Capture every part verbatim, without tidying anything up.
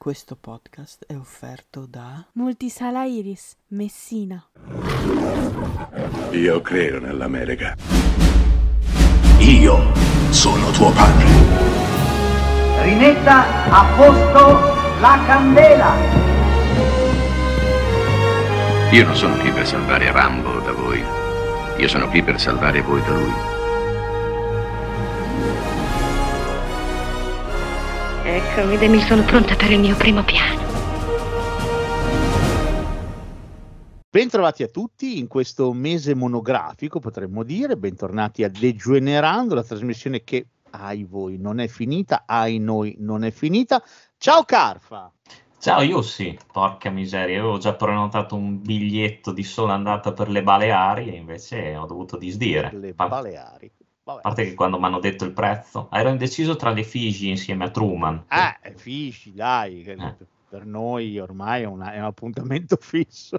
Questo podcast è offerto da Multisala Iris, Messina. Io credo nell'America. Io sono tuo padre. Rimetta a posto la candela. Io non sono qui per salvare Rambo da voi. Io sono qui per salvare voi da lui. Eccomi, Demil, sono pronta per il mio primo piano. Bentrovati a tutti in questo mese monografico, potremmo dire, bentornati a Degenerando, la trasmissione che, ai voi, non è finita, ai noi non è finita. Ciao Carfa! Ciao Yussi, porca miseria, avevo già prenotato un biglietto di sola andata per le Baleari e invece ho dovuto disdire. Le Pa- Baleari. Vabbè. A parte che quando mi hanno detto il prezzo, ero indeciso tra le Figi insieme a Truman. Eh, Fisci, dai, che Eh. per noi ormai è, una- è un appuntamento fisso.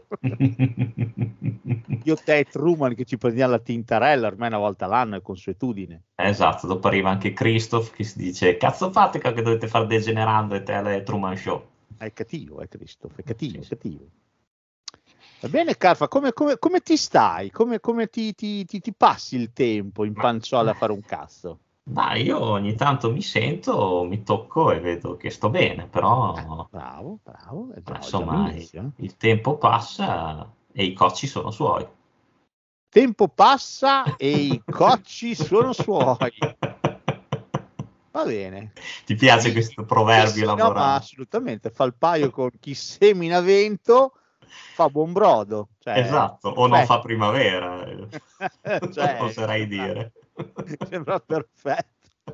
Io, te e Truman che ci prendiamo la tintarella ormai una volta all'anno, è consuetudine. Esatto, dopo arriva anche Christoph che si dice cazzo fate che dovete fare Degenerando e te le Truman Show. È cattivo, è Cristo, è cattivo, Sì. cattivo. Va bene, Carfa, come, come- come ti stai? Come, come ti, ti- ti- ti passi il tempo in Ma- panciola a fare un cazzo? Dai, io ogni tanto mi sento, mi tocco e vedo che sto bene, però Eh, bravo, bravo. È già, insomma già un il, inizio, eh. il tempo passa e i cocci sono suoi. Tempo passa e i cocci sono suoi. Va bene. Ti piace Sì, questo sì, proverbio sì, no, ma lavorano? assolutamente, fa il paio con chi semina vento fa buon brodo. Cioè, Esatto, o non perfetto. fa primavera, eh, Cioè, oserei sembra- dire. Sembra perfetto.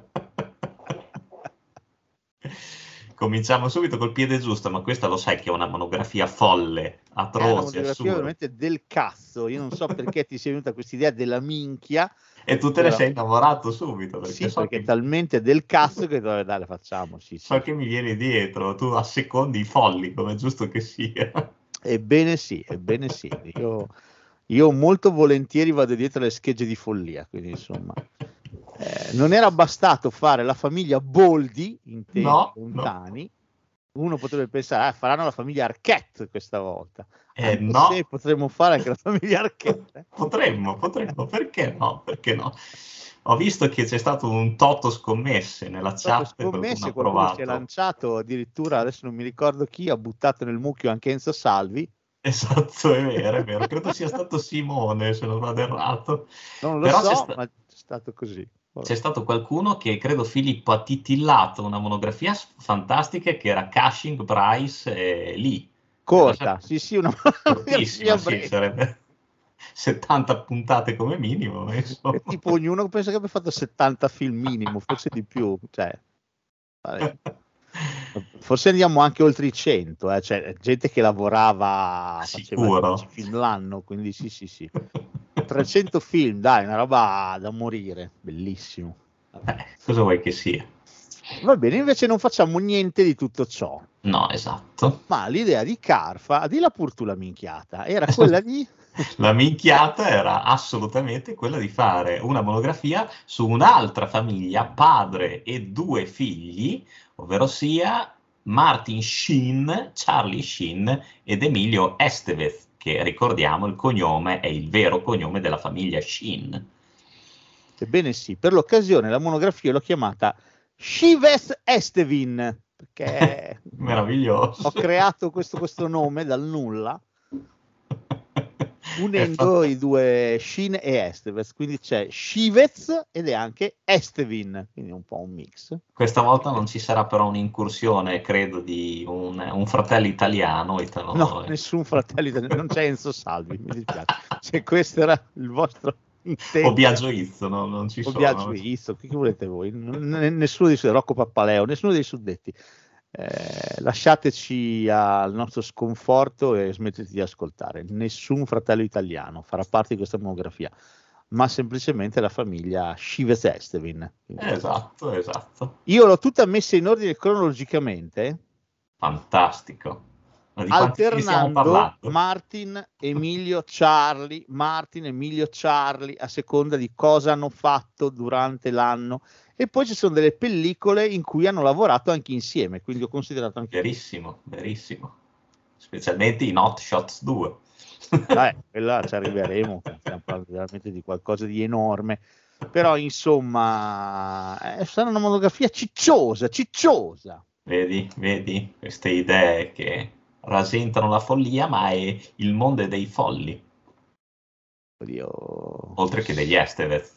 Cominciamo subito col piede giusto, ma questa lo sai che è una monografia folle, È una atroce, monografia assurda. veramente del cazzo. Io non so perché ti sia venuta questa idea della minchia. E tu te ne Però- sei innamorato subito, perché, Sì, so, perché è che, talmente del cazzo che dai, dai, la facciamo. Sì, sì. so che mi vieni dietro, tu assecondi i folli, come è giusto che sia. Ebbene sì, ebbene sì. Io, io molto volentieri vado dietro alle schegge di follia, quindi insomma. Eh, non era bastato fare la famiglia Boldi in tempi No, lontani. Uno potrebbe pensare, ah, faranno la famiglia Arquette questa volta. Eh, Anche no. se potremmo fare anche la famiglia Arquette. eh. Potremmo, potremmo, perché no? Perché no? Ho visto che c'è stato un toto scommesse nella Stato chat e qualcuno scommesse, ha qualcuno si è provato. lanciato addirittura, adesso non mi ricordo chi, ha buttato nel mucchio anche Enzo Salvi. Esatto, è vero, è vero. Credo sia stato Simone, se non vado errato. Non lo Però c'è so, sta- ma è stato così. C'è stato qualcuno che credo Filippo ha titillato una monografia s- fantastica che era Cushing, Bryce e Lee. Corta, sì, sì, una Cortissima, monografia sì, breve. sarebbe settanta puntate come minimo, ma insomma. È tipo ognuno pensa che abbia fatto settanta film minimo, forse di più, cioè, vabbè. Forse andiamo anche oltre i cento, eh, cioè gente che lavorava, faceva Sicuro. dieci film l'anno, quindi sì, sì, sì. trecento film, dai, una roba da morire, bellissimo. Eh, cosa vuoi che sia? Va bene, invece non facciamo niente di tutto ciò, No, esatto. ma l'idea di Carfa, dilla pur tu la minchiata, era quella di... La minchiata era assolutamente quella di fare una monografia su un'altra famiglia, padre e due figli, ovvero sia Martin Sheen, Charlie Sheen ed Emilio Estevez, che ricordiamo il cognome è il vero cognome della famiglia Sheen. Ebbene sì, per l'occasione la monografia l'ho chiamata Shives Estevin, perché Meraviglioso. ho creato questo, questo nome dal nulla, È unendo fatto- i due Shin e Estevez, quindi c'è Shivez ed è anche Estevin, quindi un po' un mix. Questa volta non ci sarà però un'incursione, credo, di un, un fratello italiano. italo- No, nessun fratello italiano, non c'è Enzo Salvi, mi dispiace. Se questo era il vostro intento. O Biagio Izzo, no? Non ci O sono. Biagio Izzo, chi volete voi? N- nessuno dei Rocco Pappaleo, nessuno dei suddetti. Eh, lasciateci al nostro sconforto e smettete di ascoltare. Nessun fratello italiano farà parte di questa monografia, ma semplicemente la famiglia Shives Estevin. Esatto, esatto. Io l'ho tutta messa in ordine cronologicamente. Fantastico. Ma di quanti figli stiamo alternando parlando? Martin, Emilio, Charlie, Martin, Emilio, Charlie, a seconda di cosa hanno fatto durante l'anno. E poi ci sono delle pellicole in cui hanno lavorato anche insieme, quindi ho considerato anche... Verissimo, verissimo. Specialmente in Hot Shots due. Vabbè, quella ci arriveremo, stiamo parlando veramente di qualcosa di enorme. Però insomma, è stata una monografia cicciosa, cicciosa. Vedi, vedi, queste idee che rasentano la follia, ma è il mondo dei folli. Oddio. Oltre che degli Estevez.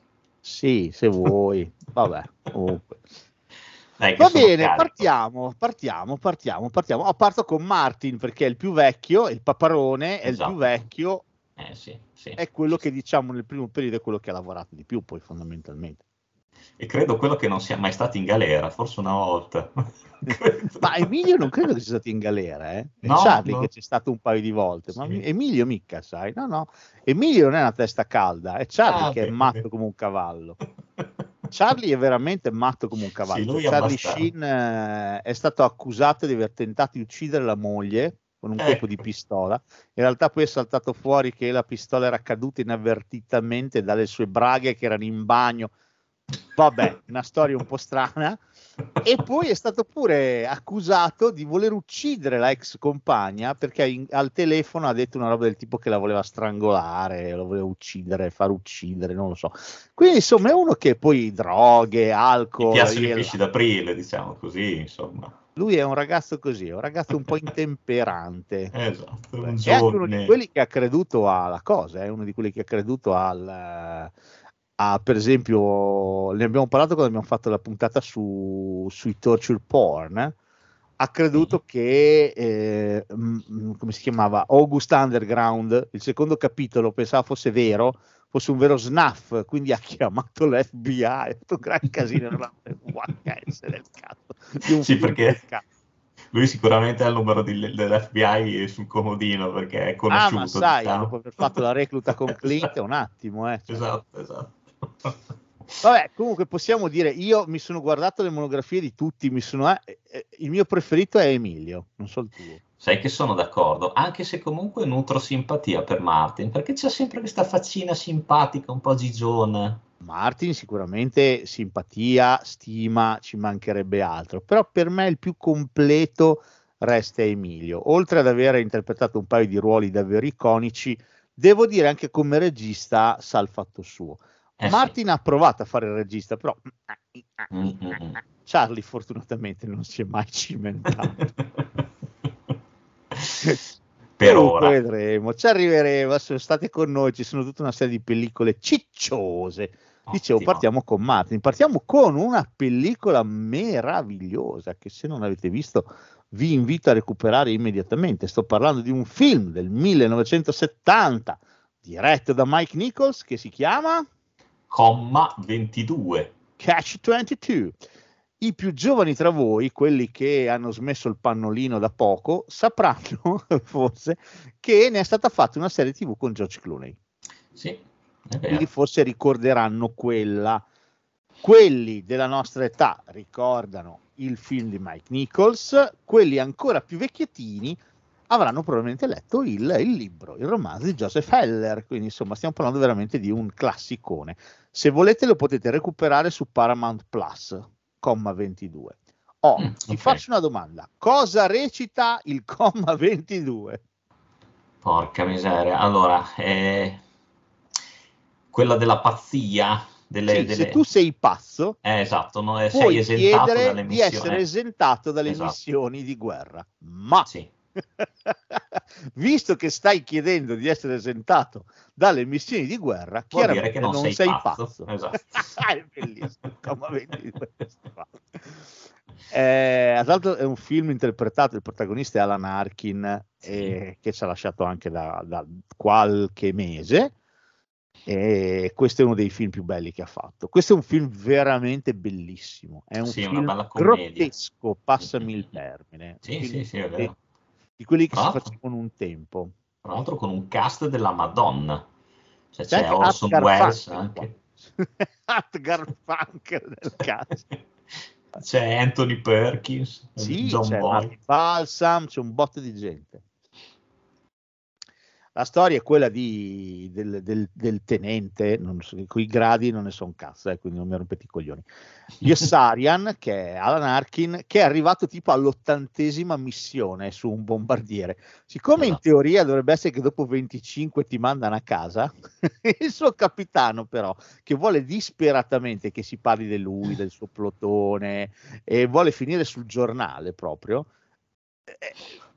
Sì, se vuoi. Vabbè, comunque. Dai, che Va sono bene, carico. partiamo, partiamo, partiamo, partiamo. Oh, parto con Martin perché è il più vecchio, è il paparone, è Esatto. il più vecchio, Eh sì, sì. è quello che diciamo nel primo periodo è quello che ha lavorato di più poi fondamentalmente. E credo quello che non sia mai stato in galera, forse una volta. Credo. Ma Emilio non credo che sia stato in galera, eh? È No, Charlie no. che c'è stato un paio di volte, ma Sì. Emilio mica, sai? No, no, Emilio non è una testa calda, è Charlie Ah, che è bene, matto bene. come un cavallo. Charlie è veramente matto come un cavallo. Sì, lui Cioè, Charlie abbastanza. Sheen eh, è stato accusato di aver tentato di uccidere la moglie con un Ecco. colpo di pistola. In realtà poi è saltato fuori che la pistola era caduta inavvertitamente dalle sue braghe che erano in bagno. Vabbè, una storia un po' strana. E poi è stato pure accusato di voler uccidere la ex compagna perché in- al telefono ha detto una roba del tipo che la voleva strangolare, la voleva uccidere, far uccidere, non lo so. Quindi insomma è uno che poi droghe, Mi alcol, piacciono i e- pesci d'aprile, diciamo così, insomma. lui è un ragazzo così, è un ragazzo un po' intemperante. Esatto, un È anche uno di giovane. quelli che ha creduto alla cosa, è uno di quelli che ha creduto al, a, per esempio, ne abbiamo parlato quando abbiamo fatto la puntata su, sui torture porn, eh? Ha creduto che, eh, m- come si chiamava, August Underground, il secondo capitolo, pensava fosse vero, fosse un vero snuff, quindi ha chiamato l'F B I, ha fatto un gran casino, non può essere il cazzo di un Sì, film perché del cazzo. lui sicuramente ha il numero di- dell'F B I sul comodino perché è Ah, conosciuto. ma sai, diciamo. dopo aver fatto la recluta con Clint, è un attimo, eh. cioè. Esatto, esatto. Vabbè, comunque possiamo dire, io mi sono guardato le monografie di tutti, mi sono, eh, eh, il mio preferito è Emilio, non so il tuo. Sai che sono d'accordo, anche se comunque nutro simpatia per Martin, perché c'è sempre questa faccina simpatica, un po' gigiona. Martin sicuramente simpatia, stima, ci mancherebbe altro, però per me il più completo resta Emilio, oltre ad aver interpretato un paio di ruoli davvero iconici, devo dire anche come regista sa il fatto suo. Eh Martin ha provato a fare il regista, però sì. Mm-mm. Charlie fortunatamente non si è mai cimentato. Per Comunque ora. vedremo, ci arriveremo, adesso state con noi, ci sono tutta una serie di pellicole cicciose. Dicevo, Ottimo. partiamo con Martin, partiamo con una pellicola meravigliosa che se non avete visto vi invito a recuperare immediatamente. Sto parlando di un film del millenovecentosettanta diretto da Mike Nichols che si chiama Comma ventidue. Catch ventidue. I più giovani tra voi, quelli che hanno smesso il pannolino da poco, sapranno forse che ne è stata fatta una serie tivù con George Clooney. Sì, è Quindi vero. forse ricorderanno quella. Quelli della nostra età ricordano il film di Mike Nichols, quelli ancora più vecchiettini avranno probabilmente letto il, il libro, il romanzo di Joseph Heller, quindi insomma stiamo parlando veramente di un classicone. Se volete lo potete recuperare su Paramount Plus, comma ventidue. Oh, Mm, ti ok. faccio una domanda, cosa recita il comma ventidue? Porca miseria. Allora, eh, quella della pazzia, delle, Sì, delle... se tu sei pazzo, Eh, esatto, non è- sei puoi esentato chiedere dalle di missioni. essere esentato dalle Esatto. missioni di guerra, ma Sì. visto che stai chiedendo di essere esentato dalle missioni di guerra, Vuol dire chiaramente che non sei pazzo. pazzo. Esatto. È bellissimo, comma ventidue. Eh, tra l'altro è un film interpretato, il protagonista è Alan Arkin, Sì. eh, che ci ha lasciato anche da, da qualche mese, e questo è uno dei film più belli che ha fatto. Questo è un film veramente bellissimo, è un Sì, una film bella commedia. grottesco, passami il termine. Sì, Un film sì, sì, è vero. di quelli che Tra si l'altro- facevano un tempo. Tra l'altro con un cast della Madonna. Cioè C'è c'è anche Orson Art Welles Garfunkel anche. qua. Art Garfunkel nel cazzo. C'è Anthony Perkins, Sì, John c'è Boy. Martin Balsam, c'è un botto di gente. La storia è quella di, del, del, del tenente, non so, coi gradi non ne so un cazzo, eh, quindi non mi rompete i coglioni. Yossarian, che è Alan Arkin, che è arrivato tipo all'ottantesima missione su un bombardiere. Siccome in teoria dovrebbe essere che dopo venticinque ti mandano a casa, il suo capitano però, che vuole disperatamente che si parli di lui, del suo plotone, e vuole finire sul giornale proprio, eh,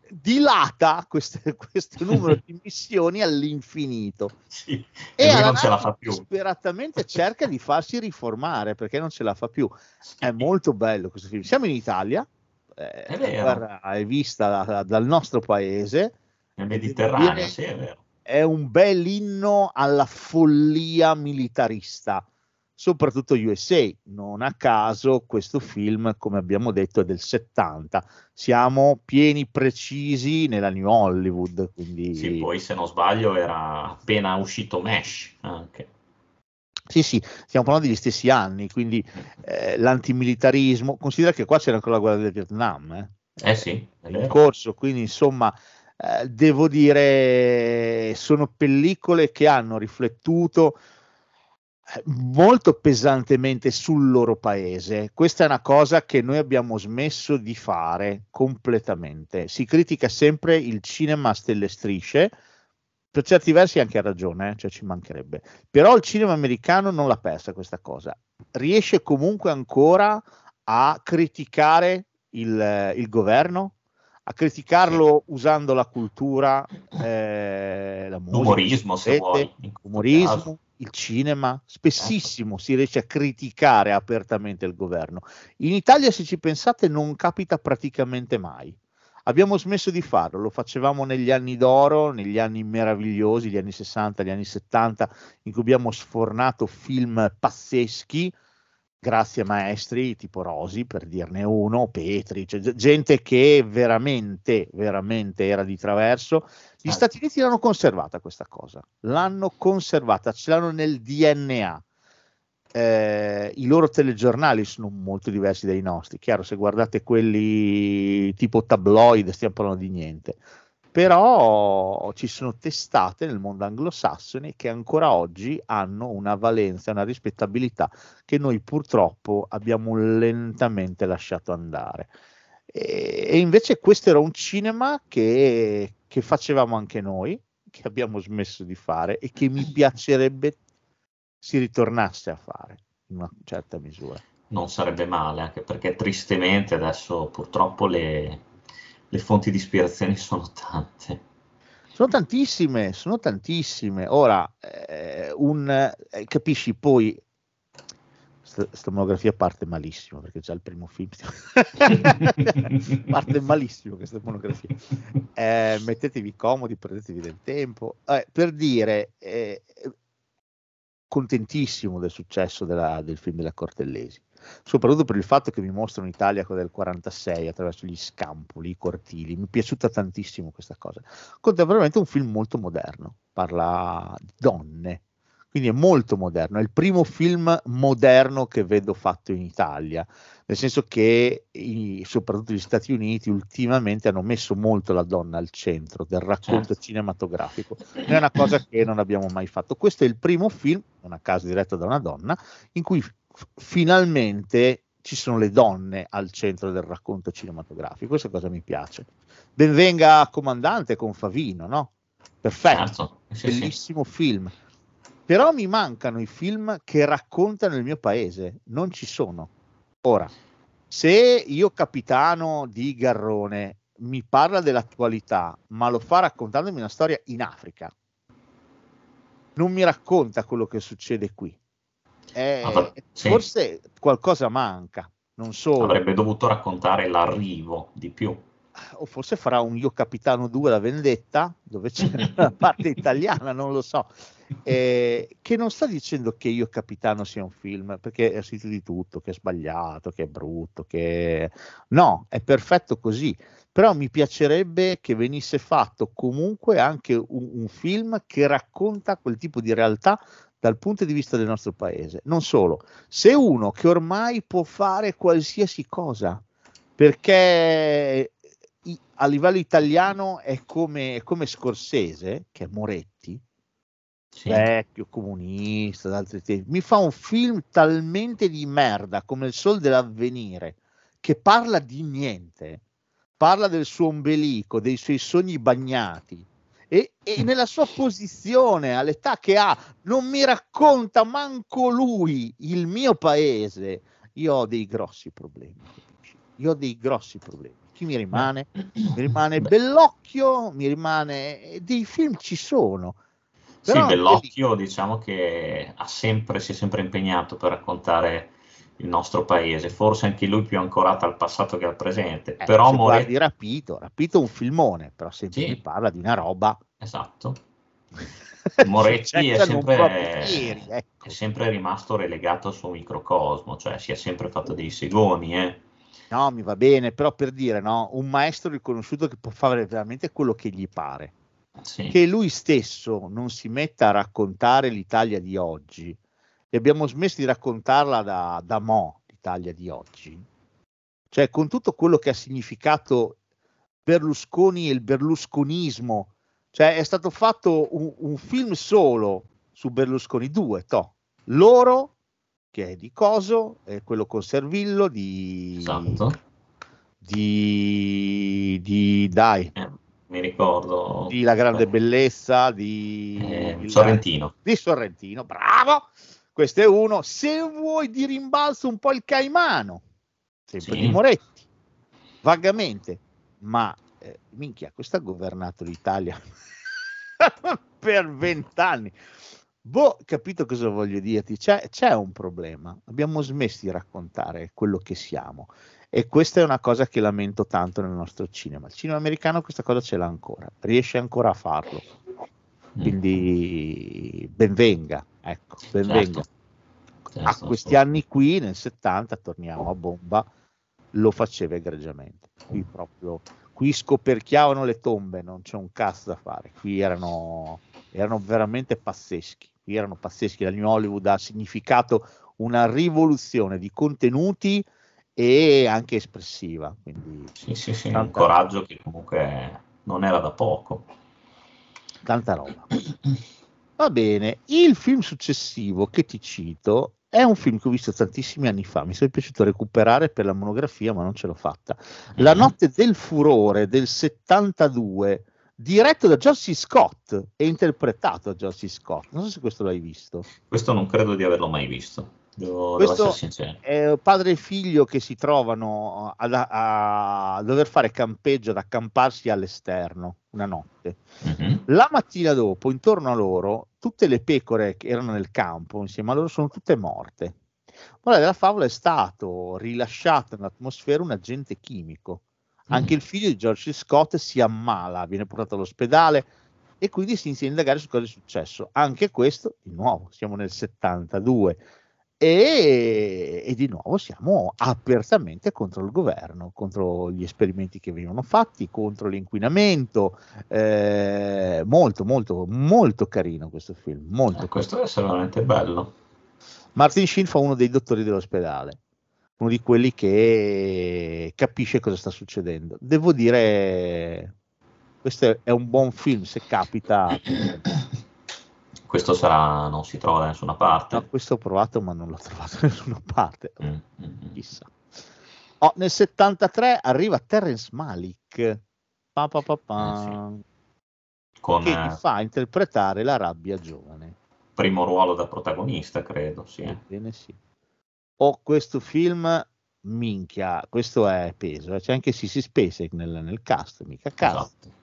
dilata queste, questo numero di missioni all'infinito. Sì, e e lui non Alan ce la Arkin fa più. disperatamente cerca di farsi riformare perché non ce la fa più. È molto bello questo film. Siamo in Italia, eh, È la vero. guerra è vista da- dal nostro paese, Nel e devo Mediterraneo, dire, sì, è vero. è un bel inno alla follia militarista, soprattutto U S A. Non a caso questo film, come abbiamo detto, è del settanta. Siamo pieni precisi nella New Hollywood, quindi Sì, poi se non sbaglio era appena uscito Mesh anche. sì, sì, stiamo parlando degli stessi anni, quindi eh, l'antimilitarismo, considera che qua c'era ancora la guerra del Vietnam, eh, Eh sì, è in vero. corso, quindi insomma eh, devo dire sono pellicole che hanno riflettuto eh, molto pesantemente sul loro paese. Questa è una cosa che noi abbiamo smesso di fare completamente. Si critica sempre il cinema a stelle e strisce, per certi versi anche ha ragione, eh, cioè ci mancherebbe, però il cinema americano non l'ha persa questa cosa, riesce comunque ancora a criticare il, il governo, a criticarlo usando la cultura, eh, la musica, L'umorismo, se rete, vuoi, in questo l'umorismo, caso. il cinema, spessissimo si riesce a criticare apertamente il governo. In Italia, se ci pensate, non capita praticamente mai. Abbiamo smesso di farlo, lo facevamo negli anni d'oro, negli anni meravigliosi, gli anni sessanta, gli anni settanta, in cui abbiamo sfornato film pazzeschi, grazie a maestri tipo Rosi, per dirne uno, Petri, cioè gente che veramente, veramente era di traverso. Gli Certo. Stati Uniti l'hanno conservata questa cosa, l'hanno conservata, ce l'hanno nel D N A. Eh, i loro telegiornali sono molto diversi dai nostri, chiaro, se guardate quelli tipo tabloid stiamo parlando di niente, però ci sono testate nel mondo anglosassone che ancora oggi hanno una valenza, una rispettabilità che noi purtroppo abbiamo lentamente lasciato andare, e, e invece questo era un cinema che, che facevamo anche noi, che abbiamo smesso di fare e che mi piacerebbe si ritornasse a fare in una certa misura. Non sarebbe male, anche perché tristemente adesso purtroppo le, le fonti di ispirazione sono tante. Sono tantissime, sono tantissime. Ora, eh, un, eh, capisci, poi questa monografia parte malissimo, perché già il primo film parte malissimo questa monografia. Eh, mettetevi comodi, prendetevi del tempo. Eh, per dire... Eh, contentissimo del successo della, del film della Cortellesi, soprattutto per il fatto che mi mostrano Italia quella del quarantasei attraverso gli scampoli, i cortili. Mi è piaciuta tantissimo questa cosa. Contemporaneamente è un film molto moderno, parla di donne, quindi è molto moderno, è il primo film moderno che vedo fatto in Italia, nel senso che i, soprattutto gli Stati Uniti ultimamente hanno messo molto la donna al centro del racconto Certo. cinematografico. È una cosa che non abbiamo mai fatto. Questo è il primo film, non a caso diretto da una donna, in cui f- finalmente ci sono le donne al centro del racconto cinematografico. Questa cosa mi piace. Benvenga Comandante con Favino, no? Perfetto, Certo, sì, sì. bellissimo film. Però mi mancano i film che raccontano il mio paese, non ci sono. Ora, se io capitano di Garrone mi parla dell'attualità, ma lo fa raccontandomi una storia in Africa, non mi racconta quello che succede qui. Eh, Ah, sì. Forse qualcosa manca, non solo. Avrebbe dovuto raccontare l'arrivo di più. O forse farà un Io Capitano due La Vendetta, dove c'è la parte italiana, non lo so. Eh, che non sta dicendo che Io Capitano sia un film, perché ha sentito di tutto, che è sbagliato, che è brutto, che no, è perfetto così. Però mi piacerebbe che venisse fatto comunque anche un, un film che racconta quel tipo di realtà dal punto di vista del nostro paese. Non solo, se uno che ormai può fare qualsiasi cosa, perché a livello italiano è come, è come Scorsese, che è Moretti, sì. vecchio comunista d'altri tempi, mi fa un film talmente di merda come Il Sol dell'Avvenire, che parla di niente, parla del suo ombelico, dei suoi sogni bagnati, e, e nella sua posizione, all'età che ha, non mi racconta manco lui il mio paese. Io ho dei grossi problemi, io ho dei grossi problemi. Chi mi rimane? Mi rimane Bellocchio, mi rimane... dei film ci sono. Però sì, Bellocchio lì... diciamo che ha sempre, si è sempre impegnato per raccontare il nostro paese, forse anche lui più ancorato al passato che al presente. Eh, però se Moretti... guardi Rapito, Rapito è un filmone, però sempre sì. parla di una roba. Esatto. Moretti è sempre, ieri, ecco. è sempre rimasto relegato al suo microcosmo, cioè si è sempre fatto dei segoni, eh. No, mi va bene, però per dire, no, un maestro riconosciuto che può fare veramente quello che gli pare. Sì. Che lui stesso non si metta a raccontare l'Italia di oggi, e abbiamo smesso di raccontarla da, da mo', l'Italia di oggi, cioè con tutto quello che ha significato Berlusconi e il berlusconismo, cioè è stato fatto un, un film solo su Berlusconi, due, toh, loro, che è di coso, è quello con Servillo, di... Esatto. Di... di dai... Eh. Mi ricordo di La Grande Bellezza di, eh, di Sorrentino. Di Sorrentino, bravo! Questo è uno. Se vuoi di rimbalzo un po' il Caimano, sempre sì. di Moretti, vagamente, ma eh, minchia, questo ha governato l'Italia per vent'anni. Boh, capito cosa voglio dirti? C'è, c'è un problema. Abbiamo smesso di raccontare quello che siamo. E questa è una cosa che lamento tanto nel nostro cinema. Il cinema americano questa cosa ce l'ha ancora, riesce ancora a farlo. Quindi benvenga, ecco, benvenga. Certo. Certo, a questi certo. anni qui, nel settanta, torniamo a bomba, lo faceva egregiamente. Qui proprio, qui scoperchiavano le tombe, non c'è un cazzo da fare. Qui erano, erano veramente pazzeschi. Qui erano pazzeschi. La New Hollywood ha significato una rivoluzione di contenuti e anche espressiva, quindi sì sì sì, un coraggio che comunque non era da poco, tanta roba. Va bene, il film successivo che ti cito è un film che ho visto tantissimi anni fa, mi sarebbe piaciuto recuperare per la monografia ma non ce l'ho fatta. La notte del furore del settantadue, diretto da George C. Scott e interpretato da George C. Scott. Non so se questo l'hai visto. Questo non credo di averlo mai visto. Devo, Questo devo essere sincero. È padre e figlio che si trovano a, a dover fare campeggio, ad accamparsi all'esterno una notte. Mm-hmm. La mattina dopo, intorno a loro, tutte le pecore che erano nel campo insieme a loro sono tutte morte. Ora della favola è stato rilasciato nell'atmosfera un agente chimico. Anche mm. il figlio di George C. Scott si ammala, viene portato all'ospedale e quindi si inizia a indagare su cosa è successo. Anche questo, di nuovo, siamo nel settantadue. E, e di nuovo siamo apertamente contro il governo, contro gli esperimenti che venivano fatti, contro l'inquinamento. Eh, molto, molto, molto carino questo film. Molto eh, questo deve essere veramente bello. Martin Sheen fa uno dei dottori dell'ospedale, uno di quelli che capisce cosa sta succedendo. Devo dire, questo è un buon film se capita. Questo sarà, non si trova da nessuna parte. No, questo ho provato ma non l'ho trovato da nessuna parte. Mm, mm, Chissà. Oh, nel settantatré arriva Terrence Malick, pa, pa, pa, pa, eh sì. Con, che gli fa interpretare la rabbia giovane. Primo ruolo da protagonista, credo. Sì. Ebbene sì. Oh, questo film, minchia, questo è peso. C'è anche Sissy Spacek nel, nel cast, mica cazzo. Esatto.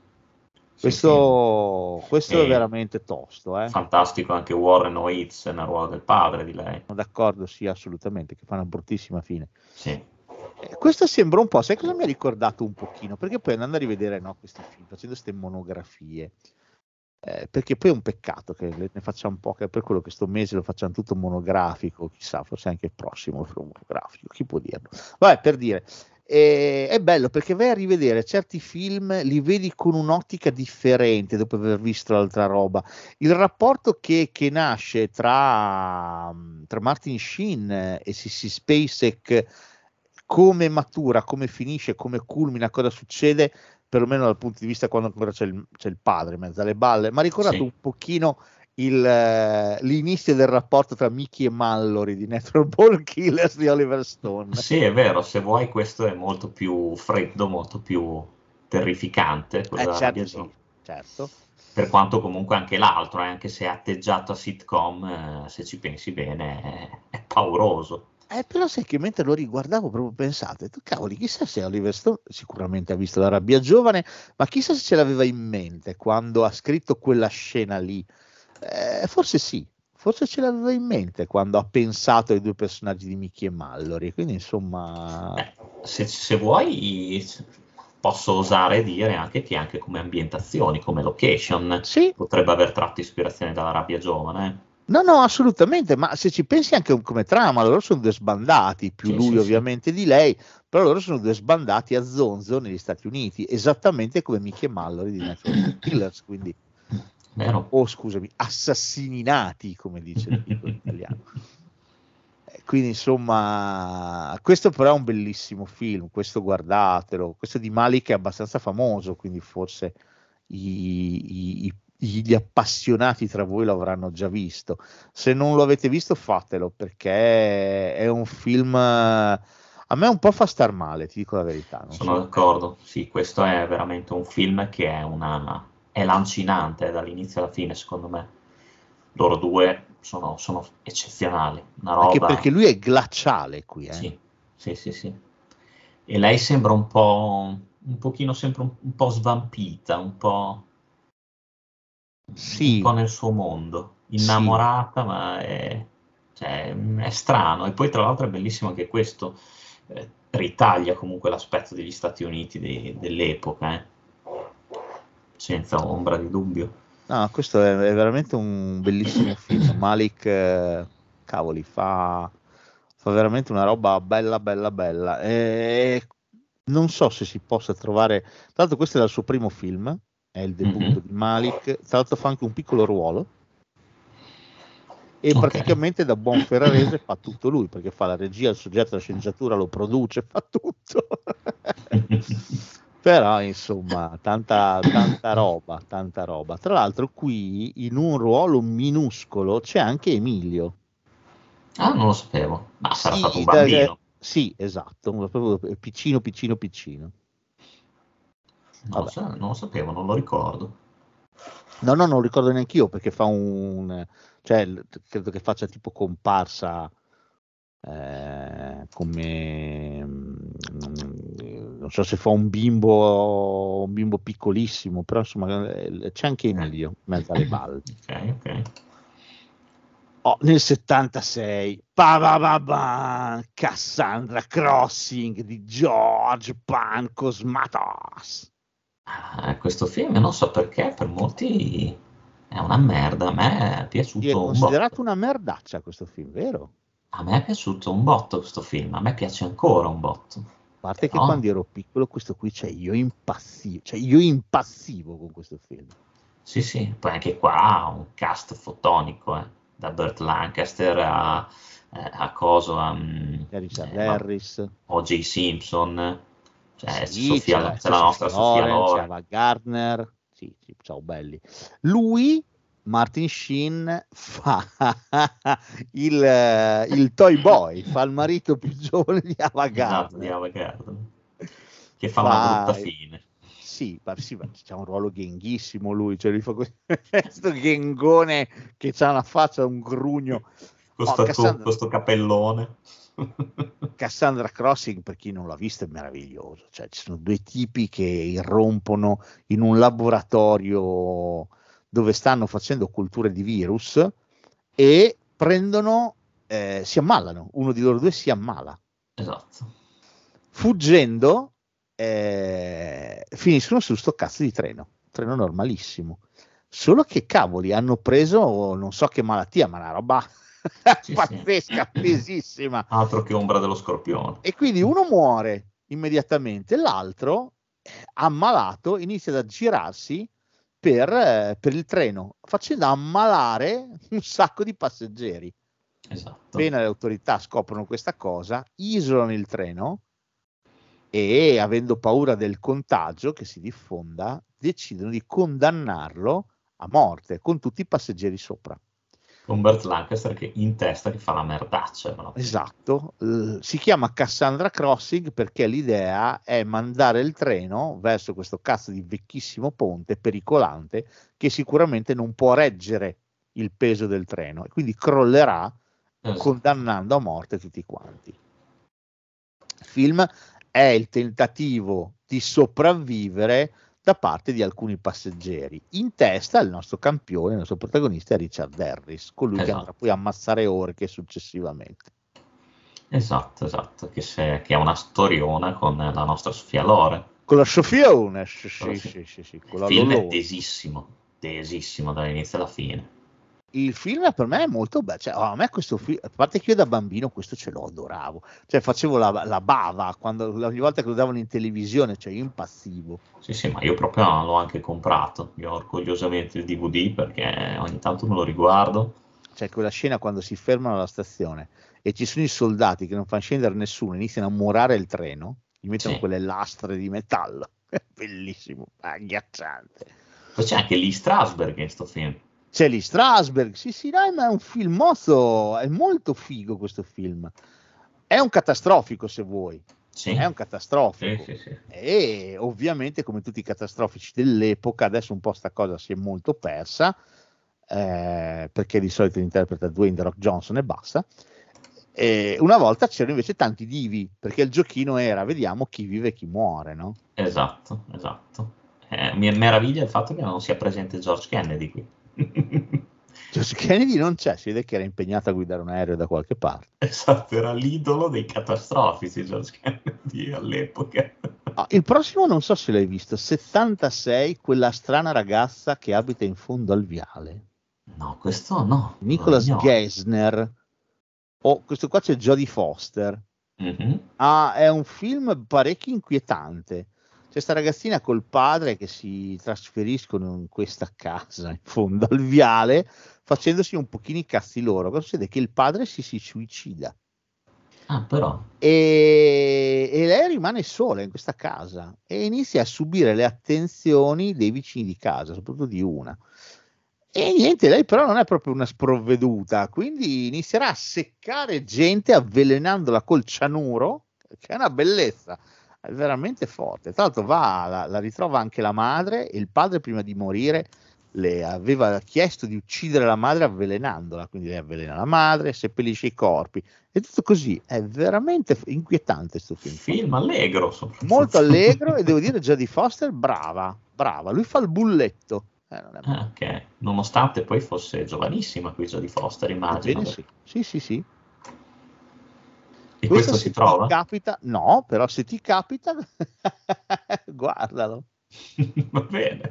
Questo, sì, sì. questo è veramente tosto. Eh? Fantastico anche Warren Oates nel ruolo del padre di lei. Sono d'accordo, sì, assolutamente, che fa una bruttissima fine. Sì. Eh, questo sembra un po', sai cosa mi ha ricordato un pochino? Perché poi andando a rivedere no, questi film, facendo queste monografie, eh, perché poi è un peccato che ne facciamo poche, per quello che sto mese lo facciamo tutto monografico, chissà, forse anche il prossimo lo farò monografico, chi può dirlo? Vabbè, per dire, E è bello perché vai a rivedere certi film, li vedi con un'ottica differente dopo aver visto l'altra roba. Il rapporto che, che nasce tra, tra Martin Sheen e Sissy Spacek, come matura, come finisce, come culmina, cosa succede, perlomeno dal punto di vista quando ancora c'è il, c'è il padre in mezzo alle balle, mi ha ricordato Sì. un pochino il, eh, l'inizio del rapporto tra Mickey e Mallory di Natural Born Killers di Oliver Stone. Sì, è vero, se vuoi questo è molto più freddo, molto più terrificante, quello Eh, della certo, rabbia sì, giovane. certo. Per quanto comunque anche l'altro, eh, anche se è atteggiato a sitcom, eh, se ci pensi bene, è, è pauroso. Eh, però sai che mentre lo riguardavo proprio pensate, tu cavoli, chissà se Oliver Stone sicuramente ha visto La rabbia giovane, ma chissà se ce l'aveva in mente quando ha scritto quella scena lì. Eh, forse sì, forse ce l'aveva in mente quando ha pensato ai due personaggi di Mickey e Mallory, quindi insomma... Beh, se, se vuoi posso osare dire anche che anche come ambientazioni, come location, Sì. potrebbe aver tratto ispirazione dalla rabbia giovane. eh. No, no, assolutamente, ma se ci pensi anche come trama, loro sono due sbandati, più Sì, lui sì, ovviamente di lei, però loro sono due sbandati a zonzo negli Stati Uniti, esattamente come Mickey e Mallory di Natural Killers, quindi, Vero? oh scusami, assassinati, come dice il titolo italiano. Eh, Quindi insomma, questo però è un bellissimo film, questo guardatelo, questo di Malik è abbastanza famoso, quindi forse i, i- i- gli appassionati tra voi lo avranno già visto. Se non lo avete visto, fatelo perché è un film. A me un po' fa star male, ti dico la verità. Non Sono so. d'accordo, sì, questo è veramente un film che è una è lancinante dall'inizio alla fine, secondo me. Loro due sono, sono eccezionali, una Anche roba... perché lui è glaciale qui, eh. Sì, sì, sì, sì. E lei sembra un po', un pochino sempre un, un po' svampita, un po', Sì, un po' nel suo mondo, Sì. innamorata, ma è, cioè, è strano. E poi tra l'altro è bellissimo anche questo, eh, ritaglia comunque l'aspetto degli Stati Uniti de- dell'epoca, eh. Senza ombra di dubbio. no, questo è, è veramente un bellissimo film. Malik, eh, cavoli, fa, fa veramente una roba bella, bella, bella. E non so se si possa trovare. Tra l'altro, questo è il suo primo film, è il debutto Mhm. di Malik. Tra l'altro, fa anche un piccolo ruolo. E Ok. praticamente da buon ferrarese fa tutto lui, perché fa la regia, il soggetto, la sceneggiatura, lo produce, fa tutto. Però insomma, tanta, tanta roba, tanta roba. Tra l'altro qui in un ruolo minuscolo c'è anche Emilio. Ah, non lo sapevo. Ma sarà Sì, stato un da- bambino. sì, esatto, proprio piccino, piccino, piccino. Non lo, Vabbè. sa- non lo sapevo, non lo ricordo. No, no, non lo ricordo neanche io perché fa un, cioè l- credo che faccia tipo comparsa eh, come mm, non so se fa un bimbo, un bimbo piccolissimo, però insomma eh, c'è anche Emilio in mezzo alle balle. Ok, ok. Oh, nel settantasei, pa, pa, pa, pa, Cassandra Crossing di George Pan Cosmatos. Ah, questo film, non so perché, per molti è una merda. A me è Ti è piaciuto un considerato botto. una merdaccia questo film, vero? A me è piaciuto un botto questo film. A me piace ancora un botto. A parte che Però- quando ero piccolo questo qui, cioè io impazzivo, cioè io impazzivo con questo film. Sì, sì. Poi anche qua ha un cast fotonico, eh. Da Burt Lancaster a, eh, a coso, a mm, Richard eh, ma- Harris, O J. Simpson. Cioè, sì, Sofia- c'è, c'è la nostra Sofia Loren, Loren. c'è Ava Gardner, sì, sì, ciao belli. Lui, Martin Sheen, fa il, eh, il toy boy, fa il marito più giovane di Ava Esatto, di Gardner. Ava Gardner. Che fa Fa- una brutta fine. Sì, ma sì, ma c'ha un ruolo ghenghissimo lui, cioè lui fa questo, questo ghengone che c'ha una faccia, un grugno. Questo, Oh, Cassandra- questo cappellone. Cassandra Crossing, per chi non l'ha visto, è meraviglioso. Cioè, ci sono due tipi che irrompono in un laboratorio dove stanno facendo culture di virus e prendono, eh, si ammalano. Uno di loro due si ammala. Esatto. Fuggendo, eh, finiscono su sto cazzo di treno, treno normalissimo. Solo che cavoli, hanno preso non so che malattia, ma una roba Sì, pazzesca, sì. pesissima. Altro che ombra dello scorpione. E quindi uno muore, immediatamente. L'altro, ammalato, inizia ad aggirarsi per, eh, per il treno, facendo ammalare un sacco di passeggeri. Esatto. Appena le autorità scoprono questa cosa, isolano il treno e, avendo paura del contagio che si diffonda, decidono di condannarlo a morte con tutti i passeggeri sopra. Con Burt Lancaster che in testa che fa la merdaccia. No? Esatto, uh, si chiama Cassandra Crossing perché l'idea è mandare il treno verso questo cazzo di vecchissimo ponte pericolante che sicuramente non può reggere il peso del treno e quindi crollerà, esatto, condannando a morte tutti quanti. Il film è il tentativo di sopravvivere da parte di alcuni passeggeri. In testa il nostro campione, il nostro protagonista è Richard Harris, colui, esatto, che andrà poi a ammazzare orche successivamente. Esatto, esatto, che, se, che è una storiona con la nostra Sofia Loren. Con la Sofia Loren, sì, sì, sì, sì, sì, con il la film Lolo. È tesissimo, tesissimo dall'inizio alla fine. Il film per me è molto bello, cioè, oh, a me questo film, a parte che io da bambino questo ce lo adoravo, cioè facevo la, la bava quando, ogni volta che lo davano in televisione, cioè io impazzivo. Sì, sì, ma io proprio l'ho anche comprato, io ho orgogliosamente il D V D perché ogni tanto me lo riguardo. Cioè quella scena quando si fermano alla stazione e ci sono i soldati che non fanno scendere nessuno, iniziano a murare il treno, gli mettono, sì, quelle lastre di metallo, è bellissimo, agghiacciante. Poi c'è anche Lee Strasberg in questo film. C'è Lee Strasberg, sì sì, no, ma è un filmozzo, è molto figo questo film, è un catastrofico se vuoi, sì, è un catastrofico, sì, sì, sì. E ovviamente come tutti i catastrofici dell'epoca adesso un po' sta cosa si è molto persa, eh, perché di solito interpreta Dwayne The Rock Johnson e basta, e una volta c'erano invece tanti divi, perché il giochino era vediamo chi vive e chi muore, no? Esatto, esatto, eh, mi meraviglia il fatto che non sia presente George Kennedy qui. George Kennedy non c'è, si vede che era impegnato a guidare un aereo da qualche parte. Esatto, era l'idolo dei catastrofici George Kennedy all'epoca. Ah, il prossimo non so se l'hai visto, settantasei, quella strana ragazza che abita in fondo al viale. No, questo no. Nicholas no. Geisner. Oh, questo qua c'è Jodie Foster. Mm-hmm. Ah, è un film parecchio inquietante. C'è sta ragazzina col padre che si trasferiscono in questa casa in fondo al viale facendosi un pochino i cazzi loro. Cosa succede? Che il padre si, si suicida. Ah, però. E, e lei rimane sola in questa casa e inizia a subire le attenzioni dei vicini di casa, soprattutto di una. E niente, lei però non è proprio una sprovveduta, quindi inizierà a seccare gente avvelenandola col cianuro, che è una bellezza. È veramente forte. Tra l'altro va, la, la ritrova anche la madre e il padre prima di morire le aveva chiesto di uccidere la madre avvelenandola, quindi lei avvelena la madre, seppellisce i corpi e tutto così. È veramente inquietante questo film. Film allegro. Molto allegro e devo dire Jodie Foster brava, brava. Lui fa il bulletto. Eh, non è ah, ok, nonostante poi fosse giovanissima qui Jodie Foster, immagino. Bene, sì. sì, sì, sì. E questo, questo si trova? Ti capita, no, però se ti capita, guardalo. Va bene.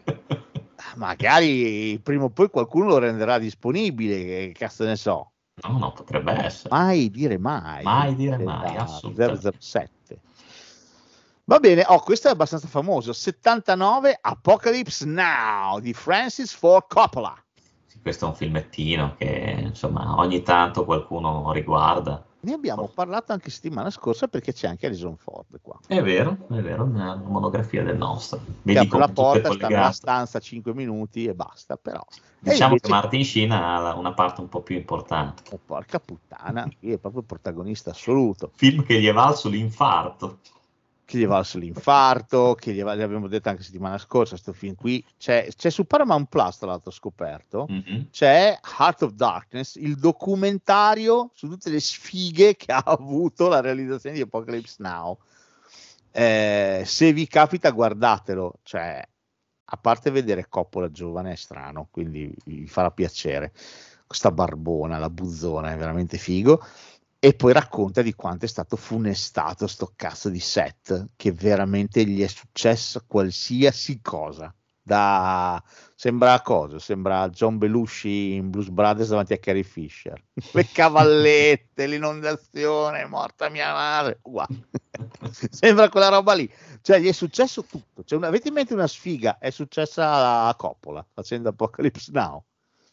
Magari prima o poi qualcuno lo renderà disponibile, che cazzo ne so. No, no, potrebbe essere. Mai dire mai. Mai dire mai, assolutamente. zero zero sette. Va bene, oh, questo è abbastanza famoso. settantanove, Apocalypse Now di Francis Ford Coppola. Sì, questo è un filmettino che insomma ogni tanto qualcuno riguarda. Ne abbiamo parlato anche settimana scorsa perché c'è anche Harrison Ford qua. È vero, è vero, una monografia del nostro. Vedi apre la porta, sta nella stanza cinque minuti e basta, però. Diciamo invece... che Martin Sheen ha una parte un po' più importante. Oh, porca puttana, qui è proprio il protagonista assoluto. Film che gli è valso l'infarto. Che gli è valso l'infarto, che gli è, l'abbiamo detto anche settimana scorsa, questo film qui, c'è, c'è su Paramount Plus, tra l'altro scoperto, mm-hmm. c'è Heart of Darkness, il documentario su tutte le sfighe che ha avuto la realizzazione di Apocalypse Now. Eh, se vi capita guardatelo, cioè, a parte vedere Coppola giovane è strano, quindi vi farà piacere, questa barbona, la buzzona, è veramente figo. E poi racconta di quanto è stato funestato sto cazzo di set, che veramente gli è successa qualsiasi cosa. Da... Sembra cosa? Sembra John Belushi in Blues Brothers davanti a Carrie Fisher. Le cavallette, l'inondazione, morta mia madre. Uguale. Sembra quella roba lì. Cioè, gli è successo tutto. Cioè, una... Avete in mente una sfiga? È successa a Coppola facendo Apocalypse Now.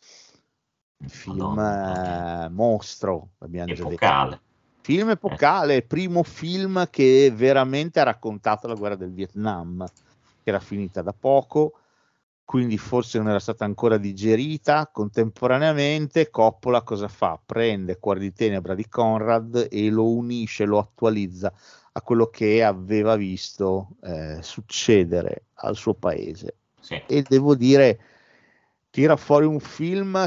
Film eh, mostro, abbiamo già epocale. detto. Film epocale, eh. primo film che veramente ha raccontato la guerra del Vietnam, che era finita da poco, quindi forse non era stata ancora digerita. Contemporaneamente Coppola cosa fa? Prende Cuor di tenebra di Conrad e lo unisce, lo attualizza a quello che aveva visto eh, succedere al suo paese. Sì. E devo dire, tira fuori un film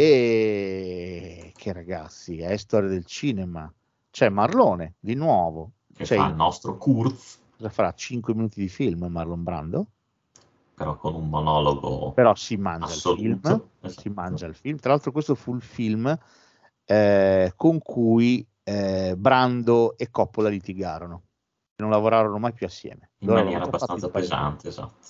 che, che ragazzi, è storia del cinema. C'è Marlone, di nuovo. Che C'è fa il nostro Kurz. Cosa farà? cinque minuti di film Marlon Brando? Però con un monologo Però si mangia assoluto. il film. Esatto. Si mangia il film. Tra l'altro questo fu il film eh, con cui eh, Brando e Coppola litigarono. Non lavorarono mai più assieme. In Loro maniera avevano abbastanza fatto il pesante, esatto.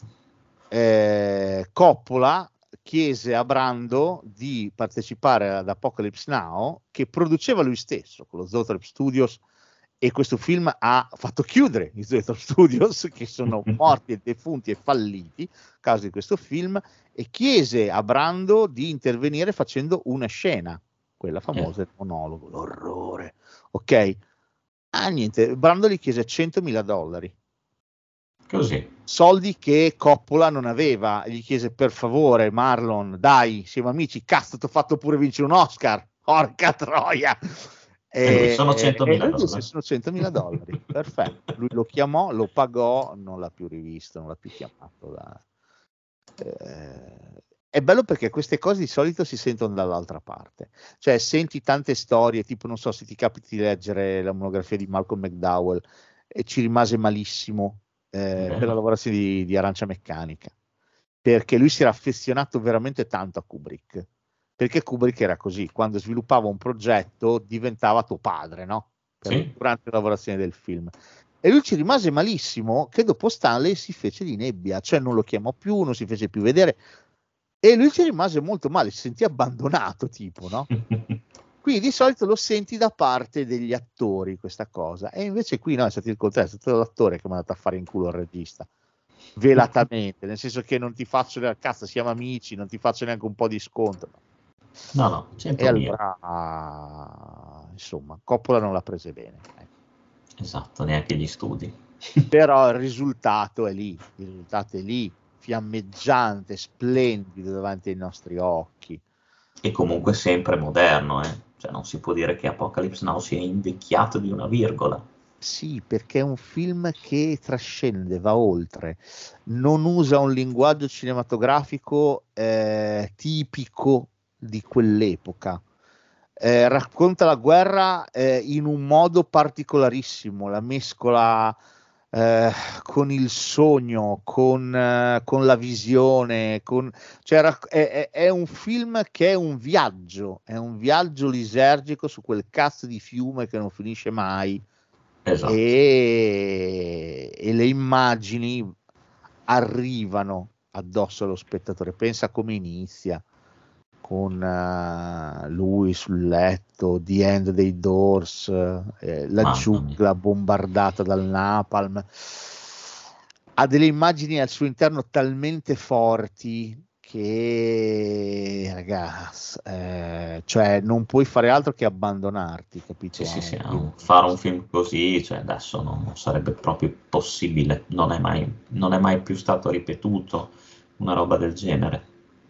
Eh, Coppola chiese a Brando di partecipare ad Apocalypse Now, che produceva lui stesso con lo Zoetrope Studios, e questo film ha fatto chiudere i Zoetrope Studios, che sono morti e defunti e falliti a causa di questo film, e chiese a Brando di intervenire facendo una scena, quella famosa del monologo, l'orrore, ok? Ah, niente, Brando gli chiese centomila dollari. Così. Soldi che Coppola non aveva. Gli chiese: per favore Marlon, dai, siamo amici, cazzo, ti ho fatto pure vincere un Oscar, porca troia. E, e sono centomila dollari. Sono centomila dollari, perfetto. Lui lo chiamò, lo pagò, non l'ha più rivisto, non l'ha più chiamato. Da... Eh... È bello perché queste cose di solito si sentono dall'altra parte, cioè senti tante storie, tipo non so se ti capiti di leggere la monografia di Malcolm McDowell, e ci rimase malissimo eh, per la lavorazione di, di Arancia Meccanica, perché lui si era affezionato veramente tanto a Kubrick, perché Kubrick era così, quando sviluppava un progetto diventava tuo padre, no? Per, sì. Durante la lavorazione del film. E lui ci rimase malissimo che dopo Stanley si fece di nebbia, cioè non lo chiamò più, non si fece più vedere. E lui ci rimase molto male, si sentì abbandonato, tipo, no? Qui di solito lo senti da parte degli attori questa cosa, e invece qui no, è stato il contrario, è stato l'attore che mi ha mandato a fare in culo il regista, velatamente, nel senso che non ti faccio la cazzo, siamo amici, non ti faccio neanche un po' di sconto. No, no, e allora, ah, insomma, Coppola non l'ha prese bene. Eh. Esatto, neanche gli studi. Però il risultato è lì, il risultato è lì, fiammeggiante, splendido davanti ai nostri occhi. E comunque sempre moderno, eh? Cioè non si può dire che Apocalypse Now sia invecchiato di una virgola. Sì, perché è un film che trascende, va oltre, non usa un linguaggio cinematografico eh, tipico di quell'epoca, eh, racconta la guerra eh, in un modo particolarissimo, la mescola Eh, con il sogno, con, eh, con la visione, con, cioè, è, è un film che è un viaggio, è un viaggio lisergico su quel cazzo di fiume che non finisce mai. Esatto. e, e le immagini arrivano addosso allo spettatore. Pensa come inizia, con uh, lui sul letto, The End dei Doors, eh, la giungla bombardata dal napalm, ha delle immagini al suo interno talmente forti che, ragazzi, eh, cioè non puoi fare altro che abbandonarti, capito? Sì, sì, sì, no. Fare un film così, cioè adesso non, non sarebbe proprio possibile, non è mai, non è mai più stato ripetuto una roba del genere.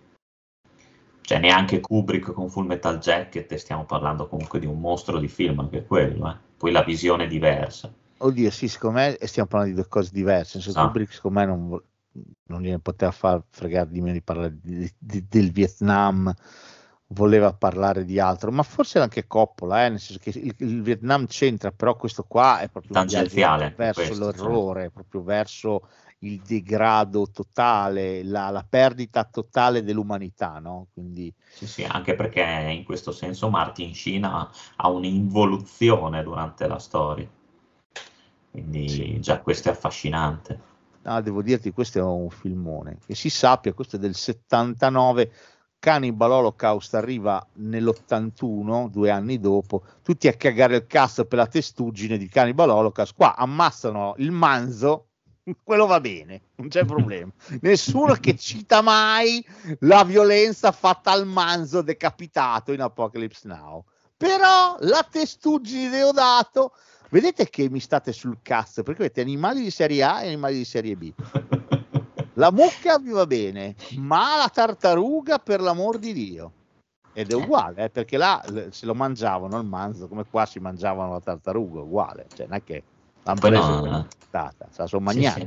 Cioè neanche Kubrick con Full Metal Jacket, e stiamo parlando comunque di un mostro di film anche quello, eh. Poi la visione è diversa. Oddio, sì, secondo me stiamo parlando di due cose diverse. Cioè, Ah. Kubrick secondo me non, non gliene poteva far fregare di meno di parlare di, di, del Vietnam, voleva parlare di altro, ma forse anche Coppola, eh, nel senso che il, il Vietnam c'entra, però questo qua è proprio un Tangenziale, viaggio verso questo, l'orrore, cioè. proprio verso il degrado totale, la, la perdita totale dell'umanità, no? Quindi Sì, sì, anche perché in questo senso Martin Sheen ha, ha un'involuzione durante la storia, quindi Sì. già questo è affascinante. Ah, devo dirti, questo è un filmone. Che si sappia, questo è del settantanove. Cannibal Holocaust arriva nell'ottantuno, due anni dopo, tutti a cagare il cazzo per la testuggine di Cannibal Holocaust. Qua ammassano il manzo, quello va bene, non c'è problema. Nessuno che cita mai la violenza fatta al manzo decapitato in Apocalypse Now. Però la testuggine di Deodato, vedete che mi state sul cazzo, perché avete animali di serie A e animali di serie B. La mucca vi va bene, ma la tartaruga, per l'amor di Dio. Ed è uguale, eh, perché là se lo mangiavano il manzo, come qua si mangiavano la tartaruga, uguale. Cioè, non è che l'hanno Poi preso no, come no. una puntata, se la sono Sì, mangiata. sì.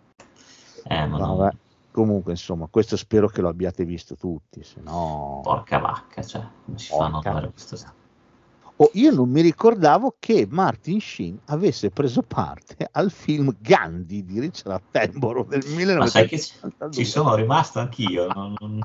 Eh, ma Vabbè. no, Comunque, insomma, questo spero che lo abbiate visto tutti, se no... porca vacca, cioè, come si fa a non Porca. avere questo... Oh, io non mi ricordavo che Martin Sheen avesse preso parte al film Gandhi di Richard Attenborough del Ma sai che ci, millenovecentosettantadue. ci sono rimasto anch'io, non, non,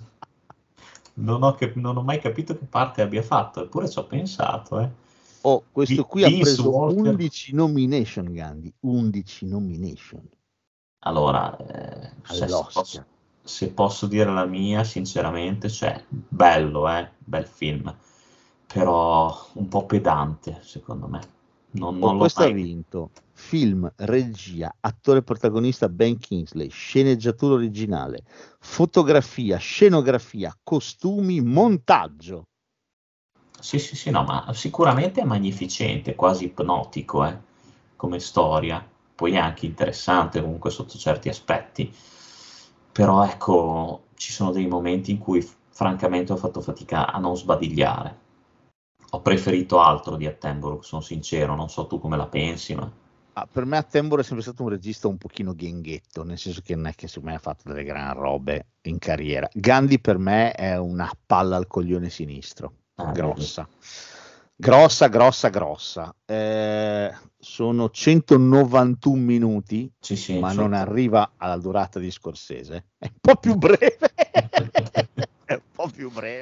non ho, cap- non ho mai capito che parte abbia fatto, eppure ci ho pensato. Eh. Oh, questo qui Vince ha preso Walker. undici nomination, Gandhi, undici nomination Allora, eh, se, se all'Oscar. posso, se posso dire la mia, sinceramente, cioè, bello, eh, bel film, però un po' pedante, secondo me. Non, non Oh, l'ho questo ha mai... vinto film, regia, attore protagonista Ben Kingsley, sceneggiatura originale, fotografia, scenografia, costumi, montaggio. Sì, sì, sì, no, ma sicuramente è magnificente, quasi ipnotico, eh, come storia, poi è anche interessante comunque sotto certi aspetti, però ecco, ci sono dei momenti in cui francamente ho fatto fatica a non sbadigliare. Ho preferito altro di Attenborough, sono sincero, non so tu come la pensi, ma... Ah, per me Attenborough è sempre stato un regista un pochino genghetto, nel senso che non è che secondo me ha fatto delle gran robe in carriera. Gandhi per me è una palla al coglione sinistro, Ah, grossa, grossa, grossa, grossa. Eh, sono centonovantuno minuti, Sì, sì, ma sì. non arriva alla durata di Scorsese. È un po' più breve, è un po' più breve.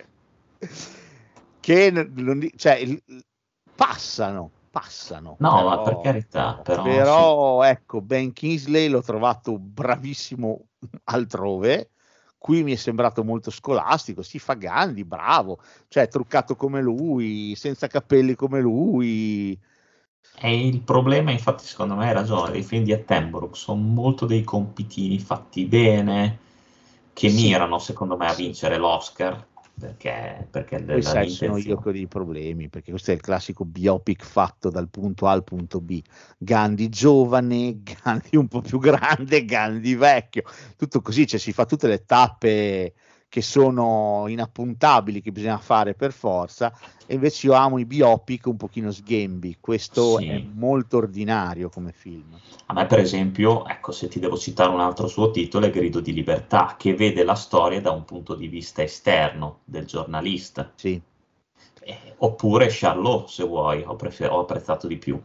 Che non di- cioè, il- passano, passano. No, però, ma per carità, però, però, ecco, Ben Kingsley l'ho trovato bravissimo altrove. Qui mi è sembrato molto scolastico, si fa Gandhi, bravo, cioè truccato come lui, senza capelli come lui. E il problema, infatti, secondo me hai ragione, dei film di Attenborough sono molto dei compitini fatti bene, che Sì. mirano, secondo me, a Sì. vincere l'Oscar, perché, perché Poi la- sai, sono io l'intenzione... che ho dei problemi, perché questo è il classico biopic fatto dal punto A al punto B. Gandhi giovane, Gandhi un po' più grande, Gandhi vecchio, tutto così, cioè si fa tutte le tappe che sono inappuntabili, che bisogna fare per forza, e invece io amo i biopic un pochino sghembi, questo Sì. è molto ordinario come film. A me, per esempio, ecco, se ti devo citare un altro suo titolo, è Grido di libertà, che vede la storia da un punto di vista esterno del giornalista. Sì. Eh, oppure Charlot, se vuoi, ho, prefer- ho apprezzato di più.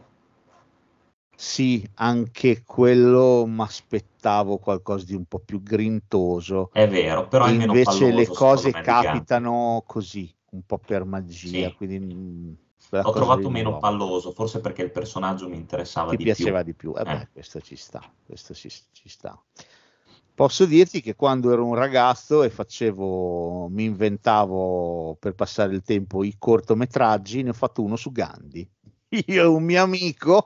Sì, anche quello mi aspettavo qualcosa di un po' più grintoso. È vero, però E è meno invece palloso, le secondo cose me, di Gandhi. capitano così, un po' per magia, Sì. quindi mh, quella L'ho cosa trovato lì non meno l'ho- palloso, forse perché il personaggio mi interessava ti di piaceva più. di più. Eh beh, Eh. questo ci sta, questo ci, ci sta. Posso dirti che quando ero un ragazzo e facevo, mi inventavo per passare il tempo i cortometraggi, ne ho fatto uno su Gandhi. Io e un mio amico,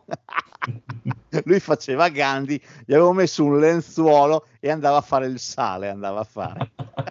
lui faceva Gandhi, gli avevo messo un lenzuolo e andava a fare il sale, andava a fare.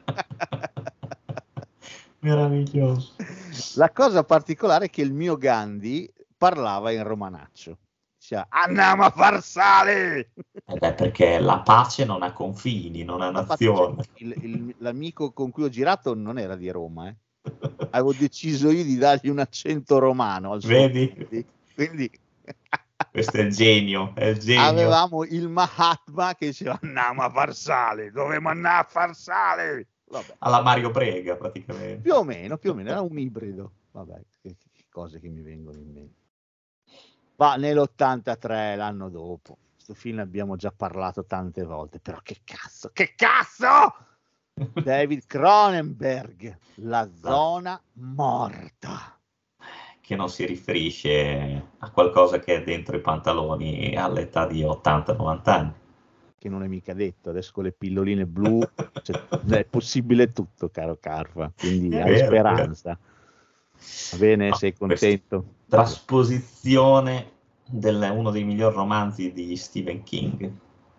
Meraviglioso. La cosa particolare è che il mio Gandhi parlava in romanaccio. Diceva, andiamo a far sale! Eh beh, perché la pace non ha confini, non ha La faccia- nazione. il- il- l'amico con cui ho girato non era di Roma, eh. Avevo deciso io di dargli un accento romano al suo Vedi? Gandhi. Quindi Questo è il genio, è il genio. avevamo il Mahatma che diceva andiamo a far sale, dovevamo andare a far sale. Vabbè. Alla Mario Brega, praticamente. Più o meno, più o meno, era un ibrido. Vabbè, che, che cose che mi vengono in mente. Va nell'ottantatré, l'anno dopo. Questo film ne abbiamo già parlato tante volte, però che cazzo, che cazzo! David Cronenberg, La zona morta. Che non si riferisce a qualcosa che è dentro i pantaloni all'età di ottanta novanta anni. che non è mica detto, adesso con le pilloline blu cioè, è possibile tutto, caro Carfa, quindi È hai vero, speranza. Va bene, No, sei contento? Trasposizione di uno dei migliori romanzi di Stephen King.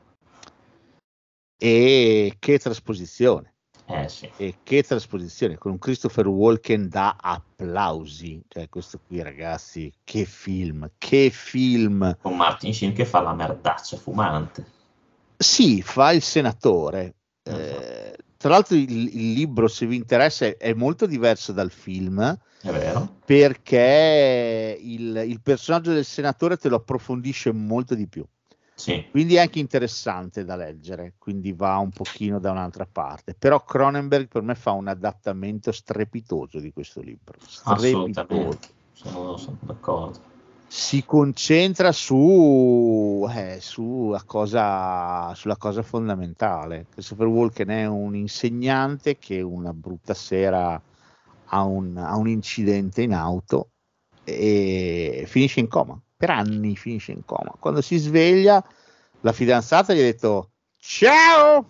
E che trasposizione! Eh sì. E che trasposizione, con un Christopher Walken da applausi, cioè questo qui ragazzi, che film, che film! Con Martin Sheen che fa la merdaccia fumante. Sì, fa il senatore. Uh-huh. Eh, tra l'altro il, il libro, se vi interessa, è, è molto diverso dal film. È vero. Perché il, il personaggio del senatore te lo approfondisce molto di più. Sì. Quindi è anche interessante da leggere, quindi va un pochino da un'altra parte. Però Cronenberg per me fa un adattamento strepitoso di questo libro. Assolutamente, sono, sono d'accordo. Si concentra su, eh, su la cosa, sulla cosa fondamentale. Christopher Walken è un insegnante che una brutta sera ha un, ha un incidente in auto e finisce in coma. Per anni finisce in coma. Quando si sveglia, la fidanzata gli ha detto ciao!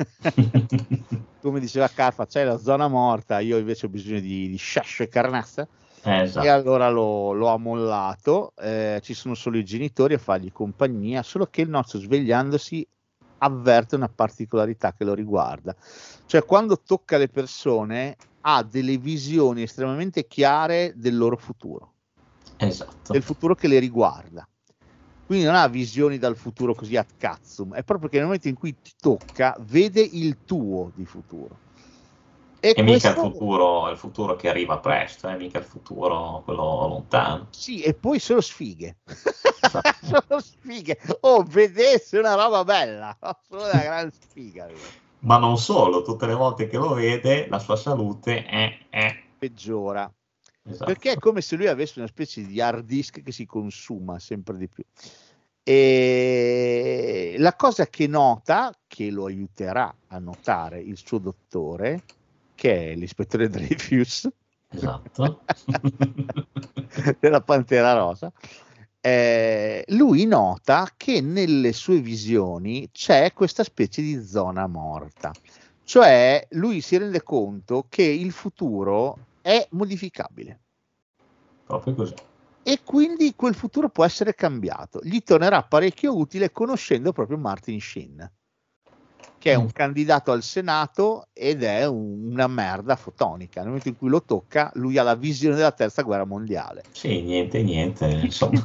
Come diceva Carfa, c'è la zona morta, io invece ho bisogno di, di sciascio e carnazza. Eh, esatto. E allora lo, lo ha mollato, eh, ci sono solo i genitori a fargli compagnia, solo che il nostro, svegliandosi, avverte una particolarità che lo riguarda. Cioè, quando tocca le persone, ha delle visioni estremamente chiare del loro futuro. Esatto. Del futuro che le riguarda. Quindi non ha visioni dal futuro così ad cazzum, è proprio che nel momento in cui ti tocca, vede il tuo di futuro. E, e questo... mica il futuro, il futuro che arriva presto, eh? Mica il futuro quello lontano. Sì, e poi solo sfighe. Esatto. Solo sfighe. Oh, vedesse una roba bella, solo una gran sfiga. Ma non solo, tutte le volte che lo vede, la sua salute è... è... peggiora. Esatto. Perché è come se lui avesse una specie di hard disk che si consuma sempre di più. E la cosa che nota, che lo aiuterà a notare il suo dottore, che è l'ispettore Dreyfus, esatto, della Pantera Rosa, eh, lui nota che nelle sue visioni c'è questa specie di zona morta. Cioè lui si rende conto che il futuro è modificabile. Proprio così. E quindi quel futuro può essere cambiato. Gli tornerà parecchio utile conoscendo proprio Martin Sheen, che è un mm. candidato al Senato ed è un, una merda fotonica. Nel momento in cui lo tocca, lui ha la visione della terza guerra mondiale. Sì, niente, niente, insomma.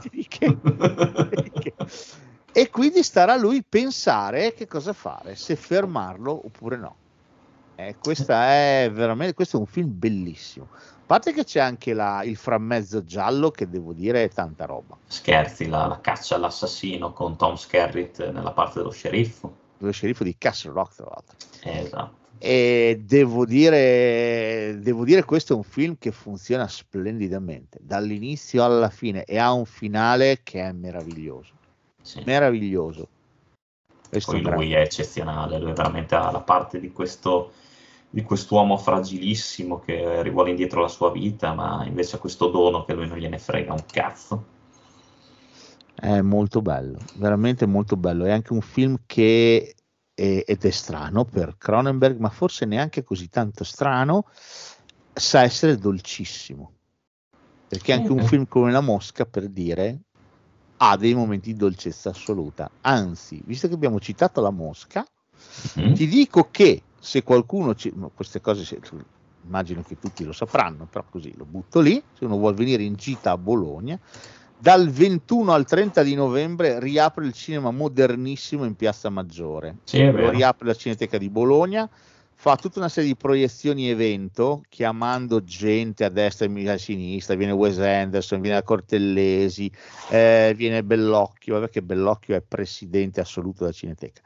E quindi starà a lui pensare che cosa fare, se fermarlo oppure no. Eh, questa è veramente, questo è un film bellissimo. A parte che c'è anche la, il frammezzo giallo, che devo dire è tanta roba. Scherzi, la, la caccia all'assassino con Tom Skerritt nella parte dello sceriffo. Lo sceriffo di Castle Rock, tra l'altro. Esatto. E devo dire, devo dire, questo è un film che funziona splendidamente, dall'inizio alla fine, e ha un finale che è meraviglioso. Sì. Meraviglioso. Questo Poi lui è eccezionale, lui è veramente alla parte di questo... di quest'uomo fragilissimo che rivuole indietro la sua vita, ma invece ha questo dono che lui non gliene frega un cazzo. È molto bello, veramente molto bello. È anche un film che è, ed è strano per Cronenberg, ma forse neanche così tanto strano, sa essere dolcissimo, perché anche un film come La Mosca, per dire, ha dei momenti di dolcezza assoluta. Anzi, visto che abbiamo citato La Mosca, mm. ti dico che se qualcuno, ci, queste cose immagino che tutti lo sapranno, però così lo butto lì, se uno vuol venire in gita a Bologna, dal ventuno al trenta di novembre riapre il cinema modernissimo in Piazza Maggiore. Sì, lo riapre la Cineteca di Bologna, fa tutta una serie di proiezioni evento, chiamando gente a destra e a sinistra, viene Wes Anderson, viene la Cortellesi, eh, viene Bellocchio, vabbè che Bellocchio è presidente assoluto della Cineteca,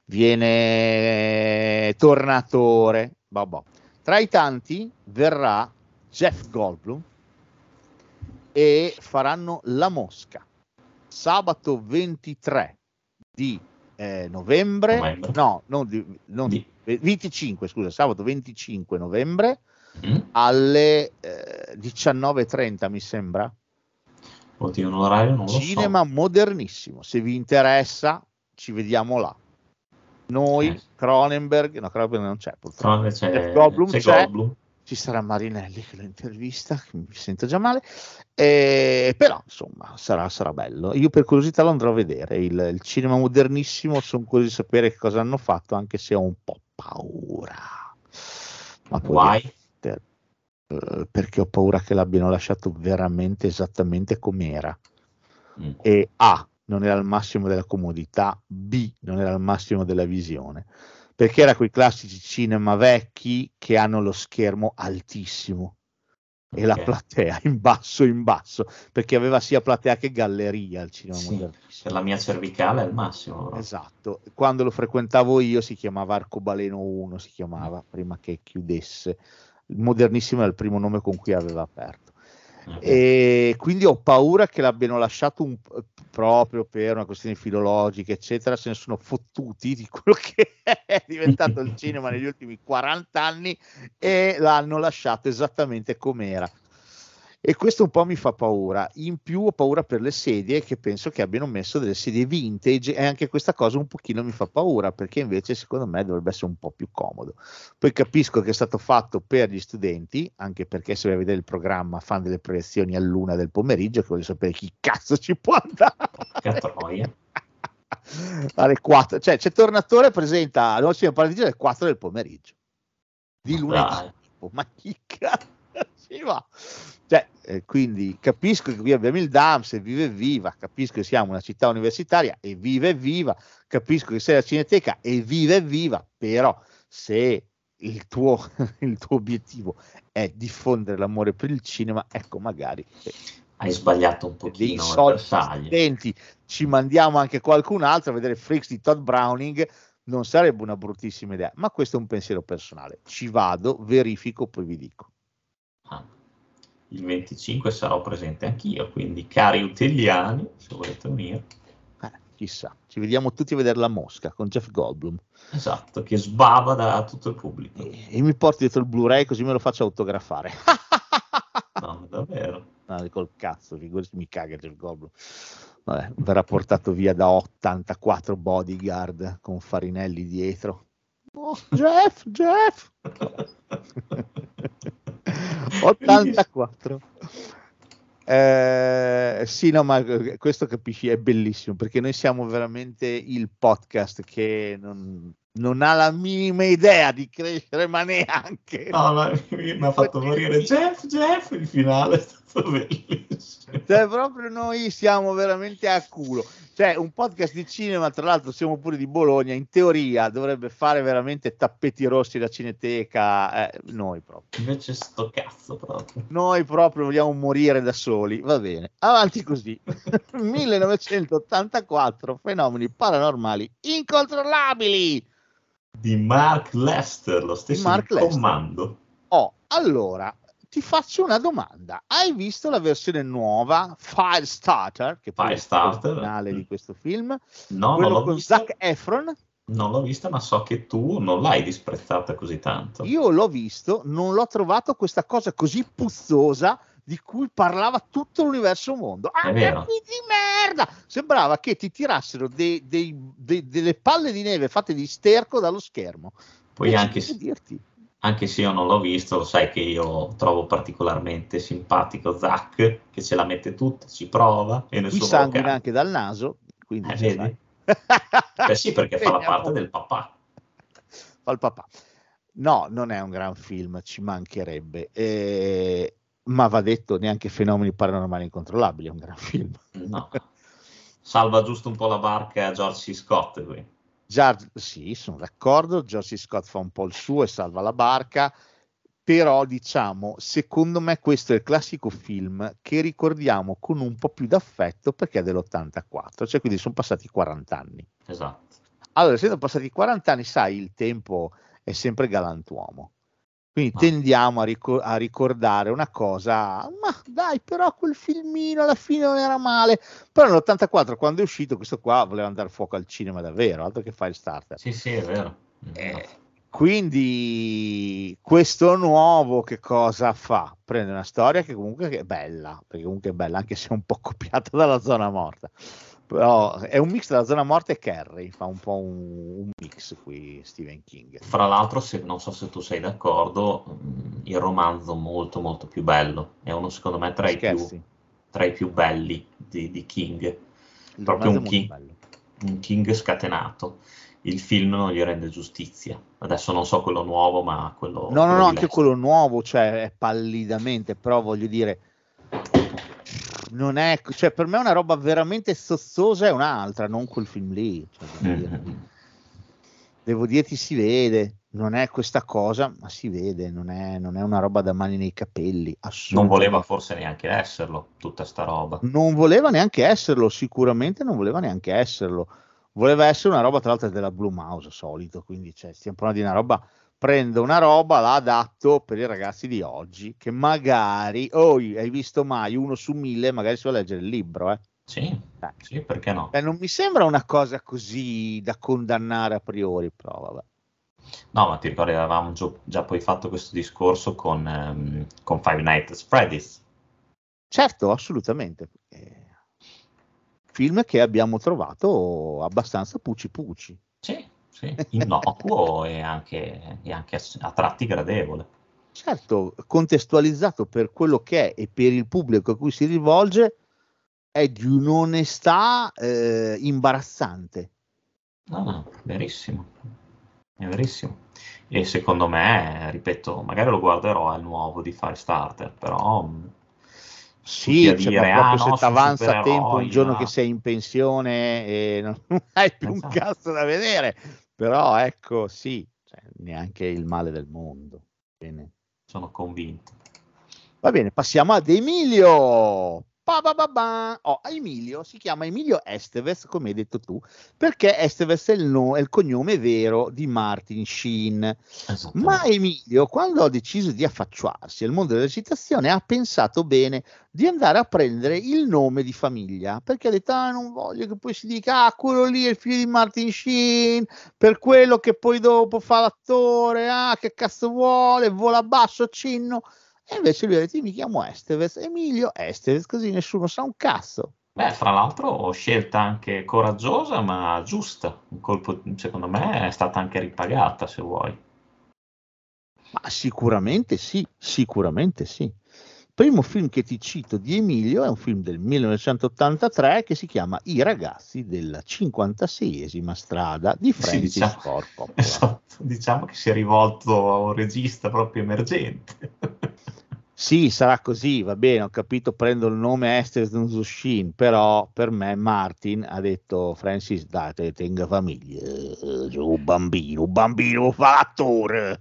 viene Tornatore, babà. Tra i tanti verrà Jeff Goldblum e faranno La Mosca, sabato ventitré di eh, novembre, novembre, no, non di, non di. venticinque, scusa, sabato venticinque novembre mm. alle eh, diciannove e trenta mi sembra. Oddio, un orario non lo Cinema so. modernissimo, se vi interessa ci vediamo là. Noi, Eh. Cronenberg, no, Cronenberg non c'è purtroppo. No, c'è, Jeff Goldblum c'è c'è. Goldblum. Ci sarà Marinelli che lo intervista, che mi sento già male, eh, però insomma sarà, sarà bello. Io per curiosità lo andrò a vedere, il, il cinema modernissimo, sono curioso di sapere che cosa hanno fatto, anche se ho un po' paura. Ma poi, Why? per- eh, perché ho paura che l'abbiano lasciato veramente esattamente com'era. Mm. E A, non era al massimo della comodità, B, non era al massimo della visione, perché era quei classici cinema vecchi che hanno lo schermo altissimo e la Ok. platea in basso in basso, perché aveva sia platea che galleria il cinema Sì, modernissimo. per la mia cervicale è il massimo. Però. Esatto, quando lo frequentavo io si chiamava Arcobaleno uno, si chiamava, prima che chiudesse. Il modernissimo era il primo nome con cui aveva aperto. Ok. E quindi ho paura che l'abbiano lasciato un, proprio per una questione filologica, eccetera. Se ne sono fottuti di quello che è diventato il cinema negli ultimi quaranta anni e l'hanno lasciato esattamente com'era. E questo un po' mi fa paura. In più ho paura per le sedie, che penso che abbiano messo delle sedie vintage, e anche questa cosa un pochino mi fa paura, perché invece secondo me dovrebbe essere un po' più comodo. Poi capisco che è stato fatto per gli studenti, anche perché se vai a vedere il programma fanno delle proiezioni all'una del pomeriggio, che voglio sapere chi cazzo ci può andare. Che troia. Alle quattro, cioè c'è Tornatore presenta no, sì, paradiso alle quattro del pomeriggio di lunedì. Dai. Ma chi cazzo ci va? Cioè, eh, quindi capisco che qui abbiamo il D A M S e vive viva, capisco che siamo una città universitaria e vive viva, capisco che sei la Cineteca e vive viva, però se il tuo, il tuo obiettivo è diffondere l'amore per il cinema, ecco magari eh, Hai sbagliato un dei pochino il soldi bersaglio. studenti ci mandiamo anche qualcun altro a vedere Freaks di Todd Browning, non sarebbe una bruttissima idea, ma questo è un pensiero personale. Ci vado, verifico, poi vi dico. Ah, il venticinque sarò presente anch'io, quindi cari utiliani, se volete venire. Eh, chissà, ci vediamo tutti a vedere La Mosca con Jeff Goldblum Esatto, che sbava da tutto il pubblico. e, e mi porti dietro il Blu-ray così me lo faccio autografare. No, davvero. No, col cazzo, figurati, mi caga Jeff Goldblum. Vabbè, verrà portato via da ottantaquattro bodyguard con Farinelli dietro. Oh, Jeff, Jeff. ottantaquattro. Eh, sì, no, ma questo capisci, è bellissimo perché noi siamo veramente il podcast che non, non ha la minima idea di crescere, ma neanche. No, ma mi mi ha fatto morire Jeff, Jeff, il finale è stato bellissimo. Cioè, proprio noi siamo veramente a culo. Cioè, un podcast di cinema, tra l'altro siamo pure di Bologna, in teoria dovrebbe fare veramente tappeti rossi la Cineteca, eh, noi proprio. Invece sto cazzo proprio. Noi proprio vogliamo morire da soli, va bene, avanti così. millenovecentottantaquattro, fenomeni paranormali incontrollabili. Di Mark Lester, lo stesso Mark di Lester. Comando. Oh, allora, ti faccio una domanda. Hai visto la versione nuova, Firestarter, che poi Firestarter. è il finale di questo film? No, non Quello l'ho con vista, Zac Efron? non l'ho vista, ma so che tu non l'hai disprezzata così tanto. Io l'ho visto, non l'ho trovato questa cosa così puzzosa di cui parlava tutto l'universo mondo. Ah, vero. che di merda! Sembrava che ti tirassero dei- dei- dei- delle palle di neve fatte di sterco dallo schermo. Poi E ci anche, devo dirti. anche se io non l'ho visto, lo sai che io trovo particolarmente simpatico Zack, che ce la mette tutta, ci prova e Qui nessuno lo sanguina cambia. anche dal naso, quindi Eh, ce vedi? l'hai. Beh sì, perché fa la Vediamo. parte del papà. Fa il papà. No, non è un gran film, ci mancherebbe. Eh, ma va detto, neanche Fenomeni Paranormali Incontrollabili è un gran film. No. Salva giusto un po' la barca a George C. Scott qui. Già, sì, sono d'accordo, George C. Scott fa un po' il suo e salva la barca, però diciamo, secondo me questo è il classico film che ricordiamo con un po' più d'affetto perché è dell'ottantaquattro, cioè quindi sono passati quaranta anni. Esatto. Allora, essendo passati quaranta anni, sai, il tempo è sempre galantuomo. Quindi Ah. tendiamo a, ricor- a ricordare una cosa, ma dai, però quel filmino alla fine non era male. Però nell'ottantaquattro, quando è uscito, questo qua voleva andare a fuoco al cinema davvero, altro che Firestarter. Sì, sì, è vero. Eh, quindi questo nuovo che cosa fa? Prende una storia che comunque è bella, perché comunque è bella, anche se è un po' copiata dalla Zona Morta. Però è un mix della Zona Morta e Carrie, fa un po' un, un mix qui Stephen King. Fra l'altro, se, non so se tu sei d'accordo, mh, il romanzo molto molto più bello, è uno secondo me tra i più, tra i più belli di, di King, Il proprio un romanzo è King, molto bello. un King scatenato. Il film non gli rende giustizia. Adesso non so quello nuovo, ma quello... No, no, quello no, di anche Lester. quello nuovo, cioè è pallidamente, però voglio dire, non è, cioè per me è una roba veramente sozzosa, è un'altra, non quel film lì. Cioè, devo, Mm-hmm. dire, devo dirti, si vede, non è questa cosa, ma si vede, non è, non è una roba da mani nei capelli, Non assolutamente. voleva forse neanche esserlo, tutta sta roba. Non voleva neanche esserlo, sicuramente non voleva neanche esserlo. Voleva essere una roba, tra l'altro, della Blumhouse, solito, quindi cioè, stiamo parlando di una roba, prendo una roba, la adatto per i ragazzi di oggi, che magari, oh, hai visto mai uno su mille, magari si va a leggere il libro, eh. Sì, Eh. sì, perché no? Eh, non mi sembra una cosa così da condannare a priori, però vabbè. No, ma ti ricordi, avevamo già, già poi fatto questo discorso con, ehm, con Five Nights at Freddy's. Certo, assolutamente. Eh, film che abbiamo trovato abbastanza puci puci. Sì, sì, innocuo e anche, e anche a, a tratti gradevole. Certo, contestualizzato per quello che è e per il pubblico a cui si rivolge, è di un'onestà eh, imbarazzante. No, no, verissimo, è verissimo. E secondo me, ripeto, magari lo guarderò al nuovo di Firestarter, però... mh, Sì, tutti a cioè, dire, ma proprio ah, se no, ti sono avanza tempo un supereroi, giorno ma- che sei in pensione e non hai più un Esatto. cazzo da vedere, però ecco, sì, cioè, neanche il male del mondo. Bene. Sono convinto. Va bene, passiamo ad Emilio. Pa, pa, pa, pa. Oh, Emilio si chiama Emilio Estevez, come hai detto tu, perché Estevez è il, no- è il cognome vero di Martin Sheen. Esattamente. Ma Emilio, quando ha deciso di affacciarsi al mondo della recitazione, ha pensato bene di andare a prendere il nome di famiglia, perché ha detto, ah, non voglio che poi si dica, ah, quello lì è il figlio di Martin Sheen, per quello che poi dopo fa l'attore, ah, che cazzo vuole, vola basso, cinno. E invece lui ha detto, io mi chiamo Estevez, Emilio Estevez, così nessuno sa un cazzo. Beh, fra l'altro, scelta anche coraggiosa, ma giusta. Un colpo, secondo me, è stata anche ripagata, se vuoi. Ma sicuramente sì, sicuramente sì. Il primo film che ti cito di Emilio è un film del millenovecentottantatré che si chiama I ragazzi della cinquantaseiesima strada di Sì, Francis diciamo, Ford Coppola. esatto, diciamo che si è rivolto a un regista proprio emergente. Sì, sarà così, va bene, ho capito, prendo il nome Estevez Nushin, però per me Martin ha detto, Francis, dai, te tenga famiglia, c'è un bambino, un bambino fa l'attore.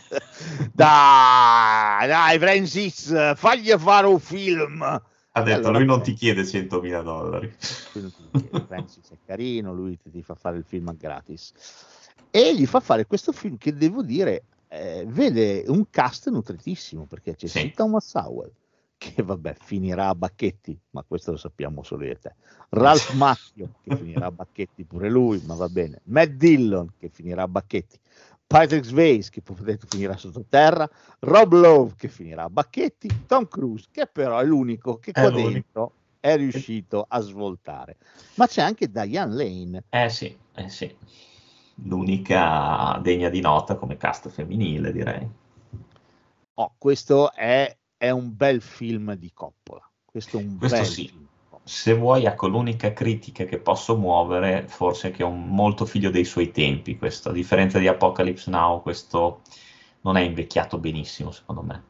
Dai, dai, Francis, fagli fare un film. Ha detto, Allora, lui non ti chiede centomila dollari. Francis è carino, lui ti, ti fa fare il film gratis. E gli fa fare questo film che devo dire... Eh, vede un cast nutritissimo, perché c'è Sì. sì. Thomas Howell, che vabbè finirà a Bacchetti, ma questo lo sappiamo solo io e te. Ralph Macchio, che finirà a Bacchetti pure lui, ma va bene. Matt Dillon, che finirà a Bacchetti. Patrick Swayze, che potete finirà sottoterra. Rob Lowe, che finirà a Bacchetti. Tom Cruise, che però è l'unico che È qua l'unico. dentro è riuscito a svoltare. Ma c'è anche Diane Lane. Eh sì, eh sì. L'unica degna di nota come cast femminile, direi. Oh, questo è, è un bel film di Coppola. Questo è un Questo bel sì. film di Coppola. Se vuoi, ecco, l'unica critica che posso muovere, forse è che è un molto figlio dei suoi tempi, questo. A differenza di Apocalypse Now, questo non è invecchiato benissimo, secondo me.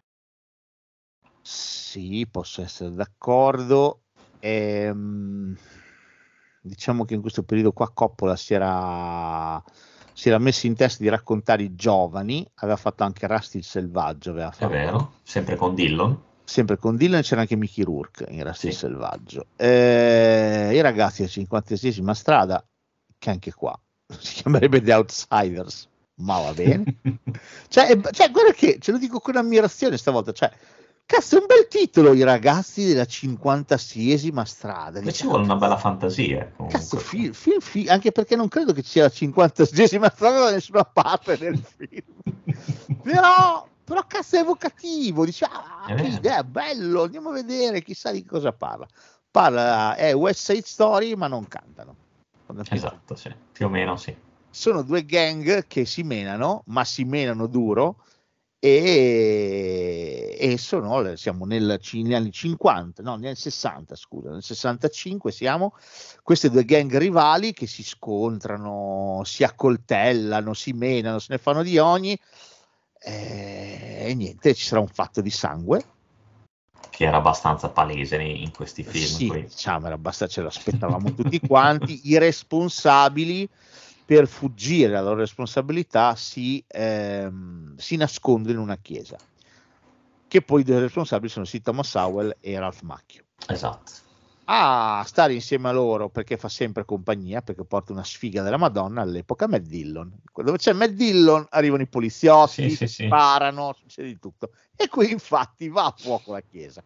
Sì, posso essere d'accordo. Ehm, diciamo che in questo periodo qua Coppola si era, si era messo in testa di raccontare i giovani, aveva fatto anche Rusty il Selvaggio, aveva È fatto, vero? Sempre con Dillon? sempre con Dylan, c'era anche Mickey Rourke in Rusty il Sì. Selvaggio. Eh, I ragazzi della cinquantaseiesima strada, che anche qua si chiamerebbe The Outsiders, ma va bene. cioè, cioè, guarda che ce lo dico con ammirazione stavolta, cioè cazzo, è un bel titolo, I ragazzi della cinquantaseiesima strada. E ci vuole una bella fantasia. Comunque. Cazzo, fi, fi, fi, anche perché non credo che ci sia la cinquantaseiesima strada da nessuna parte del film. però, però cazzo è evocativo, dice, ah, È che vero. idea, bello, andiamo a vedere, chissà di cosa parla. Parla, è West Side Story, ma non cantano. Esatto, sì, più o meno sì. Sono due gang che si menano, ma si menano duro, e, e sono, siamo nel, negli anni cinquanta, no, nel sessanta, scusa, nel sessantacinque siamo, queste due gang rivali che si scontrano, si accoltellano, si menano, se ne fanno di ogni, e, e niente, ci sarà un fatto di sangue. Che era abbastanza palese in questi film. Sì, poi. diciamo, era abbastanza, ce l'aspettavamo tutti quanti. I responsabili, per fuggire dalla loro responsabilità, si, ehm, si nascondono in una chiesa. Che poi i due responsabili sono Sid Thomas Howell e Ralph Macchio. Esatto. A stare insieme a loro, perché fa sempre compagnia, perché porta una sfiga della Madonna, all'epoca Matt Dillon. Dove c'è Matt Dillon arrivano i poliziotti, sì, sì, sì. sparano, succede di tutto. E qui infatti va a fuoco la chiesa.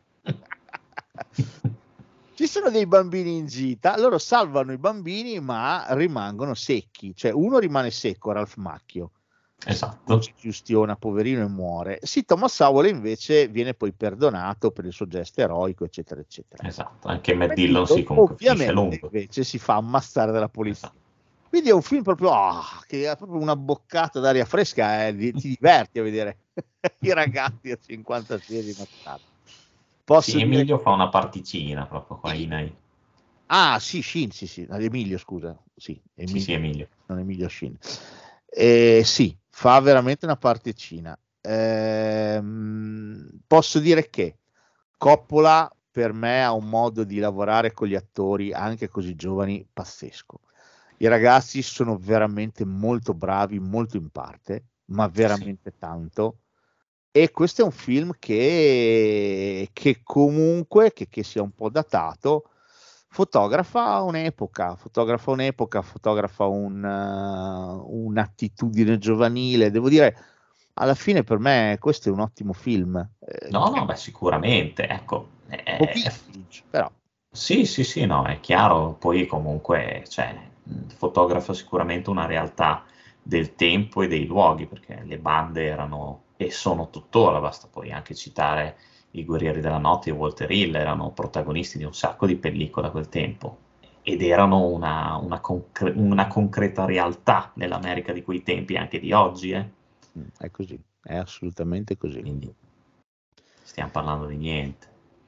Ci sono dei bambini in gita, loro salvano i bambini ma rimangono secchi, cioè uno rimane secco, Ralph Macchio, esatto, si chiustiona, poverino, e muore. Sì, Thomas Howell invece viene poi perdonato per il suo gesto eroico, eccetera eccetera. Esatto, anche Matt Dillon si comunque ovviamente lungo. Invece si fa ammazzare dalla polizia. Esatto. Quindi è un film proprio, oh, che è proprio una boccata d'aria fresca, eh, ti diverti a vedere i ragazzi a cinquantasei ammazzati. Posso sì, Emilio fa una particina proprio qua in ai. Ah sì, Shin, sì sì, Emilio scusa, sì, Emilio, sì, sì, Emilio. Non Emilio Shin. Eh, sì, fa veramente una particina. Eh, posso dire che Coppola per me ha un modo di lavorare con gli attori anche così giovani pazzesco. I ragazzi sono veramente molto bravi, molto in parte, ma veramente sì. tanto. E questo è un film che, che comunque, che, che sia un po' datato, fotografa un'epoca, fotografa un'epoca, fotografa un, uh, un'attitudine giovanile. Devo dire, alla fine per me questo è un ottimo film. No, no, beh, sicuramente, ecco. È, un po' vintage, però. Sì, sì, sì, no, è chiaro. Poi comunque, cioè, fotografa sicuramente una realtà del tempo e dei luoghi, perché le bande erano e sono tuttora, basta poi anche citare I Guerrieri della Notte e Walter Hill, erano protagonisti di un sacco di pellicole a quel tempo ed erano una, una, concre- una concreta realtà nell'America di quei tempi, anche di oggi. Eh. È così, è assolutamente così. Quindi stiamo parlando di niente.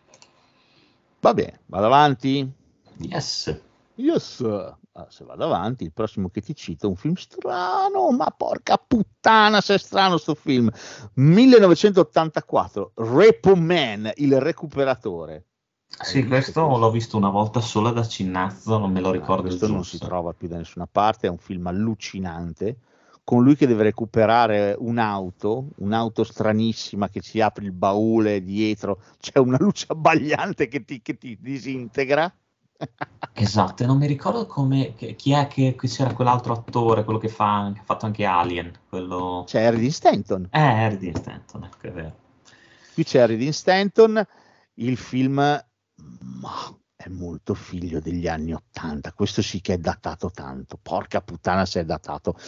Va bene, vado avanti? Yes. Yes. Ah, se vado avanti, il prossimo che ti cito è un film strano, ma porca puttana se è strano sto film. millenovecentottantaquattro, Repo Man, il recuperatore. Sì, questo questo l'ho visto una volta sola da Cinnazzo, non me lo ricordo. Ah, questo giusto. Non si trova più da nessuna parte, è un film allucinante, con lui che deve recuperare un'auto, un'auto stranissima che si apre il baule dietro, c'è una luce abbagliante che ti, che ti disintegra. Esatto, e non mi ricordo come chi è che qui c'era quell'altro attore, quello che, fa, che ha fatto anche Alien, quello... C'è Harry Dean Stanton. Eh, Harry Dean Stanton, ecco, è vero. Qui c'è Harry Dean Stanton, il film ma, è molto figlio degli anni Ottanta, questo sì che è datato tanto, porca puttana se è datato.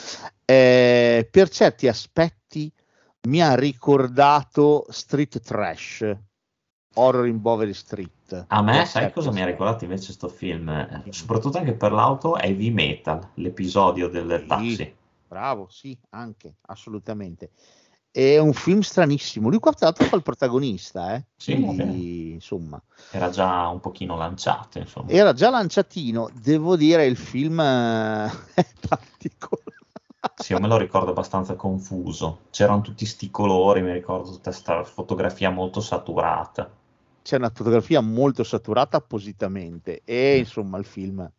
Eh, per certi aspetti mi ha ricordato Street Trash, Horror in Bovary Street. A me, sai cosa mi ha ricordato invece sto film? Eh, soprattutto anche per l'auto, Heavy Metal, l'episodio del sì, taxi. Bravo, sì, anche, assolutamente. È un film stranissimo. Lui qua tra l'altro fa il protagonista, eh? Sì, Quindi, insomma. Era già un pochino lanciato, insomma. Era già lanciatino, devo dire, il film è particolare. Sì, io me lo ricordo abbastanza confuso. C'erano tutti sti colori, mi ricordo tutta questa fotografia molto saturata. C'è una fotografia molto saturata appositamente e mm. insomma il film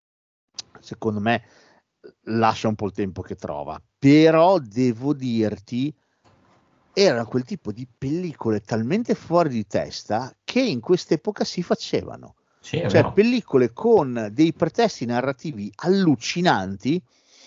secondo me lascia un po' il tempo che trova, però devo dirti era quel tipo di pellicole talmente fuori di testa che in quest'epoca si facevano, sì, cioè vero. Pellicole con dei pretesti narrativi allucinanti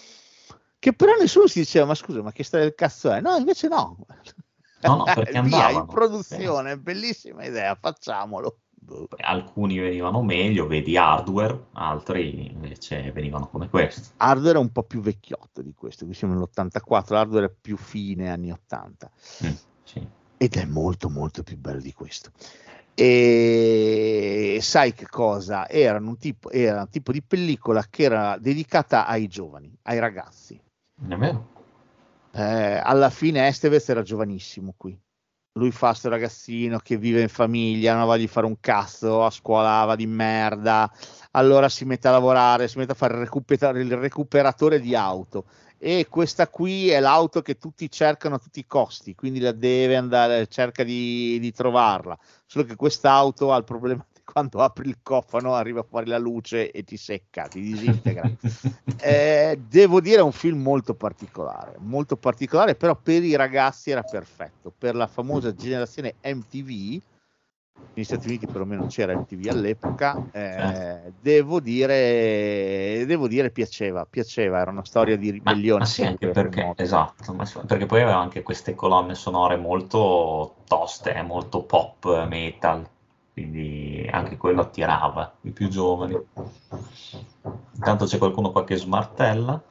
che però nessuno si diceva ma scusa ma che storia del cazzo è, no invece no. No, no, perché via andavano. in produzione, eh. Bellissima idea, facciamolo. Alcuni venivano meglio, vedi Hardware, altri invece venivano come questo. Hardware è un po' più vecchiotto di questo, qui siamo nell'ottantaquattro, Hardware è più fine anni ottanta. Mm, sì. Ed è molto molto più bello di questo. E sai che cosa? Era un tipo, era un tipo di pellicola che era dedicata ai giovani, ai ragazzi. È vero. Eh, alla fine Estevez era giovanissimo qui. Lui fa sto ragazzino che vive in famiglia, non va di fare un cazzo, a scuola va di merda, allora si mette a lavorare, si mette a fare il, recupera- il recuperatore di auto, e questa qui è l'auto che tutti cercano a tutti i costi, quindi la deve andare, cerca di, di trovarla, solo che quest'auto ha il problema che quando apri il cofano arriva fuori la luce e ti secca, ti disintegra. Eh, devo dire è un film molto particolare, molto particolare, però per i ragazzi era perfetto, per la famosa generazione M T V. Negli Stati Uniti perlomeno c'era M T V all'epoca, eh, devo dire devo dire piaceva, piaceva, era una storia di ribellione. Ma, ma sì, anche perché, esatto, ma, perché poi aveva anche queste colonne sonore molto toste, molto pop, metal, quindi anche quello attirava i più giovani. Intanto c'è qualcuno qua che smartella.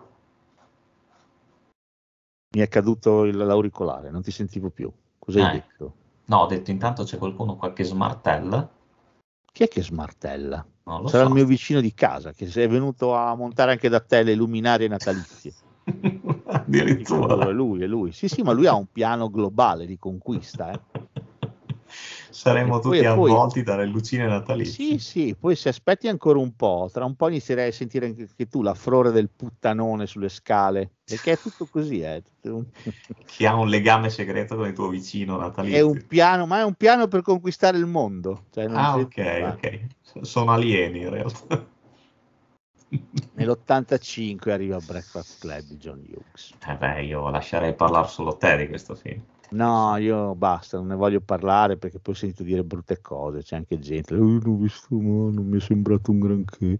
Mi è caduto il- l'auricolare, non ti sentivo più. Cosa hai Eh. detto? No, ho detto intanto c'è qualcuno qua che smartella. Chi è che smartella? Non lo Sarà so. il mio vicino di casa che è venuto a montare anche da te le luminarie natalizie. Addirittura. È lui, è lui. Sì, sì, ma lui ha un piano globale di conquista, eh. Saremo E poi- tutti e poi- avvolti dalle lucine natalizie. Sì, sì, poi se aspetti ancora un po', tra un po' inizierai a sentire anche, anche tu la frore del puttanone sulle scale, perché è tutto così, eh. Tutto un- Chi ha un legame segreto con il tuo vicino natalizio. è un piano, ma è un piano per conquistare il mondo. Cioè, non Ah, c'è- ok, ok. Sono alieni in realtà. Nell'ottantacinque arriva Breakfast Club di John Hughes. Eh beh, io lascerei parlare solo te di questo film. No, io basta, non ne voglio parlare perché poi ho sentito dire brutte cose, c'è anche gente, "Eh, l'ho visto, ma non mi è sembrato un granché."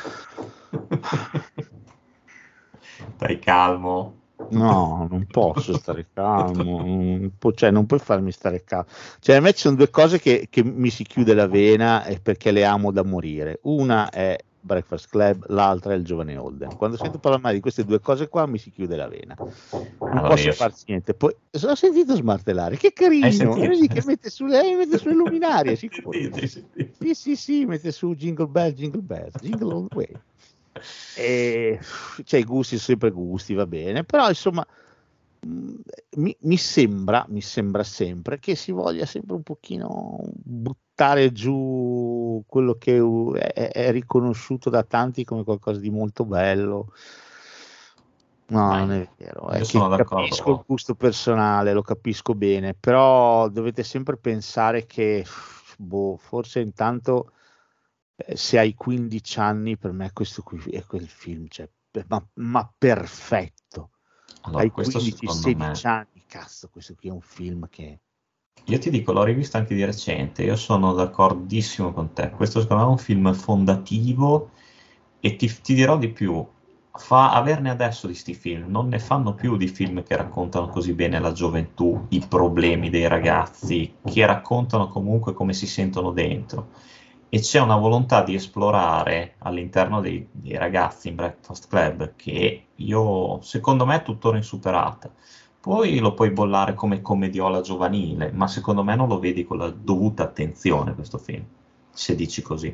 Stai calmo. No, non posso stare calmo, non pu- cioè non puoi farmi stare calmo. Cioè a me ci sono due cose che, che mi si chiude la vena e perché le amo da morire. Una è Breakfast Club, l'altra è il giovane Holden. Quando sento parlare male di queste due cose qua mi si chiude la vena. Non Allora posso io- farci niente. Poi ho sentito smartellare, che carino, Hai sentito? vedi che mette sulle, eh, mette sulle luminarie, sicuro. Sentite, sentite. Sì, sì, sì, mette su Jingle Bell, Jingle Bells, Jingle All the Way. E, cioè, i gusti sono sempre gusti, va bene, però insomma mh, mi, mi sembra, mi sembra sempre che si voglia sempre un pochino buttare giù quello che è, è riconosciuto da tanti come qualcosa di molto bello. No, Ma non io- è vero, io è che sono d'accordo. capisco il gusto personale, lo capisco bene, però dovete sempre pensare che boh, forse intanto eh, se hai quindici anni, per me questo qui è quel film, cioè, per- ma, ma perfetto. Allora, Hai questo quindici secondo me- sedici anni, cazzo, questo qui è un film che... Io ti dico, l'ho rivisto anche di recente, io sono d'accordissimo con te. Questo secondo me è un film fondativo e ti, ti dirò di più, fa averne adesso di sti film, non ne fanno più di film che raccontano così bene la gioventù, i problemi dei ragazzi, che raccontano comunque come si sentono dentro. E c'è una volontà di esplorare all'interno dei, dei ragazzi in Breakfast Club che io, secondo me, è tuttora insuperata. Poi lo puoi bollare come commediola giovanile, ma secondo me non lo vedi con la dovuta attenzione questo film, se dici così.